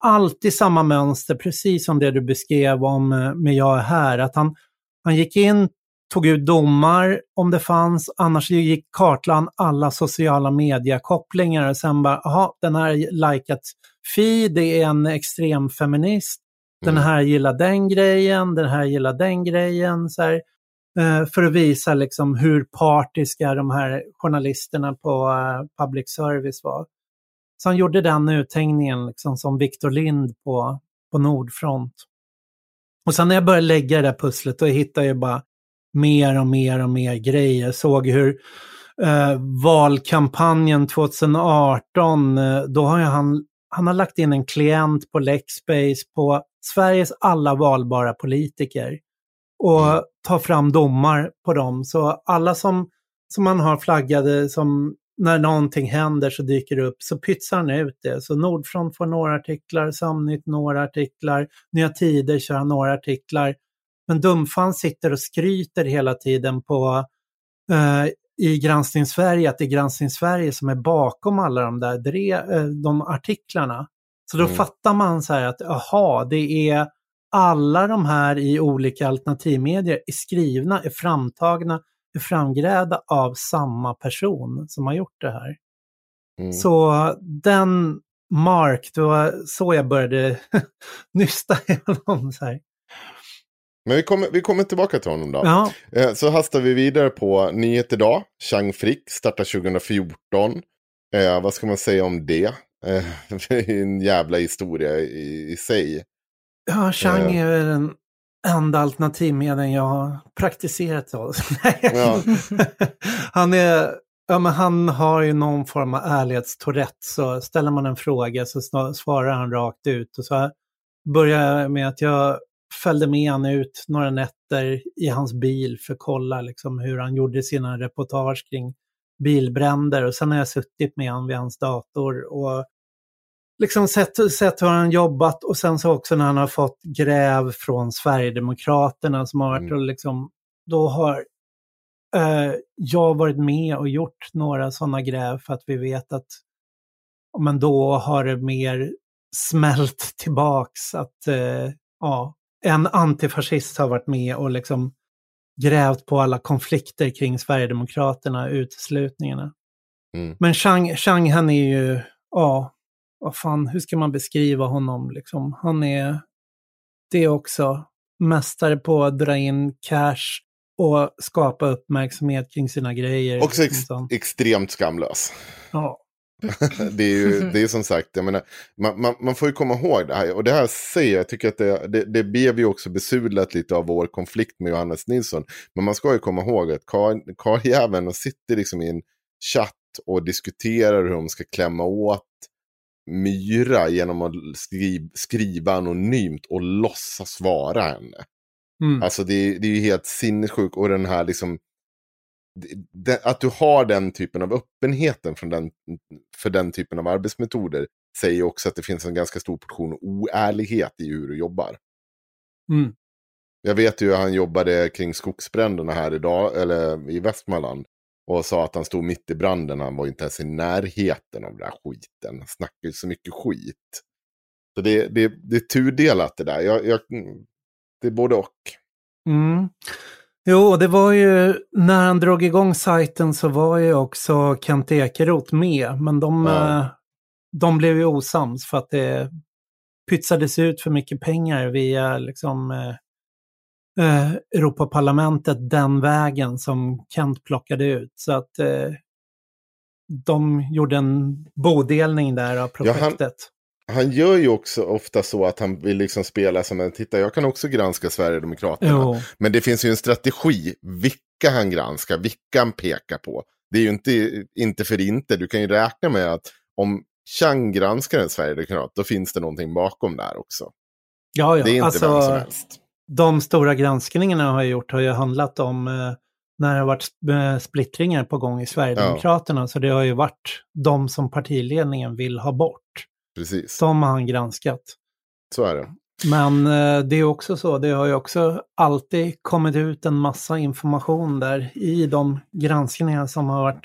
alltid samma mönster, precis som det du beskrev om med Jag är här. Att han, han gick in, tog ut domar om det fanns, annars gick kartlan alla sociala mediekopplingar och sen bara, aha, den här likat Fi, det är en extrem feminist, den här gillar den grejen, den här gillar den grejen, så här, eh, för att visa liksom hur partiska de här journalisterna på uh, public service var. Så han gjorde den uthängningen liksom, som Victor Lind på, på Nordfront. Och sen när jag började lägga det där pusslet, då hittade jag bara mer och mer och mer grejer. Jag såg hur eh, valkampanjen tjugoarton, eh, då har han, han har lagt in en klient på Lexbase på Sveriges alla valbara politiker och mm. tar fram domar på dem. Så alla som, som man har flaggade, som när någonting händer så dyker det upp, så pytsar han ut det. Så Nordfront får några artiklar, Samnytt några artiklar, Nya Tider kör några artiklar. Men Dumfan sitter och skryter hela tiden på eh, i Granskning Sverige, att det är Granskning Sverige som är bakom alla de där dre, eh, de artiklarna. Så då mm. fattar man så här att aha, det är alla de här i olika alternativmedier är skrivna, är framtagna, är framgrävda av samma person som har gjort det här. Mm. Så den Mark, det var så jag började nysta igenom så här. Men vi kommer, vi kommer tillbaka till honom då. Ja. Eh, så hastar vi vidare på Nyhet idag. Chang Frick startar tjugohundrafjorton. Eh, vad ska man säga om det? Eh, det är en jävla historia i, i sig. Ja, Chang eh. är väl den enda alternativmedien jag har praktiserat. Ja. han, är, ja, men han har ju någon form av ärlighetstourette. Så ställer man en fråga så svarar han rakt ut. Och så börjar jag med att jag följde med han ut några nätter i hans bil för att kolla liksom hur han gjorde sina reportage kring bilbränder. Och sen har jag suttit med han vid hans dator och liksom sett, sett hur han jobbat. Och sen så också när han har fått gräv från Sverigedemokraterna som har varit mm. och liksom, då har eh, jag varit med och gjort några sådana gräv för att vi vet att men då har det mer smält tillbaks att eh, ja, en antifascist har varit med och liksom grävt på alla konflikter kring Sverigedemokraterna, uteslutningarna. Mm. Men Chang, Chang, han är ju, ja, vad fan, hur ska man beskriva honom liksom? Han är, det är också mästare på att dra in cash och skapa uppmärksamhet kring sina grejer. Också ex- extremt skamlös. Ja. det är ju det är som sagt, jag menar, man, man, man får ju komma ihåg det här, och det här säger jag tycker att det, det, det blev ju också besudlat lite av vår konflikt med Johannes Nilsson, men man ska ju komma ihåg att Kar, karljäveln sitter liksom i en chatt och diskuterar hur de ska klämma åt Myra genom att skriva, skriva anonymt och låtsas vara henne. Mm. Alltså det, det är ju helt sinnessjukt, och den här liksom det, att du har den typen av öppenheten från den, för den typen av arbetsmetoder säger också att det finns en ganska stor portion oärlighet i hur du jobbar. Mm. Jag vet ju hur han jobbade kring skogsbränderna här idag, eller i Västmanland, och sa att han stod mitt i branden. Han var inte ens i närheten av den där skiten. Han snackade så mycket skit. Så det, det, det är tudelat det där. Jag, jag, det är både och. Mm. Jo, det var ju, när han drog igång sajten så var ju också Kent Ekeroth med. Men de, ja. de blev ju osams för att det pytsades ut för mycket pengar via liksom eh, Europaparlamentet den vägen som Kent plockade ut. Så att eh, de gjorde en bodelning där av projektet. Ja, han, han gör ju också ofta så att han vill liksom spela som en, titta, jag kan också granska Sverigedemokraterna. Jo. Men det finns ju en strategi, vilka han granskar, vilka han pekar på. Det är ju inte, inte för inte, du kan ju räkna med att om Chang granskar en Sverigedemokrat, då finns det någonting bakom där också. Ja, ja. Det är inte alltså, vem som helst. De stora granskningarna har jag gjort har ju handlat om eh, när det har varit eh, splittringar på gång i Sverigedemokraterna. Ja. Så det har ju varit de som partiledningen vill ha bort. Precis. Som har han granskat. Så är det. Men eh, det är också så, det har ju också alltid kommit ut en massa information där i de granskningar som har varit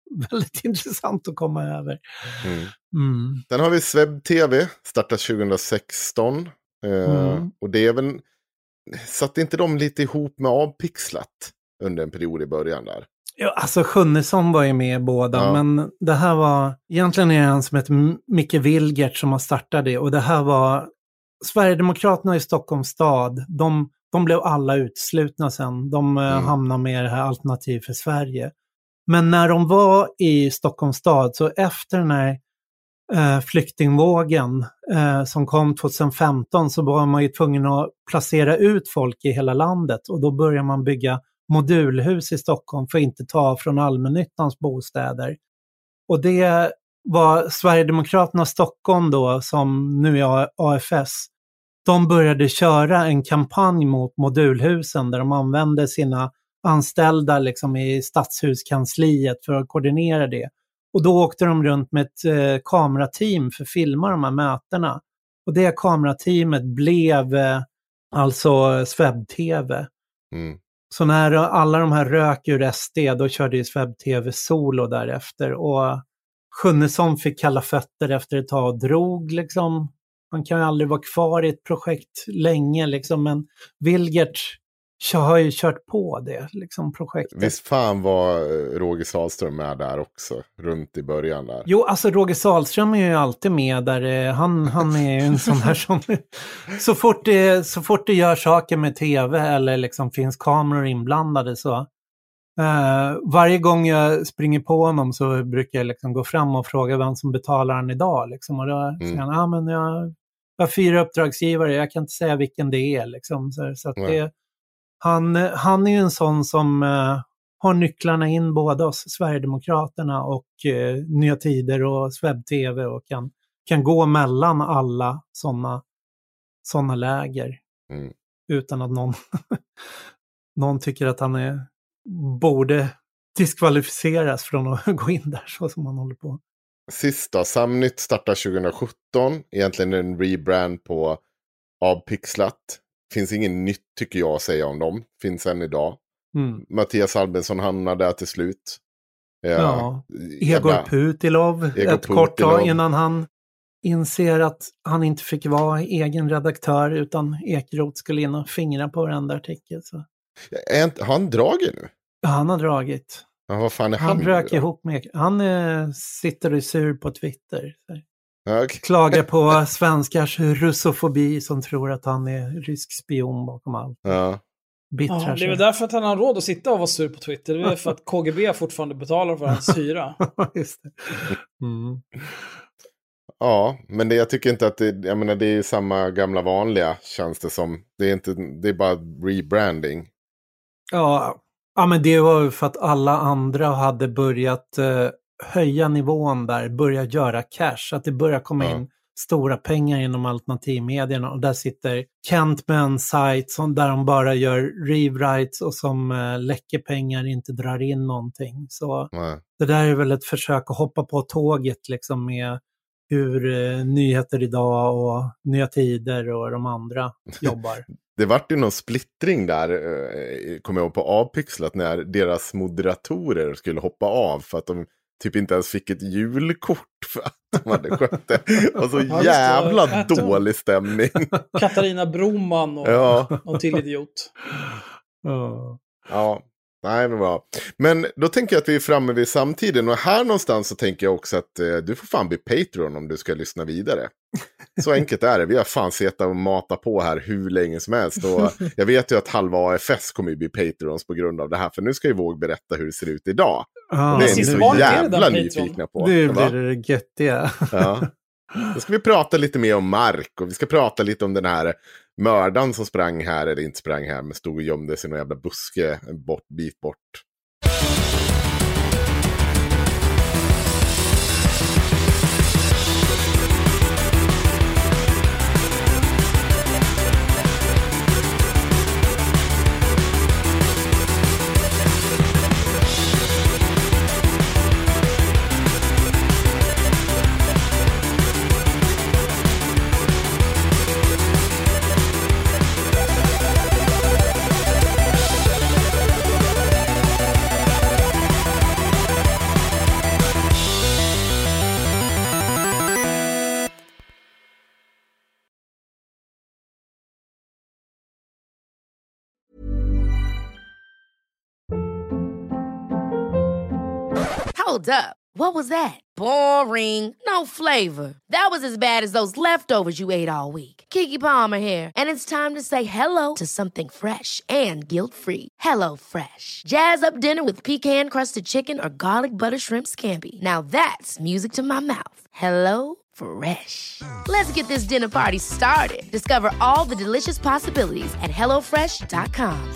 väldigt intressant att komma över. Mm. Mm. Sen har vi Sveb T V, startat tjugo sexton. Eh, Mm. och det är väl, satt inte de lite ihop med Avpixlat under en period i början där? Ja, alltså Sjunnesson var ju med i båda, Ja. men det här var, egentligen är det han som heter M- Micke Wilgert som har startat det, och det här var, Sverigedemokraterna i Stockholms stad, de, de blev alla utslutna sen, de mm. Mm. hamnade med det här Alternativ för Sverige. Men när de var i Stockholms stad, så efter den här eh, flyktingvågen eh, som kom tjugohundrafemton, så var man ju tvungen att placera ut folk i hela landet, och då började man bygga modulhus i Stockholm för att inte ta från allmännyttans bostäder. Och det var Sverigedemokraterna Stockholm då, som nu är A F S. De började köra en kampanj mot modulhusen där de använde sina anställda liksom i stadshuskansliet för att koordinera det. Och då åkte de runt med ett eh, kamerateam för att filma de här mötena. Och det kamerateamet blev eh, alltså Sveb T V. Mm. Så när alla de här rök ur S D, då körde ju Sveb T V solo därefter. Och Sjunnesson fick kalla fötter efter ett tag och drog liksom. Man kan ju aldrig vara kvar i ett projekt länge liksom, men Wilgert har ju kört på det liksom, projektet. Visst fan var Roger Salström med där också, runt i början där? Jo, alltså Roger Salström är ju alltid med där. Han, han är ju en sån här som... så, fort det, så fort det gör saker med tv eller liksom finns kameror inblandade så... Uh, varje gång jag springer på honom så brukar jag liksom gå fram och fråga vem som betalar han idag. Liksom. Och då mm. säger han, ah, men jag, jag har fyra uppdragsgivare, jag kan inte säga vilken det är. Liksom. Så, så att mm. det, han, han är ju en sån som uh, har nycklarna in både hos Sverigedemokraterna och uh, Nya Tider och Sveb T V och kan, kan gå mellan alla såna, såna läger mm. utan att någon, någon tycker att han är borde diskvalificeras från att gå in där så som man håller på. Sista, Samnytt startar tjugo sjutton. Egentligen en rebrand på Avpixlat. Finns ingen nytt tycker jag att säga om dem. Finns än idag. Mm. Mattias Albensson hamnade där till slut. Ja, ja. Egor Putilov Egor ett Putilov. Kort tag innan han inser att han inte fick vara egen redaktör utan Ekeroth skulle in och fingra på varenda artikel. Så. Är har han dragit nu? Ja, han har dragit. Ja, vad fan är han? Han rök ihop med... Han eh, sitter och sur på Twitter. Okay. Klagar på svenskars russofobi som tror att han är rysk spion bakom allt. Ja. Ja, det är väl därför att han har råd att sitta och vara sur på Twitter. Det är för att K G B fortfarande betalar för hans hyra. Just det. Mm. Ja, men det, jag tycker inte att det, jag menar, det är samma gamla vanliga känns det som. Det är, inte, det är bara rebranding. Ja, ja, men det var ju för att alla andra hade börjat uh, höja nivån där, börja göra cash. Att det börjar komma ja. in stora pengar inom alternativmedierna. Och där sitter Kent med en sajt som, där de bara gör rewrites och som uh, läcker pengar, inte drar in någonting. Så Nej. det där är väl ett försök att hoppa på tåget liksom med hur uh, Nyheter idag och Nya Tider och de andra jobbar. Det vart ju någon splittring där, kommer jag ihåg, på Avpixlat när deras moderatorer skulle hoppa av för att de typ inte ens fick ett julkort för att de hade skött det. Och så jävla dålig stämning. Katarina Broman och ja. någon till idiot. Ja. ja. Nej, men bra. Men då tänker jag att vi är framme vid samtiden. Och här någonstans så tänker jag också att eh, du får fan bli Patreon om du ska lyssna vidare. Så enkelt är det. Vi har fan sett och mata på här hur länge som helst. Och jag vet ju att halva A F S kommer ju bli Patreons på grund av det här. För nu ska ju Våg berätta hur det ser ut idag. Ah, det är ni så jävla nyfikna på. Det blir det göttiga. Ja. Då ska vi prata lite mer om Mark. Och vi ska prata lite om den här mördaren som sprang här eller inte sprang här. Men stod och gömde sig i någon jävla buske en bort, bit bort. Hold up. What was that? Boring. No flavor. That was as bad as those leftovers you ate all week. Keke Palmer here, and it's time to say hello to something fresh and guilt-free. Hello Fresh. Jazz up dinner with pecan-crusted chicken or garlic butter shrimp scampi. Now that's music to my mouth. Hello Fresh. Let's get this dinner party started. Discover all the delicious possibilities at hello fresh dot com.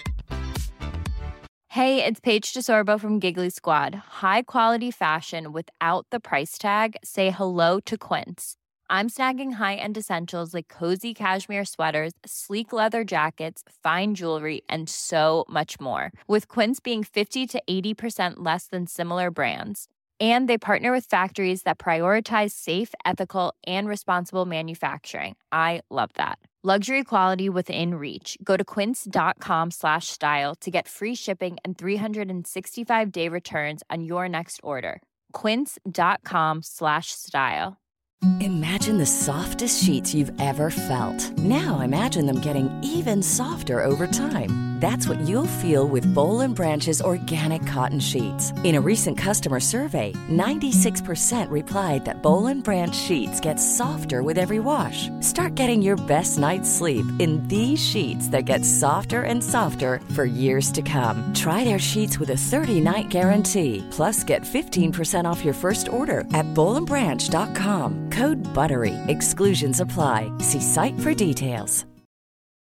Hey, it's Paige DeSorbo from Giggly Squad. High quality fashion without the price tag. Say hello to Quince. I'm snagging high-end essentials like cozy cashmere sweaters, sleek leather jackets, fine jewelry, and so much more. With Quince being fifty to eighty percent less than similar brands. And they partner with factories that prioritize safe, ethical, and responsible manufacturing. I love that. Luxury quality within reach. Go to quince.com slash style to get free shipping and three sixty-five day returns on your next order. Quince.com slash style. Imagine the softest sheets you've ever felt. Now imagine them getting even softer over time. That's what you'll feel with Boll and Branch's organic cotton sheets. In a recent customer survey, ninety-six percent replied that Boll and Branch sheets get softer with every wash. Start getting your best night's sleep in these sheets that get softer and softer for years to come. Try their sheets with a thirty-night guarantee. Plus, get fifteen percent off your first order at boll and branch dot com. Code BUTTERY. Exclusions apply. See site for details.